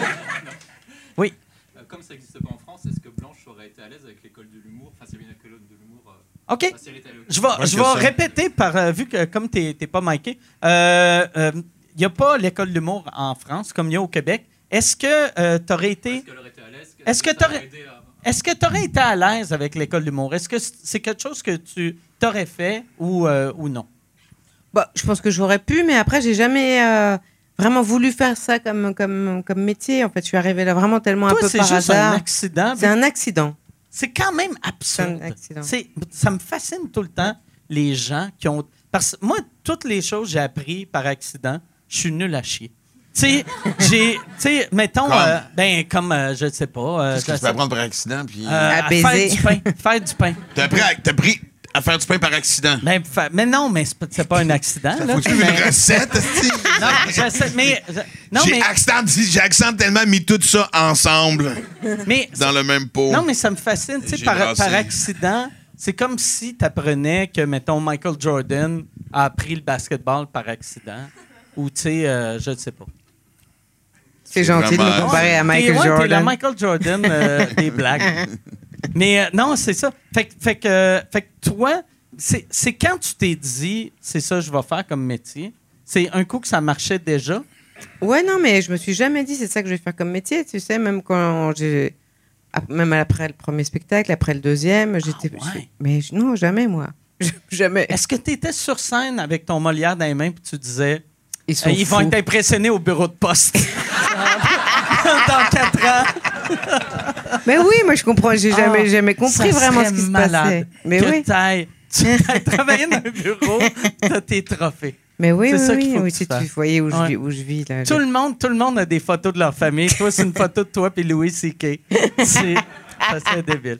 Oui. Euh, comme ça n'existe pas en France, est-ce que Blanche aurait été à l'aise avec l'école de l'humour? Enfin, s'il y avait une école de l'humour. Euh, OK. Je vais, ouais, je vais répéter, par, euh, vu que comme tu n'es pas miké, il euh, n'y euh, a pas l'école de l'humour en France comme il y a au Québec. Est-ce que euh, tu aurais été. Est-ce qu'elle aurait été à l'aise? Est-ce que tu aurais. Est-ce que tu aurais été à l'aise avec l'école d'humour? Est-ce que c'est quelque chose que tu t'aurais fait ou, euh, ou non? Bah, je pense que j'aurais pu, mais après, j'ai jamais euh, vraiment voulu faire ça comme, comme, comme métier. En fait, je suis arrivée là vraiment tellement Toi, un peu c'est par juste hasard. un accident. C'est un accident. C'est quand même absurde. C'est un accident. C'est, ça me fascine tout le temps, les gens qui ont... Parce que moi, toutes les choses que j'ai appris par accident, je suis nul à chier. Tu sais, j'ai... Tu sais, mettons... Comme? Euh, ben, comme, euh, je ne sais pas... Euh, Qu'est-ce que tu peux apprendre par accident? Puis... Euh, à, à baiser. Faire du pain. Faire du pain. T'as appris... À, t'as pris... à faire du pain par accident. Ben, fa... Mais non, mais c'est pas, c'est pas un accident. Ça là, faut que tu mais... une recette, non, je sais, mais... Non, j'ai, mais... Accident... j'ai accidentellement mis tout ça ensemble mais, dans le même pot. Non, mais ça me fascine. Tu sais, par, par accident, c'est comme si tu apprenais que, mettons, Michael Jordan a appris le basketball par accident. Ou, tu sais, euh, je ne sais pas. C'est, c'est gentil vraiment... de me comparer à Michael ouais, Jordan. T'es la Michael Jordan euh, des blagues. Mais euh, non, c'est ça. Fait, fait, que, euh, fait que toi, c'est, c'est quand tu t'es dit, c'est ça que je vais faire comme métier, c'est un coup que ça marchait déjà? Ouais, non, mais je me suis jamais dit, c'est ça que je vais faire comme métier. Tu sais, même quand j'ai. Même après le premier spectacle, après le deuxième, j'étais. Ah ouais. Mais non, jamais, moi. Jamais. Est-ce que tu étais sur scène avec ton Molière dans les mains et tu disais, ils, sont euh, ils vont être impressionnés au bureau de poste dans quatre ans? Mais oui, moi je comprends, j'ai jamais, oh, jamais compris vraiment ce qui se malade. passait. Mais que oui. T'ailles, tu as travaillé dans un bureau, t'as tes trophées. Mais oui, c'est oui, ça oui, qu'il faut oui que si tu, tu voyais où, ouais. je vis, où je vis. Là, tout, je... le monde, tout le monde a des photos de leur famille. Toi, c'est une photo de toi et Louis C K. C'est, ça serait débile.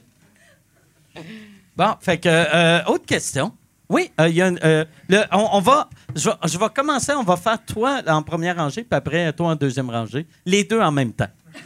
Bon, fait que, euh, autre question. Oui, il euh, y a une, euh, le, on, on va, je, je vais commencer, on va faire toi en première rangée, puis après toi en deuxième rangée. Les deux en même temps.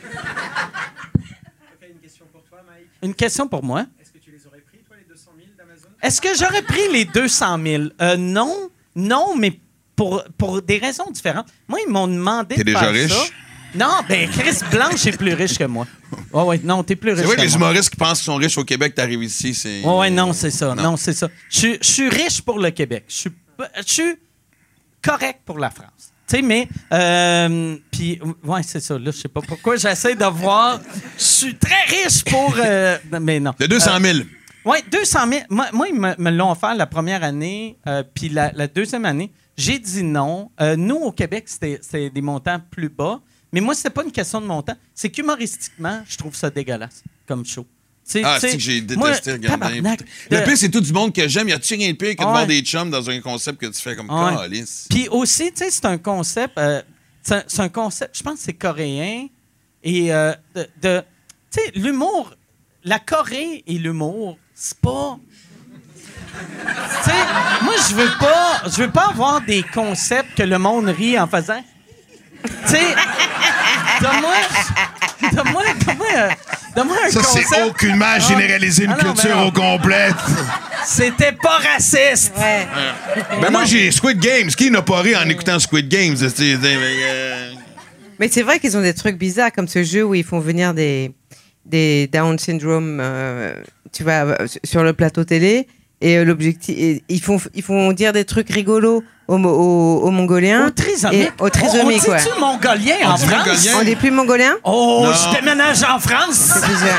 Une question pour toi, Mike. Une question pour moi. Est-ce que tu les aurais pris, toi, les deux cent mille d'Amazon? Est-ce que j'aurais pris les deux cent mille? Euh, non, non, mais pour, pour des raisons différentes. Moi, ils m'ont demandé T'es de déjà faire riche? ça. Non, ben Chris Blanche est plus riche que moi. Ouais, ouais, non, t'es plus riche c'est vrai que que les moi. humoristes qui pensent qu'ils sont riches au Québec, t'arrives ici, c'est... Ouais, ouais, non, c'est ça, non, non c'est ça. Je suis riche pour le Québec. Je suis je suis correct pour la France. Tu sais, mais... Euh, puis, ouais, c'est ça. Là, je sais pas pourquoi j'essaie de voir... Je suis très riche pour... Euh, mais non. De deux cent mille. Euh, oui, deux cent mille. Moi, moi, ils me, me l'ont offert la première année, euh, puis la, la deuxième année, j'ai dit non. Euh, nous, au Québec, c'était, c'était des montants plus bas. Mais moi, c'était pas une question de montant. C'est qu'humoristiquement, je trouve ça dégueulasse comme show. T'sais, ah, t'sais, c'est que j'ai détesté moi, regarder. De... Le pire, c'est tout du monde que j'aime. Y a-tu rien de pire que de ouais. voir des chums dans un concept que tu fais comme ouais. calice? Puis aussi, tu sais, c'est un concept... Euh, c'est, un, c'est un concept, je pense que c'est coréen. Et euh, de... de tu sais, l'humour... La Corée et l'humour, c'est pas... Tu sais, moi, je veux pas... Je veux pas avoir des concepts que le monde rit en faisant... Tu sais... Donne-moi... Donne-moi... Donne-moi... Euh, Donne-moi un ça, concept. c'est aucunement généraliser une ah non, culture au complète. C'était pas raciste. Ouais. Ben moi, j'ai Squid Games. Qui n'a pas ri en écoutant Squid Games? Euh... Mais c'est vrai qu'ils ont des trucs bizarres, comme ce jeu où ils font venir des, des Down syndrome, euh, tu vois, euh, sur le plateau télé. Et euh, l'objectif, et ils font, ils font dire des trucs rigolos aux, aux, aux Mongoliens. Au trisomique. Et- Au trisomique, on, on ouais. dit-tu mongolien On en dit France? mongolien. On dit plus mongolien? Oh, Non. je déménage en France! C'est bizarre.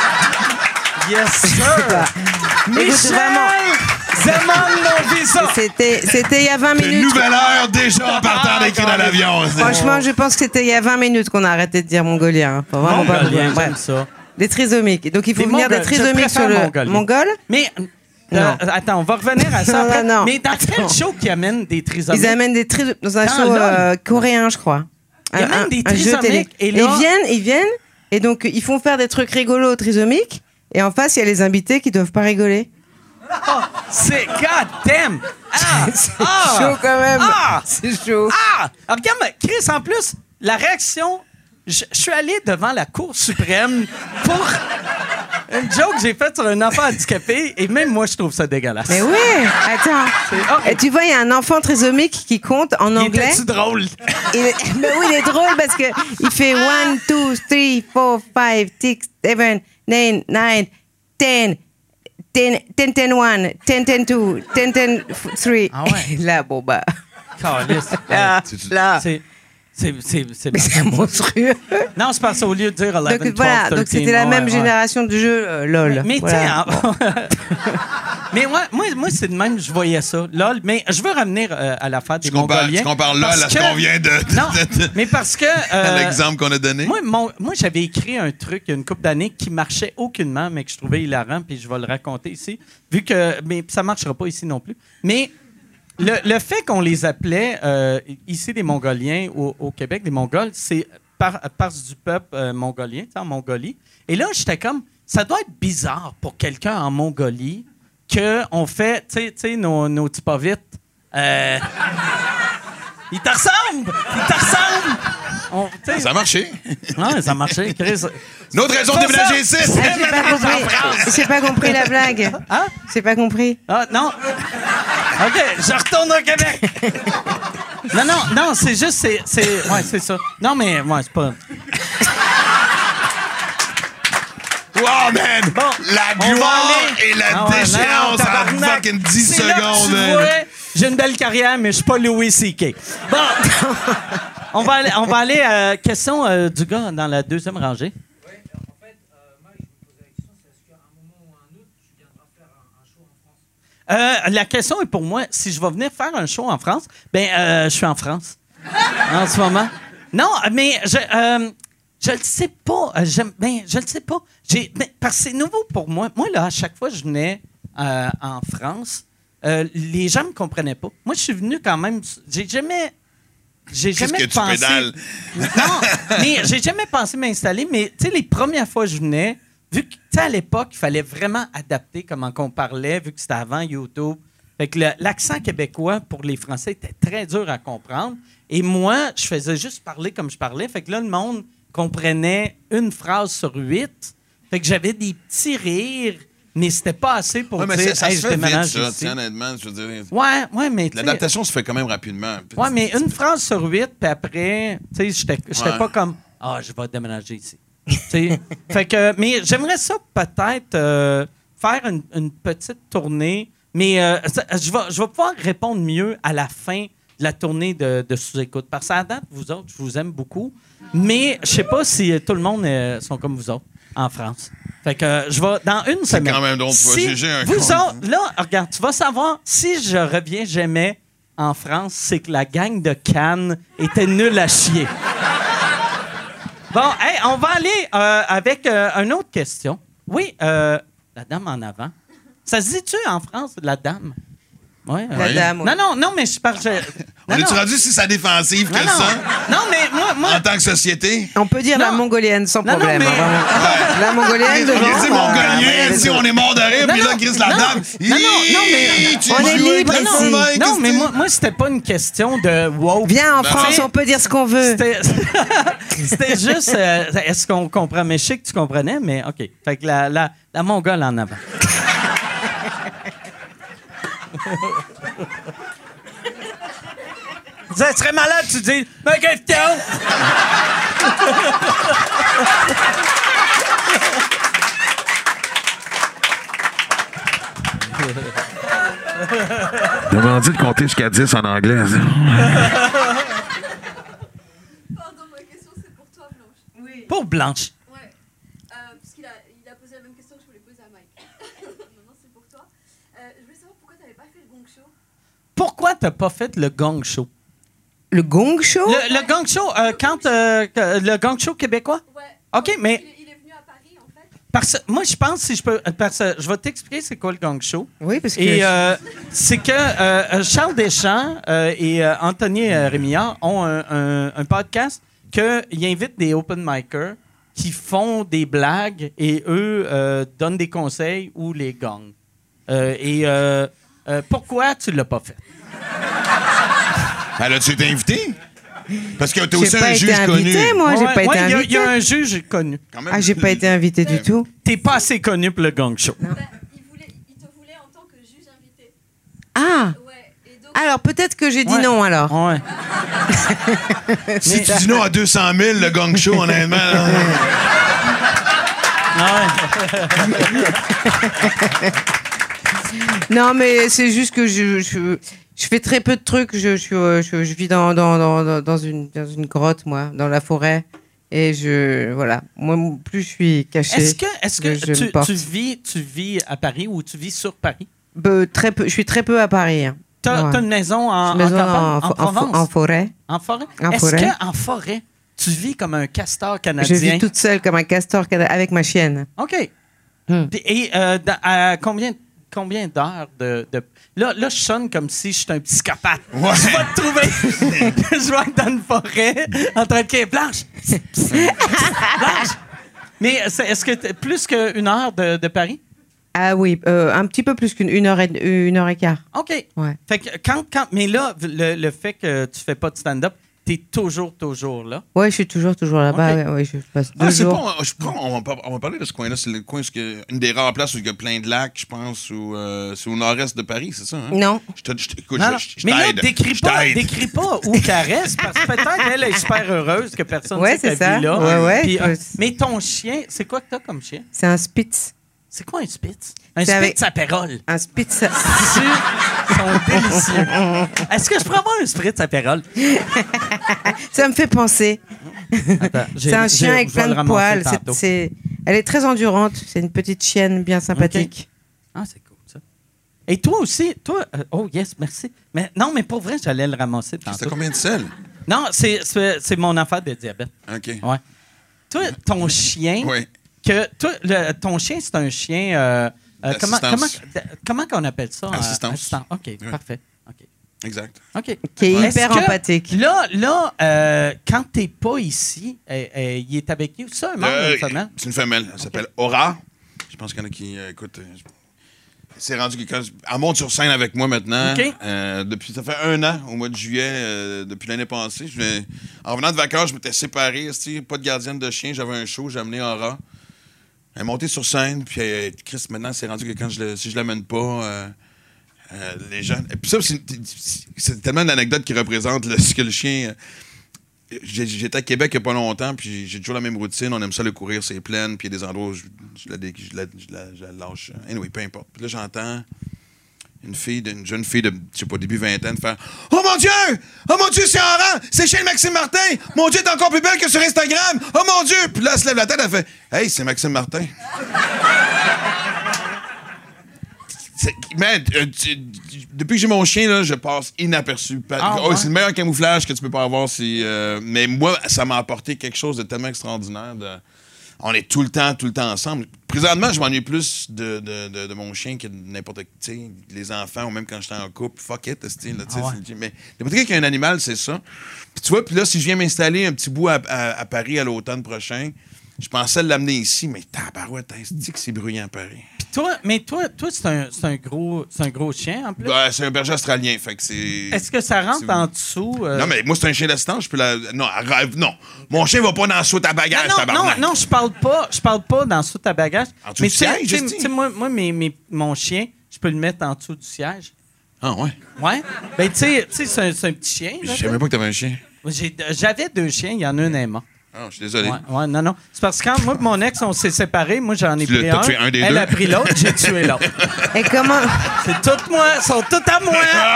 Yes, sir! Écoute, Michel! vraiment. Demande mon visa! C'était, c'était il y a vingt Une minutes. nouvelle heure déjà en partant d'écrire dans l'avion. c'est- Franchement, je pense que c'était il y a vingt minutes qu'on a arrêté de dire mongolien. hein. Faut vraiment pas Mongolien, ouais. j'aime ça. Des trisomiques. Donc il faut Des venir des Mongols. Je trisomiques sur préfère le mongolien. mongol. Mais, euh, Non. attends, on va revenir à ça Non, après. non, non. Mais dans quel show qui amène des trisomiques? Ils amènent des trisomiques dans un Dans show LOL. euh, coréen, je crois. Ils Un- amènent un- des un jeu télé. trisomiques, et Et là- ils viennent, ils viennent, et donc ils font faire des trucs rigolos aux trisomiques. Et en face, il y a les invités qui doivent pas rigoler. C'est God damn! Ah! C'est Ah! chaud quand même. Ah! C'est chaud. Ah! Alors, regarde, Chris, en plus, la réaction... Je je suis allé devant la Cour suprême pour une joke que j'ai faite sur un enfant handicapé et même moi, je trouve ça dégueulasse. Mais oui, attends. C'est horrible. Et tu vois, il y a un enfant trisomique qui compte en Il anglais. était-tu drôle? Il est- mais oui, il est drôle parce que il fait one, two, three, four, five, six, seven, nine, nine, ten, ten, ten, ten, one, ten, ten, two, ten, ten, three. Ah ouais. Et là, bon bah, Calisse. là, C'est- là, C'est... C'est... C'est... c'est- mais c'est monstrueux. Non, c'est parce qu'au lieu de dire eleven, Donc twelve, voilà, thirteen, donc c'était la ouais, même ouais. génération de jeu, euh, lol. Mais Voilà. tiens, mais moi, moi, moi c'est de même, je voyais ça. Lol, mais je veux revenir euh, à l'affaire des Tu compares, Mongoliens. tu compares là à parce ce que- qu'on vient de. de- Non, de- de- mais parce que... à euh, l'exemple qu'on a donné. Moi, mon- moi j'avais écrit un truc il y a une couple d'années qui marchait aucunement, mais que je trouvais hilarant, puis je vais le raconter ici. Vu que. Mais ça marchera pas ici non plus. Mais le, le fait qu'on les appelait euh, ici des Mongoliens au, au Québec, des Mongols, c'est par, parce du peuple euh, mongolien, tu sais, en Mongolie. Et là, j'étais comme. Ça doit être bizarre pour quelqu'un en Mongolie qu'on fait, tu sais, tu sais, nos, nos petits pas vite. Euh, ils te ressemblent! Ils te ressemblent! On- tu sais, Ça a marché. Ouais, ça marchait, Chris. Une autre raison de Pas déménager ça. ici. Ah, j'ai pas compris. J'ai pas compris la blague. Hein? J'ai pas compris. Ah, non. OK, je retourne au Québec. Non, non, non, c'est juste, c'est, c'est, ouais, c'est ça. Non, mais, ouais, c'est pas... Wow, man! Bon, la on va gloire aller- et la Ah ouais, non, déchéance en tabarnak. fucking dix C'est là que secondes. tu man. vois, j'ai une belle carrière, mais je suis pas Louis C K. Bon, on va aller, on va aller à question euh, du gars dans la deuxième rangée. Euh, la question est pour moi, si je vais venir faire un show en France, ben euh, je suis en France en ce moment. Non, mais je euh, je le sais pas. Euh, j'aime- ben, je le sais pas. J'ai, ben, parce que c'est nouveau pour moi. Moi là, à chaque fois que je venais euh, en France, euh, les gens me comprenaient pas. Moi, je suis venu quand même. J'ai jamais j'ai Qu'est-ce jamais que tu pensé. pédales? Non, mais j'ai jamais pensé m'installer. Mais tu sais, les premières fois que je venais, vu que tu sais, à l'époque, il fallait vraiment adapter comment on parlait, vu que c'était avant YouTube. Fait que le- l'accent québécois pour les Français était très dur à comprendre. Et moi, je faisais juste parler comme je parlais. Fait que là, le monde comprenait une phrase sur huit. Fait que j'avais des petits rires, mais c'était pas assez pour Ouais, mais dire ça, ça hey, se je fait vite, déménage ça, ici. tu sais, honnêtement. Je veux dire, Ouais, ouais, mais tu sais, l'adaptation se fait quand même rapidement. ouais, mais une phrase sur huit, puis après, tu sais, j'étais j'étais Ouais. pas comme ah, je vais déménager ici. Tu sais, fait que, mais j'aimerais ça peut-être euh, faire une, une petite tournée, mais euh, ça- je vais je vais pouvoir répondre mieux à la fin de la tournée de, de sous-écoute. Parce qu'à la date, vous autres, je vous aime beaucoup, mais je sais pas si tout le monde euh, sont comme vous autres en France. Fait que euh, je vais dans une C'est semaine. quand même drôle, tu vas Si juger un vous con. autres, là, regarde, tu vas savoir si je reviens jamais en France, c'est que la gang de Cannes était nulle à chier. Bon, hey, on va aller euh, avec euh, une autre question. Oui, euh, la dame en avant. Ça se dit-tu en France, la dame? Ouais, La Ouais. dame. oui. Non, non, non, mais je parle. je- On non, est-tu non. rendu si sa défensive que Non, non. ça, Non, mais moi. moi en tant que société? On peut dire la Non. mongolienne sans Non, non, problème. mais- hein, vraiment. La mongolienne Il devant. a dit bah, mongolien, ouais, si on est mort de rire, Non, puis là, non, Chris, la non, dame. non, non, non, mais- Tu On est joues avec libre le ici. feu, mec, non, qu'est-ce mais que moi, moi c'était pas une question de wow. Viens en Ben, France, t'sais, on peut dire ce qu'on veut. C'était c'était juste. euh, Est-ce qu'on comprend? Mais je sais que tu comprenais, mais OK. Fait que la, la, la Mongole en avant. Ça serait malade, tu dis. Ma question! Demandez de compter jusqu'à dix en anglais. Pardon, ma question c'est pour toi, Blanche. Oui. Pour Blanche. Ouais. Euh, parce qu'il a, il a posé la même question que je voulais poser à Mike. Maintenant c'est pour toi. Euh, je voulais savoir pourquoi tu n'avais pas fait le gong show. Pourquoi t'as pas fait le Gong Show? Le Gong Show? Le, le Gong Show, euh, quand... euh, que- le Gong Show québécois? Ouais. OK, mais... Il, est- il est venu à Paris en fait. Parce, moi, je pense, si je peux... Parce, que je vais t'expliquer c'est quoi le Gong Show. Oui, parce que. Et euh, c'est que euh, Charles Deschamps euh, et euh, Anthony euh, Rémillard ont un, un- un podcast qu'ils invitent des open micers qui font des blagues et eux euh, donnent des conseils ou les gagnent. Euh, et euh, euh, pourquoi tu l'as pas fait? Elle a-tu été invitée? Parce que t'as J'ai aussi pas un été juge connu. invitée, moi. J'ai Ouais, pas ouais, été il y a- invitée. Il y, a un juge connu. Quand même. Ah, j'ai pas été invitée du tout. T'es pas assez connu pour le Gong Show. Bah, il, voulait, il te voulait en tant que juge invité. Ah! Ouais. Et donc, Alors, peut-être que j'ai dit Ouais. non, alors. Ouais. Si tu dis non à deux cent mille, le gang show, honnêtement. là. Non, mais c'est juste que je, je, je fais très peu de trucs. Je, je, je, je vis dans, dans, dans, dans, une, dans une grotte, moi, dans la forêt. Et je. Voilà. Moi, plus je suis caché. Est-ce que, est-ce que je- je tu, le porte. tu vis, tu vis à Paris ou tu vis sur Paris? Peu- très peu, je suis très peu à Paris. hein. T'as Ouais. t'as une maison en, Maison en campagne, en, en, fo- en, fo- Provence? en forêt. En forêt? En Est-ce forêt. qu'en forêt, tu vis comme un castor Je canadien? vis toute seule comme un castor cana- avec ma chienne. OK. Hmm. Puis, Et euh, dans- à combien, combien d'heures de, de- Là, là, je sonne comme si j'étais un psychopathe. Ouais. Je vais te trouver. Je vais être dans une forêt en train de crier Blanche! Blanche! Mais c'est- est-ce que t'es plus qu'une heure de, de Paris? Ah oui, euh, un petit peu plus qu'une une heure et, une heure et quart. OK. Ouais. Fait que quand, quand, mais là, le, le fait que tu fais pas de stand-up, t'es toujours, toujours là. Ouais, je suis toujours, toujours là-bas. Ok. Ouais, ouais, je passe deux Ah, c'est jours. pas, je crois on va, par- on va parler de ce coin-là. C'est le coin, où il y a une des rares places où il y a plein de lacs, je pense, où, euh, c'est au nord-est de Paris, c'est ça? Hein? Non. Je te, je te- écoute, Non, je- non. je- je Mais là, t'aide. décris Je pas, t'aide. décris pas où caresse, parce que peut-être elle est super heureuse que personne Ouais, ne sait c'est qu'elle ça. vit là. Ouais, ouais. Puis, euh, Faut- mais ton chien, c'est quoi que t'as comme chien? C'est un Spitz. C'est quoi un Spitz? Un C'est avec- Spitz apérole. Un Spitz. Ils sont délicieux. Est-ce que je pourrais avoir un Spitz apérole? Ça me fait penser. Attends, j'ai- C'est un j'ai- chien avec je vais plein le de ramasser poils. C'est- tantôt. c'est- Elle est très endurante. C'est une petite chienne bien sympathique. Ah, c'est cool, ça. Et toi aussi, toi... euh, oh, yes, merci. Mais non, mais pour vrai, j'allais le ramasser C'était tantôt. combien de sel? Non, c'est, c'est, c'est mon affaire de diabète. OK. Ouais. Toi, ton chien... Oui. Que toi, le- ton chien, c'est un chien. euh, euh, comment, comment, Assistance. comment qu'on appelle ça? euh, Assistance. assistant. OK, Oui. parfait. OK. Exact. OK. Qui est Est-ce hyper que, empathique. Là, là euh, quand t'es pas ici, euh, euh, il est avec qui? Ça, un mâle ou Euh, une femelle? C'est une femelle. Elle s'appelle Aura. Je pense qu'il y en a qui euh, écoutent. euh, c'est rendu quelqu'un. Elle monte sur scène avec moi maintenant. OK. Euh, depuis, ça fait un an, au mois de juillet, euh, depuis l'année passée. Je venais- en revenant de vacances, je m'étais séparé. esti, Pas de gardienne de chien. J'avais un show. J'ai amené Aura. Elle est montée sur scène. Puis, euh, Chris, maintenant, c'est rendu que quand je le, si je l'amène pas. euh, euh, les gens. Et puis ça, c'est, c'est tellement une anecdote qui représente le- ce que le chien. euh, j'ai- J'étais à Québec il n'y a pas longtemps, puis j'ai toujours la même routine. On aime ça le courir, c'est plein, puis il y a des endroits où je, je la, dé- je la- je la- je la lâche. Anyway, peu importe. Puis là, j'entends une fille, de- une jeune fille de, je sais pas, début vingtaine faire « Oh mon Dieu! Oh mon Dieu, c'est Aura! C'est chez Maxime Martin! Mon Dieu, t'es encore plus belle que sur Instagram! Oh mon Dieu! » Puis là, elle se lève la tête, elle fait « Hey, c'est Maxime Martin! » C'est- Man, euh, tu- tu- depuis que j'ai mon chien, là, je passe inaperçu. Pa- Ah, oh, ouais? C'est le meilleur camouflage que tu peux pas avoir. c'est, euh, mais moi, ça m'a apporté quelque chose de tellement extraordinaire. de- On est tout le temps, tout le temps ensemble. Présentement, je m'ennuie plus de, de, de, de mon chien que de n'importe qui. Tu sais, les enfants, ou même quand j'étais en couple. Fuck it, esti, là, tu sais, Ah ouais. c'est- mais n'importe qui qui a un animal, c'est ça. Puis tu vois, puis là, si je viens m'installer un petit bout à, à- à Paris à l'automne prochain, je pensais l'amener ici, mais tabarouette, esti que c'est bruyant à Paris. Puis toi, mais toi, toi c'est un, c'est un gros, c'est un gros chien en plus. Ben, c'est un berger australien, fait que c'est... Est-ce que ça rentre c'est- en dessous? euh? Non, mais moi, c'est un chien d'assistance, je peux la... Non, rêve, non. Mon chien va pas dans la soute à bagage, non, non, tabarnak. non, non, je parle pas, je parle pas dans sous ta bagage. En dessous mais du tu sais- siège, tu sais- esti. tu sais, moi, moi mes, mes- mon chien, je peux le mettre en dessous du siège. Ah, ouais. Ouais. Ben, tu sais, tu sais, c'est un, c'est un petit chien. Je là, savais même pas que t'avais un chien. J'ai- J'avais deux chiens, il y en a un est mort. Ah, je suis désolé. Ouais, ouais, non, non. C'est parce que quand moi et mon ex, on s'est séparés, moi, j'en ai Tu l'as- pris t'as un. tué un des Elle deux? a pris l'autre, j'ai tué l'autre. Et comment. C'est tout moi, ils sont tous à moi.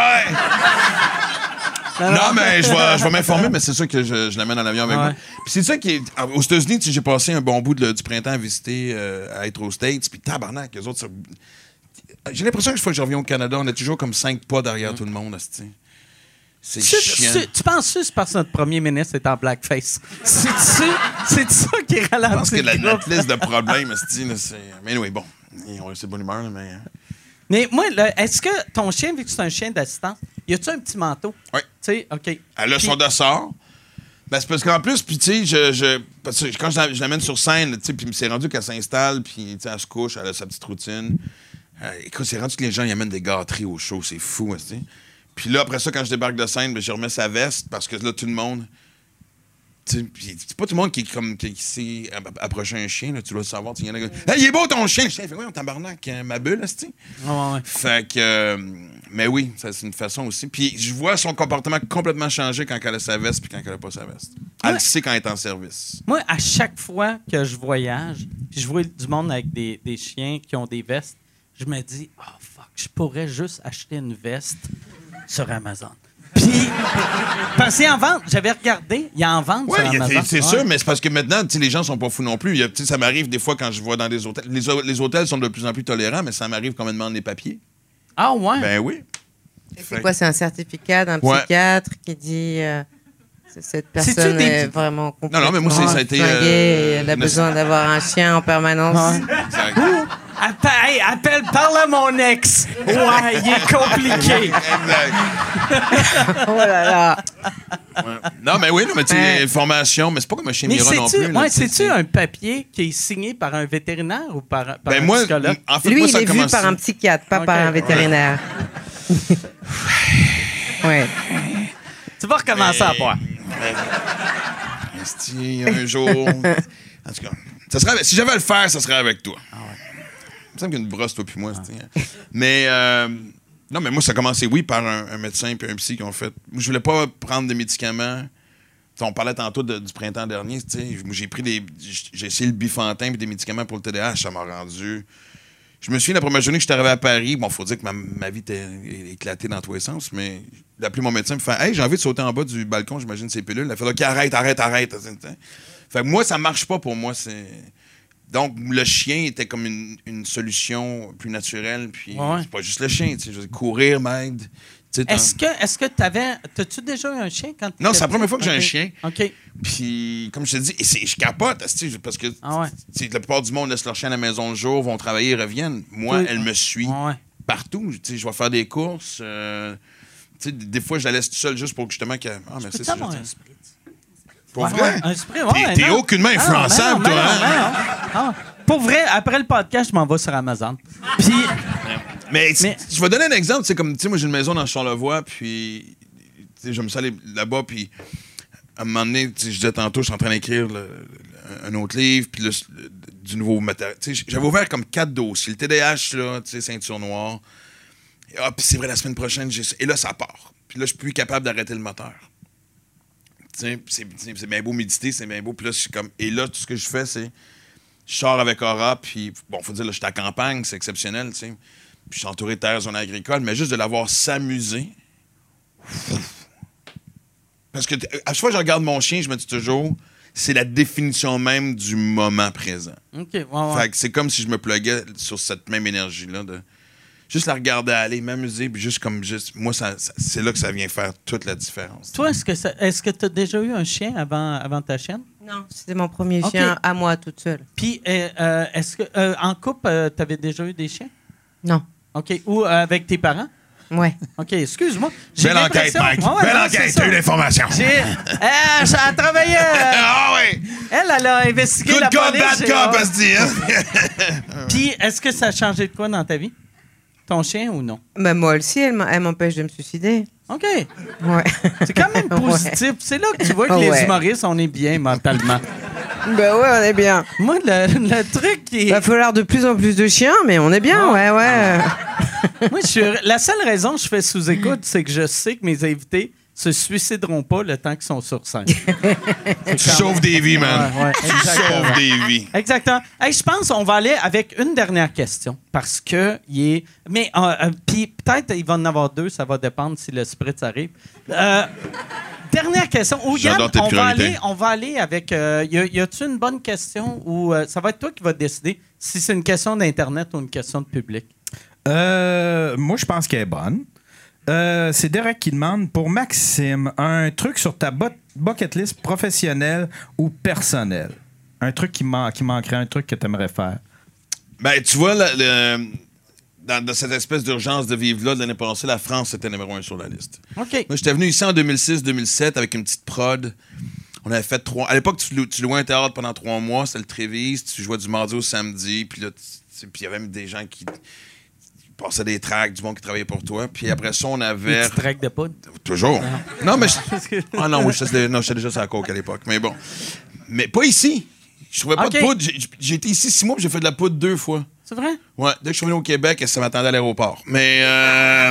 Non, Non, mais je vais, je vais m'informer, mais c'est sûr que je, je l'amène en avion avec Ouais. moi. Puis c'est ça qui est. Aux États-Unis, tu sais, j'ai passé un bon bout de- du printemps à visiter, euh, à être aux States, puis tabarnak, eux autres, ça- j'ai l'impression que chaque fois que je reviens au Canada, on est toujours comme cinq pas derrière tout le monde, asti. C'est Tu, chiant. tu, tu penses que c'est parce que notre premier ministre est en blackface? C'est-tu, c'est ça qui Je ralentit pense que le la, groupe? notre liste de problèmes, asti, là, c'est. Mais oui, bon, on reste de bonne humeur, là, mais. Mais moi, là, est-ce que ton chien, vu que c'est un chien d'assistance, y a-tu un petit manteau? Oui. Tu sais, OK. Elle a Puis- son dossard. Ben, c'est parce qu'en plus, puis tu sais, je, je, parce que quand je la- je l'amène sur scène, tu sais, puis c'est rendu qu'elle s'installe, puis tu sais, elle se couche, elle a sa petite routine. Euh, écoute, c'est rendu que les gens y amènent des gâteries au show, c'est fou, tu sais. Puis là, après ça, quand je débarque de scène, ben, je remets sa veste, parce que là, tout le monde... tu sais, puis c'est pas tout le monde qui, est comme, qui, qui sait app- approcher un chien, là, tu dois le savoir. Il y en a qui hey, il est beau ton chien! Le chien fait, oui, on tabarnak, hein, ma bulle, tu sais. Ouais, ouais. Fait que. euh, mais oui, ça, c'est une façon aussi. Puis je vois son comportement complètement changer quand elle a sa veste puis quand elle a pas sa veste. Elle Ouais. le sait quand elle est en service. Moi, à chaque fois que je voyage, puis je vois du monde avec des, des chiens qui ont des vestes, je me dis, oh fuck, je pourrais juste acheter une veste sur Amazon. Puis, parce qu'il y en vente, j'avais regardé, il y en vente Oui, sur Amazon. c'est Ouais. sûr, mais c'est parce que maintenant, tu sais, les gens sont pas fous non plus. Il y a- tu sais, ça m'arrive des fois quand je vois dans des hôtels. Les, o- les hôtels sont de plus en plus tolérants, mais ça m'arrive quand on me demande les papiers. Ah ouais? Ben oui. C'est quoi, c'est un certificat d'un Ouais. psychiatre qui dit euh, que cette C'est-tu personne des est petits- vraiment complètement Non, non, mais moi, c'est- ça a été, flinguée euh, et elle a une- besoin d'avoir un chien en permanence. Exact. Appelle, hey, appelle, parle à mon ex. Ouais, il est compliqué. Exact. Oh là là. Ouais. Non, mais oui, non, mais tu sais, Ouais. formation, mais c'est pas comme un chien Mais Mira non c'est-tu, plus. là, ouais, tu sais, c'est-tu un papier qui est signé par un vétérinaire ou par, par Ben un moi, psychologue? en fait, Lui, moi, il ça a est vu commencé- par un psychiatre, pas Ok. par un vétérinaire. Ouais. Tu vas recommencer à boire. Esti, un jour. En tout cas, ça serait, si j'avais à le faire, ça serait avec toi. Ah Il me semble qu'il y a une brosse, toi puis moi. esti, hein. Mais, euh, non, mais moi, ça a commencé, oui, par un, un médecin puis un psy qui ont fait. Moi, je voulais pas prendre des médicaments. T'sais, on parlait tantôt de- du printemps dernier. tu sais, Moi, j'ai pris des. J'ai essayé le bifantin puis des médicaments pour le T D A H. Ça m'a rendu. Je me souviens la première journée que je suis arrivé à Paris. Bon, faut dire que ma, ma vie était éclatée dans tous les sens, mais j'ai appelé mon médecin et me fait hey, j'ai envie de sauter en bas du balcon, j'imagine ces pilules. Il a fait OK, arrête, arrête, arrête. Fait que moi, ça marche pas pour moi. C'est... Donc, le chien était comme une, une solution plus naturelle. Puis, Ouais. c'est pas juste le chien. tu sais, je veux dire, courir m'aide. Tu sais, Est-ce t'en- que, est-ce que t'avais, t'as-tu déjà eu un chien quand tu Non, c'est la première fois que j'ai un chien. OK. Puis, comme je te dis, et c'est- je capote, asti, parce que Ah ouais. tu sais, la plupart du monde laisse leur chien à la maison le jour, vont travailler et reviennent. Moi, Oui. elle me suit Ouais. partout. Tu sais, je vais faire des courses. euh, tu sais, des des fois, je la laisse tout seul juste pour que justement qu'elle. Ah, merci, Peux-tu c'est avoir gentil. un spritz? Pour Ouais, vrai? ouais, un spritz, ouais, T'es- t'es non. aucunement Ah non, influençable, mais non, toi, mais non, hein? mais non. Ah, pour vrai, après le podcast, je m'en vais sur Amazon. Puis, Mais, tu- Mais- je vais donner un exemple. C'est comme, tu sais, moi, j'ai une maison dans Charlevoix, puis tu sais, je me suis allé là-bas, puis à un moment donné, tu sais, je disais tantôt, je suis en train d'écrire le- le- un autre livre, puis là, le- du nouveau matériel. Tu sais, j'avais ouvert comme quatre dossiers. Le T D A H, là, tu sais, ceinture noire. Et, ah, puis c'est vrai, la semaine prochaine, j'ai ça. Et là, ça part. Puis là, je suis plus capable d'arrêter le moteur. Tu sais, c'est c'est- c'est bien beau méditer, c'est bien beau. Puis là, je suis comme. Et là, tout ce que je fais, c'est. Je sors avec Aura, puis bon, faut dire, là, je suis à campagne, c'est exceptionnel, tu sais. Puis je suis entouré de terres, zones agricoles, mais juste de l'avoir s'amuser. Parce que t- à chaque fois que je regarde mon chien, je me dis toujours, c'est la définition même du moment présent. OK, ouais, ouais. Fait que c'est comme si je me pluguais sur cette même énergie-là de juste la regarder aller, m'amuser, puis juste comme juste. Moi, ça, ça- c'est là que ça vient faire toute la différence. Toi, est-ce que ça, est-ce que tu as déjà eu un chien avant, avant ta chienne? Non, c'était mon premier Ok. chien à moi toute seule. Puis, euh, euh, est-ce que euh, en couple, tu avais déjà eu des chiens? Non. OK. Ou euh, avec tes parents? Ouais. OK, excuse-moi. J'ai Belle enquête, l'impression- Mike. Ouais, ouais, Belle non, c'est enquête, ça. t'as eu l'information. J'ai. Euh, j'ai travaillé. euh, Ah ouais! elle, elle a investigué Good la cop, police. bad j'ai- cop, elle se dit, hein? Puis, est-ce que ça a changé de quoi dans ta vie? Ton chien ou non? Mais moi aussi, elle m'a- elle m'empêche de me suicider. OK. Ouais. C'est quand même positif. C'est là que tu vois que les Ouais. humoristes, on est bien mentalement. Ben ouais, on est bien. Moi, le, le truc qui est. Il va falloir de plus en plus de chiens, mais on est bien, ouais, ouais. Moi, je suis... la seule raison que je fais sous-écoute, c'est que je sais que mes invités se suicideront pas le temps qu'ils sont sur scène. Tu sauves des vies, man. Ouais, ouais, tu exactement. sauves des vies. Exactement. Hey, je pense qu'on va aller avec une dernière question parce que il est. Mais euh, euh, puis peut-être il va en avoir deux, ça va dépendre si le spritz arrive. Euh, dernière question. Ou Yann, J'adore tes on va priorités. aller, on va aller avec. Euh, y a- y a-tu une bonne question ou euh, ça va être toi qui vas décider si c'est une question d'internet ou une question de public. Euh, moi, je pense qu'elle est bonne. Euh, c'est Derek qui demande, pour Maxime, un truc sur ta bo- bucket list professionnelle ou personnelle. Un truc qui, man- qui manquerait, un truc que tu aimerais faire. Ben, tu vois, le- le- dans, dans cette espèce d'urgence de vivre-là de l'année passée, la France était numéro un sur la liste. OK. Moi, j'étais venu ici en deux mille six deux mille sept avec une petite prod. On avait fait trois... À l'époque, tu, lou- tu louais un théâtre pendant trois mois. C'était le Trévise. Tu jouais du mardi au samedi. Puis là, tu sais, puis il y avait même des gens qui... passaient des tracks, du monde qui travaillait pour toi. Puis après ça, on avait... Petit track de poudre. Toujours. Non, mais... je- Ah non, oui, j'étais non, j'étais déjà sur la coke à l'époque. Mais bon. Mais pas ici. Je trouvais pas OK. de poudre. J'ai j'ai été ici six mois puis j'ai fait de la poudre deux fois. C'est vrai? Ouais, dès que je suis venu au Québec, ça m'attendait à l'aéroport. Mais... Euh...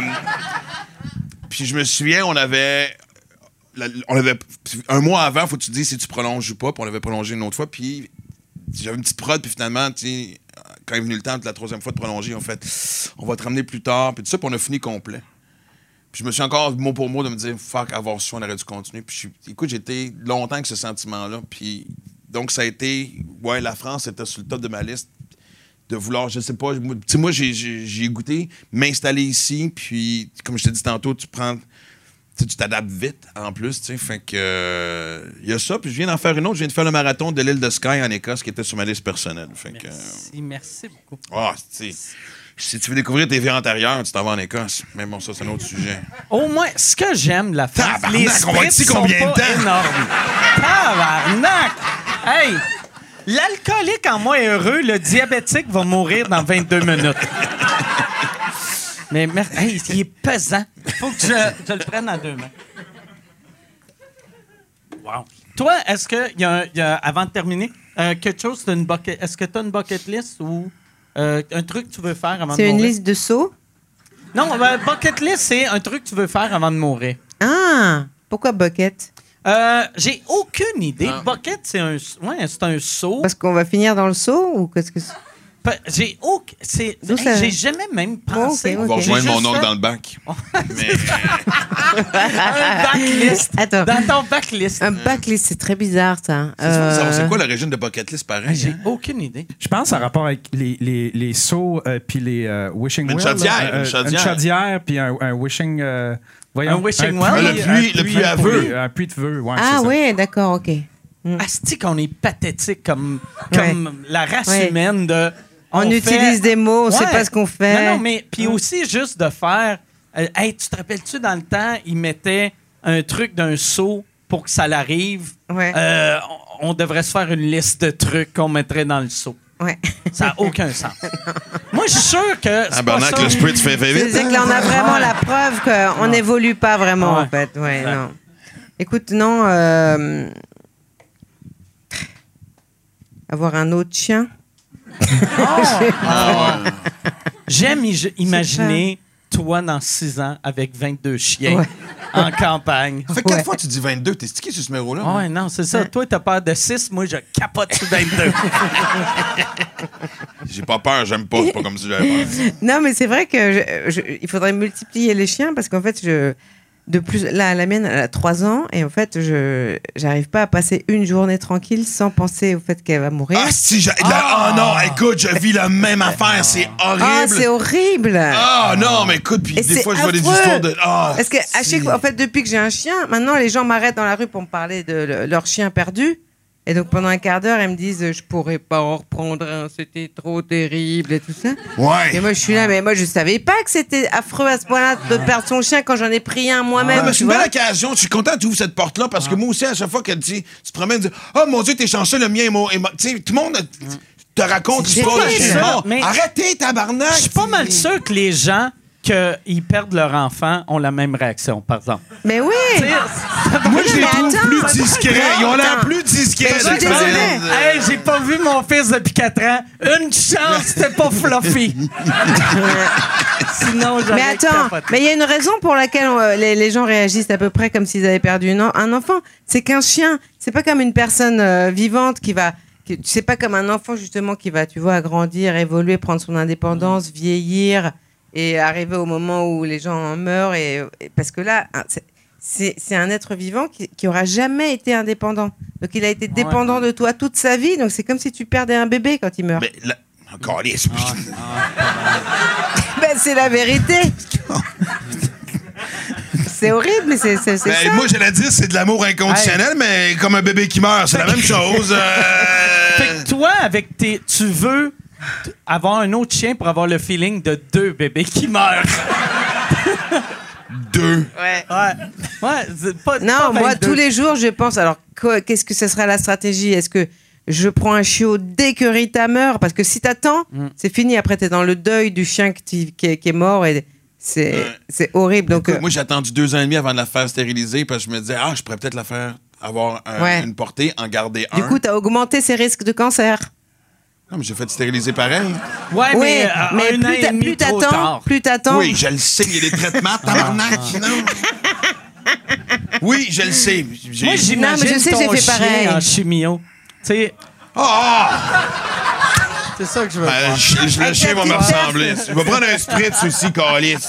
Puis je me souviens, on avait... la- on avait... Un mois avant, faut que tu te dises si tu prolonges ou pas. Puis on l'avait prolongé une autre fois. Puis j'avais une petite prod. Puis finalement, tu sais, quand est venu le temps de la troisième fois de prolonger, on fait... On va te ramener plus tard. Puis tout ça, puis on a fini complet. Puis je me suis encore, mot pour mot, de me dire, fuck, avoir su, on aurait dû continuer. Puis je suis- écoute, j'ai été longtemps avec ce sentiment-là. Puis donc, ça a été, ouais, la France était sur le top de ma liste. De vouloir, je sais pas, moi- tu sais, moi, j'ai- j'ai j'ai goûté m'installer ici. Puis, comme je t'ai dit tantôt, tu prends, tu sais, tu t'adaptes vite, en plus, tu sais. Fait que, euh, il y a ça. Puis je viens d'en faire une autre. Je viens de faire le marathon de l'île de Skye en Écosse, qui était sur ma liste personnelle. Fait que, Merci, merci beaucoup. ah, tu sais, si tu veux découvrir tes vies antérieures, tu t'en vas en Écosse. Mais bon, ça, c'est un autre sujet. Au moins, ce que j'aime de la France, Tabarnak, les on va être ici spritz sont combien de pas temps? énormes. Tabarnak! Hey! L'alcoolique en moi est heureux, le diabétique va mourir dans vingt-deux minutes. Mais mer- hey, il est pesant. Faut que je, je le prenne à deux mains. Wow. Toi, est-ce que, y a un- y a, avant de terminer, euh, quelque chose, t'as une bucket, est-ce que tu as une bucket list ou euh, un truc que tu veux faire avant de C'est mourir? une liste de sauts? Non, ben, bucket list, c'est un truc que tu veux faire avant de mourir. Ah! Pourquoi bucket? Euh, j'ai aucune idée. Ah. Bucket, c'est un, ouais, c'est un seau. Parce qu'on va finir dans le seau ou qu'est-ce que c'est? Pe- J'ai aucun, c'est, D'où hey, ça- j'ai jamais même pensé. ok, On va ok. rejoindre J'ai mon juste oncle fait dans le bac. Mais, un backlist. Attends. Dans ton backlist. Un backlist, c'est très bizarre, ça. c'est ça, Euh, c'est quoi l'origine de bucket list, pareil? J'ai hein? aucune idée. Je pense en rapport avec les, les, les seaux euh, puis les euh, wishing Une wells, chaudière, là. une Euh, chaudière. Une chaudière puis un, un wishing... euh, voyons, Un wishing puits- well? Le puits- le puits à pour vœux. les- Un puits de vœux, ouais, Ah c'est ça. ouais, d'accord, ok. Asti qu'on est pathétique comme, comme la race Ouais. humaine de. On, fait- utilise des mots, on sait Ouais. pas ce qu'on fait. Non, non, mais puis aussi juste de faire. euh, hey, tu te rappelles-tu dans le temps, ils mettaient un truc d'un seau pour que ça l'arrive. Ouais. Euh, on, on devrait se faire une liste de trucs qu'on mettrait dans le seau. Ouais. Ça n'a aucun sens. Moi, je suis sûr que. Ah, C'est pas Bernard, ça. le spritz fait fait vite. C'est hein? que là, on a vraiment la preuve qu'on n'évolue pas vraiment, Ouais. en fait. Ouais, Ouais. non. Écoute, non. euh, Avoir un autre chien. J'aime i- imaginer toi dans six ans avec vingt-deux chiens Ouais. en campagne. Ça fait quatre Ouais. fois que tu dis vingt-deux. T'es stické sur ce numéro-là? Ah ouais, non, c'est ça. Toi, t'as peur de six, moi, je capote sur vingt-deux. J'ai pas peur, j'aime pas. C'est pas comme si j'avais peur. Non, mais c'est vrai que je- je- il faudrait multiplier les chiens parce qu'en fait, je, de plus, là, la mienne, elle a trois ans et en fait, je j'arrive pas à passer une journée tranquille sans penser au fait qu'elle va mourir. Ah, si, j'ai. la- Oh non, écoute, je vis la même affaire. C'est Ah, horrible. c'est horrible! Ah non, mais écoute, puis Et des c'est fois, je vois des affreux. histoires de. Ah, Parce que à si. chaque fois, en fait, depuis que j'ai un chien, maintenant les gens m'arrêtent dans la rue pour me parler de le- leur chien perdu. Et donc pendant un quart d'heure, ils me disent je pourrais pas en reprendre un, c'était trop terrible et tout ça. Et Ouais. moi je suis là, mais moi je savais pas que c'était affreux à ce point-là de perdre son chien quand j'en ai pris un Non, moi-même. mais tu c'est une vois. belle occasion. Je suis content que tu ouvres cette porte-là parce que moi aussi, à chaque fois qu'elle dit, tu te promènes, tu dis, oh mon Dieu, t'es chanceux, le mien est mort. est mort. Tu sais, tout le monde te raconte C'est l'histoire de terrible, chien ça, mort. mais- Arrêtez, tabarnak. Je suis pas mal sûr que les gens qu'ils perdent leur enfant ont la même réaction, par exemple. Mais oui! Moi, je les mais trouve attends. plus discrets. Ils ont l'air Attends. plus discrets. Je suis les désolée. Coréens. Hey, j'ai pas vu mon fils depuis quatre ans. Une chance, c'était pas fluffy. Sinon, j'aurais Mais attends, capoté. mais il y a une raison pour laquelle euh, les, les gens réagissent à peu près comme s'ils avaient perdu une en- un enfant. C'est qu'un chien, c'est pas comme une personne euh, vivante qui va. qui- C'est pas comme un enfant justement qui va, tu vois, grandir, évoluer, prendre son indépendance, vieillir et arriver au moment où les gens en meurent. Et, et- parce que là, un- c'est- c'est c'est un être vivant qui, qui aura jamais été indépendant. Donc il a été dépendant de toi toute sa vie. Donc c'est comme si tu perdais un bébé quand il meurt. Mais là, encore les. Ben, c'est la vérité. C'est horrible, mais c'est c'est- c'est Ben, ça. moi, j'allais dire, c'est de l'amour inconditionnel, mais comme un bébé qui meurt, c'est la même chose. euh, Fait que toi, avec tes. Tu veux t- avoir un autre chien pour avoir le feeling de deux bébés qui meurent. Deux. Ouais. Ouais. Ouais, c'est pas. pas Non, moi, vingt-deux. tous les jours, je pense, alors, quoi- qu'est-ce que ce sera la stratégie? Est-ce que je prends un chiot dès que Rita meurt? Parce que si t'attends, Mm. c'est fini. Après, t'es dans le deuil du chien qui, qui est, qui est mort et c'est Ouais. c'est horrible. Donc, Écoute, euh, moi, j'ai attendu deux ans et demi avant de la faire stériliser parce que je me disais, ah, je pourrais peut-être la faire avoir un- Ouais. une portée, en garder un. du coup, t'as augmenté ses risques de cancer. Non, mais j'ai fait stériliser pareil. Ouais, oui, mais, euh, mais un an plus et t'a- demi plus trop t'attends, tard. plus t'attends. Oui, je le sais, il y a des traitements, tabarnak, non? Oui, je le sais. J'ai- Moi, j'imagine Non, mais je sais, ton j'ai fait chien pareil. en chimio. Tu sais, Ah! c'est ça que je veux Ben, voir. je- je- le Avec chien ta va me petite ressembler. Je vais prendre un spritz aussi, calice.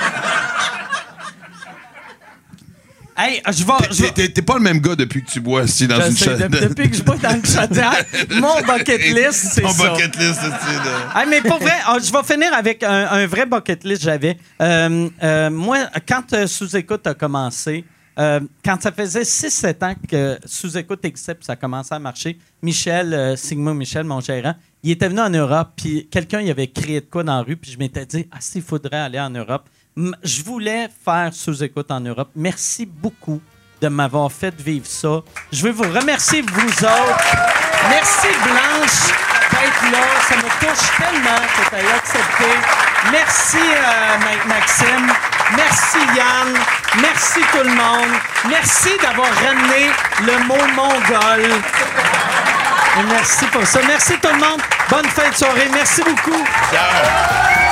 Hey, je vais... je T'es- vais- T'es t'es pas le même gars depuis que tu bois assis dans je une sais, chaise. de- depuis que je bois dans une chaudière, mon bucket list, c'est Ton ça. bucket list, c'est de... Ah, mais pour vrai, ah, je vais finir avec un, un vrai bucket list que j'avais. Euh, euh, moi, quand euh, Sous-Écoute a commencé, euh, quand ça faisait six sept ans que Sous-Écoute existait puis ça commençait à marcher, Michel, euh, Sigma Michel, mon gérant, il était venu en Europe, puis quelqu'un il avait crié de quoi dans la rue, puis je m'étais dit, ah, s'il faudrait aller en Europe. M- Je voulais faire Sous-Écoute en Europe. Merci beaucoup de m'avoir fait vivre ça. Je veux vous remercier, vous autres. Merci, Blanche, d'être là. Ça me touche tellement que tu aies accepté. Merci, euh, Ma- Maxime. Merci, Yann. Merci, tout le monde. Merci d'avoir ramené le mot mongol. Et merci pour ça. Merci, tout le monde. Bonne fin de soirée. Merci beaucoup. Ciao.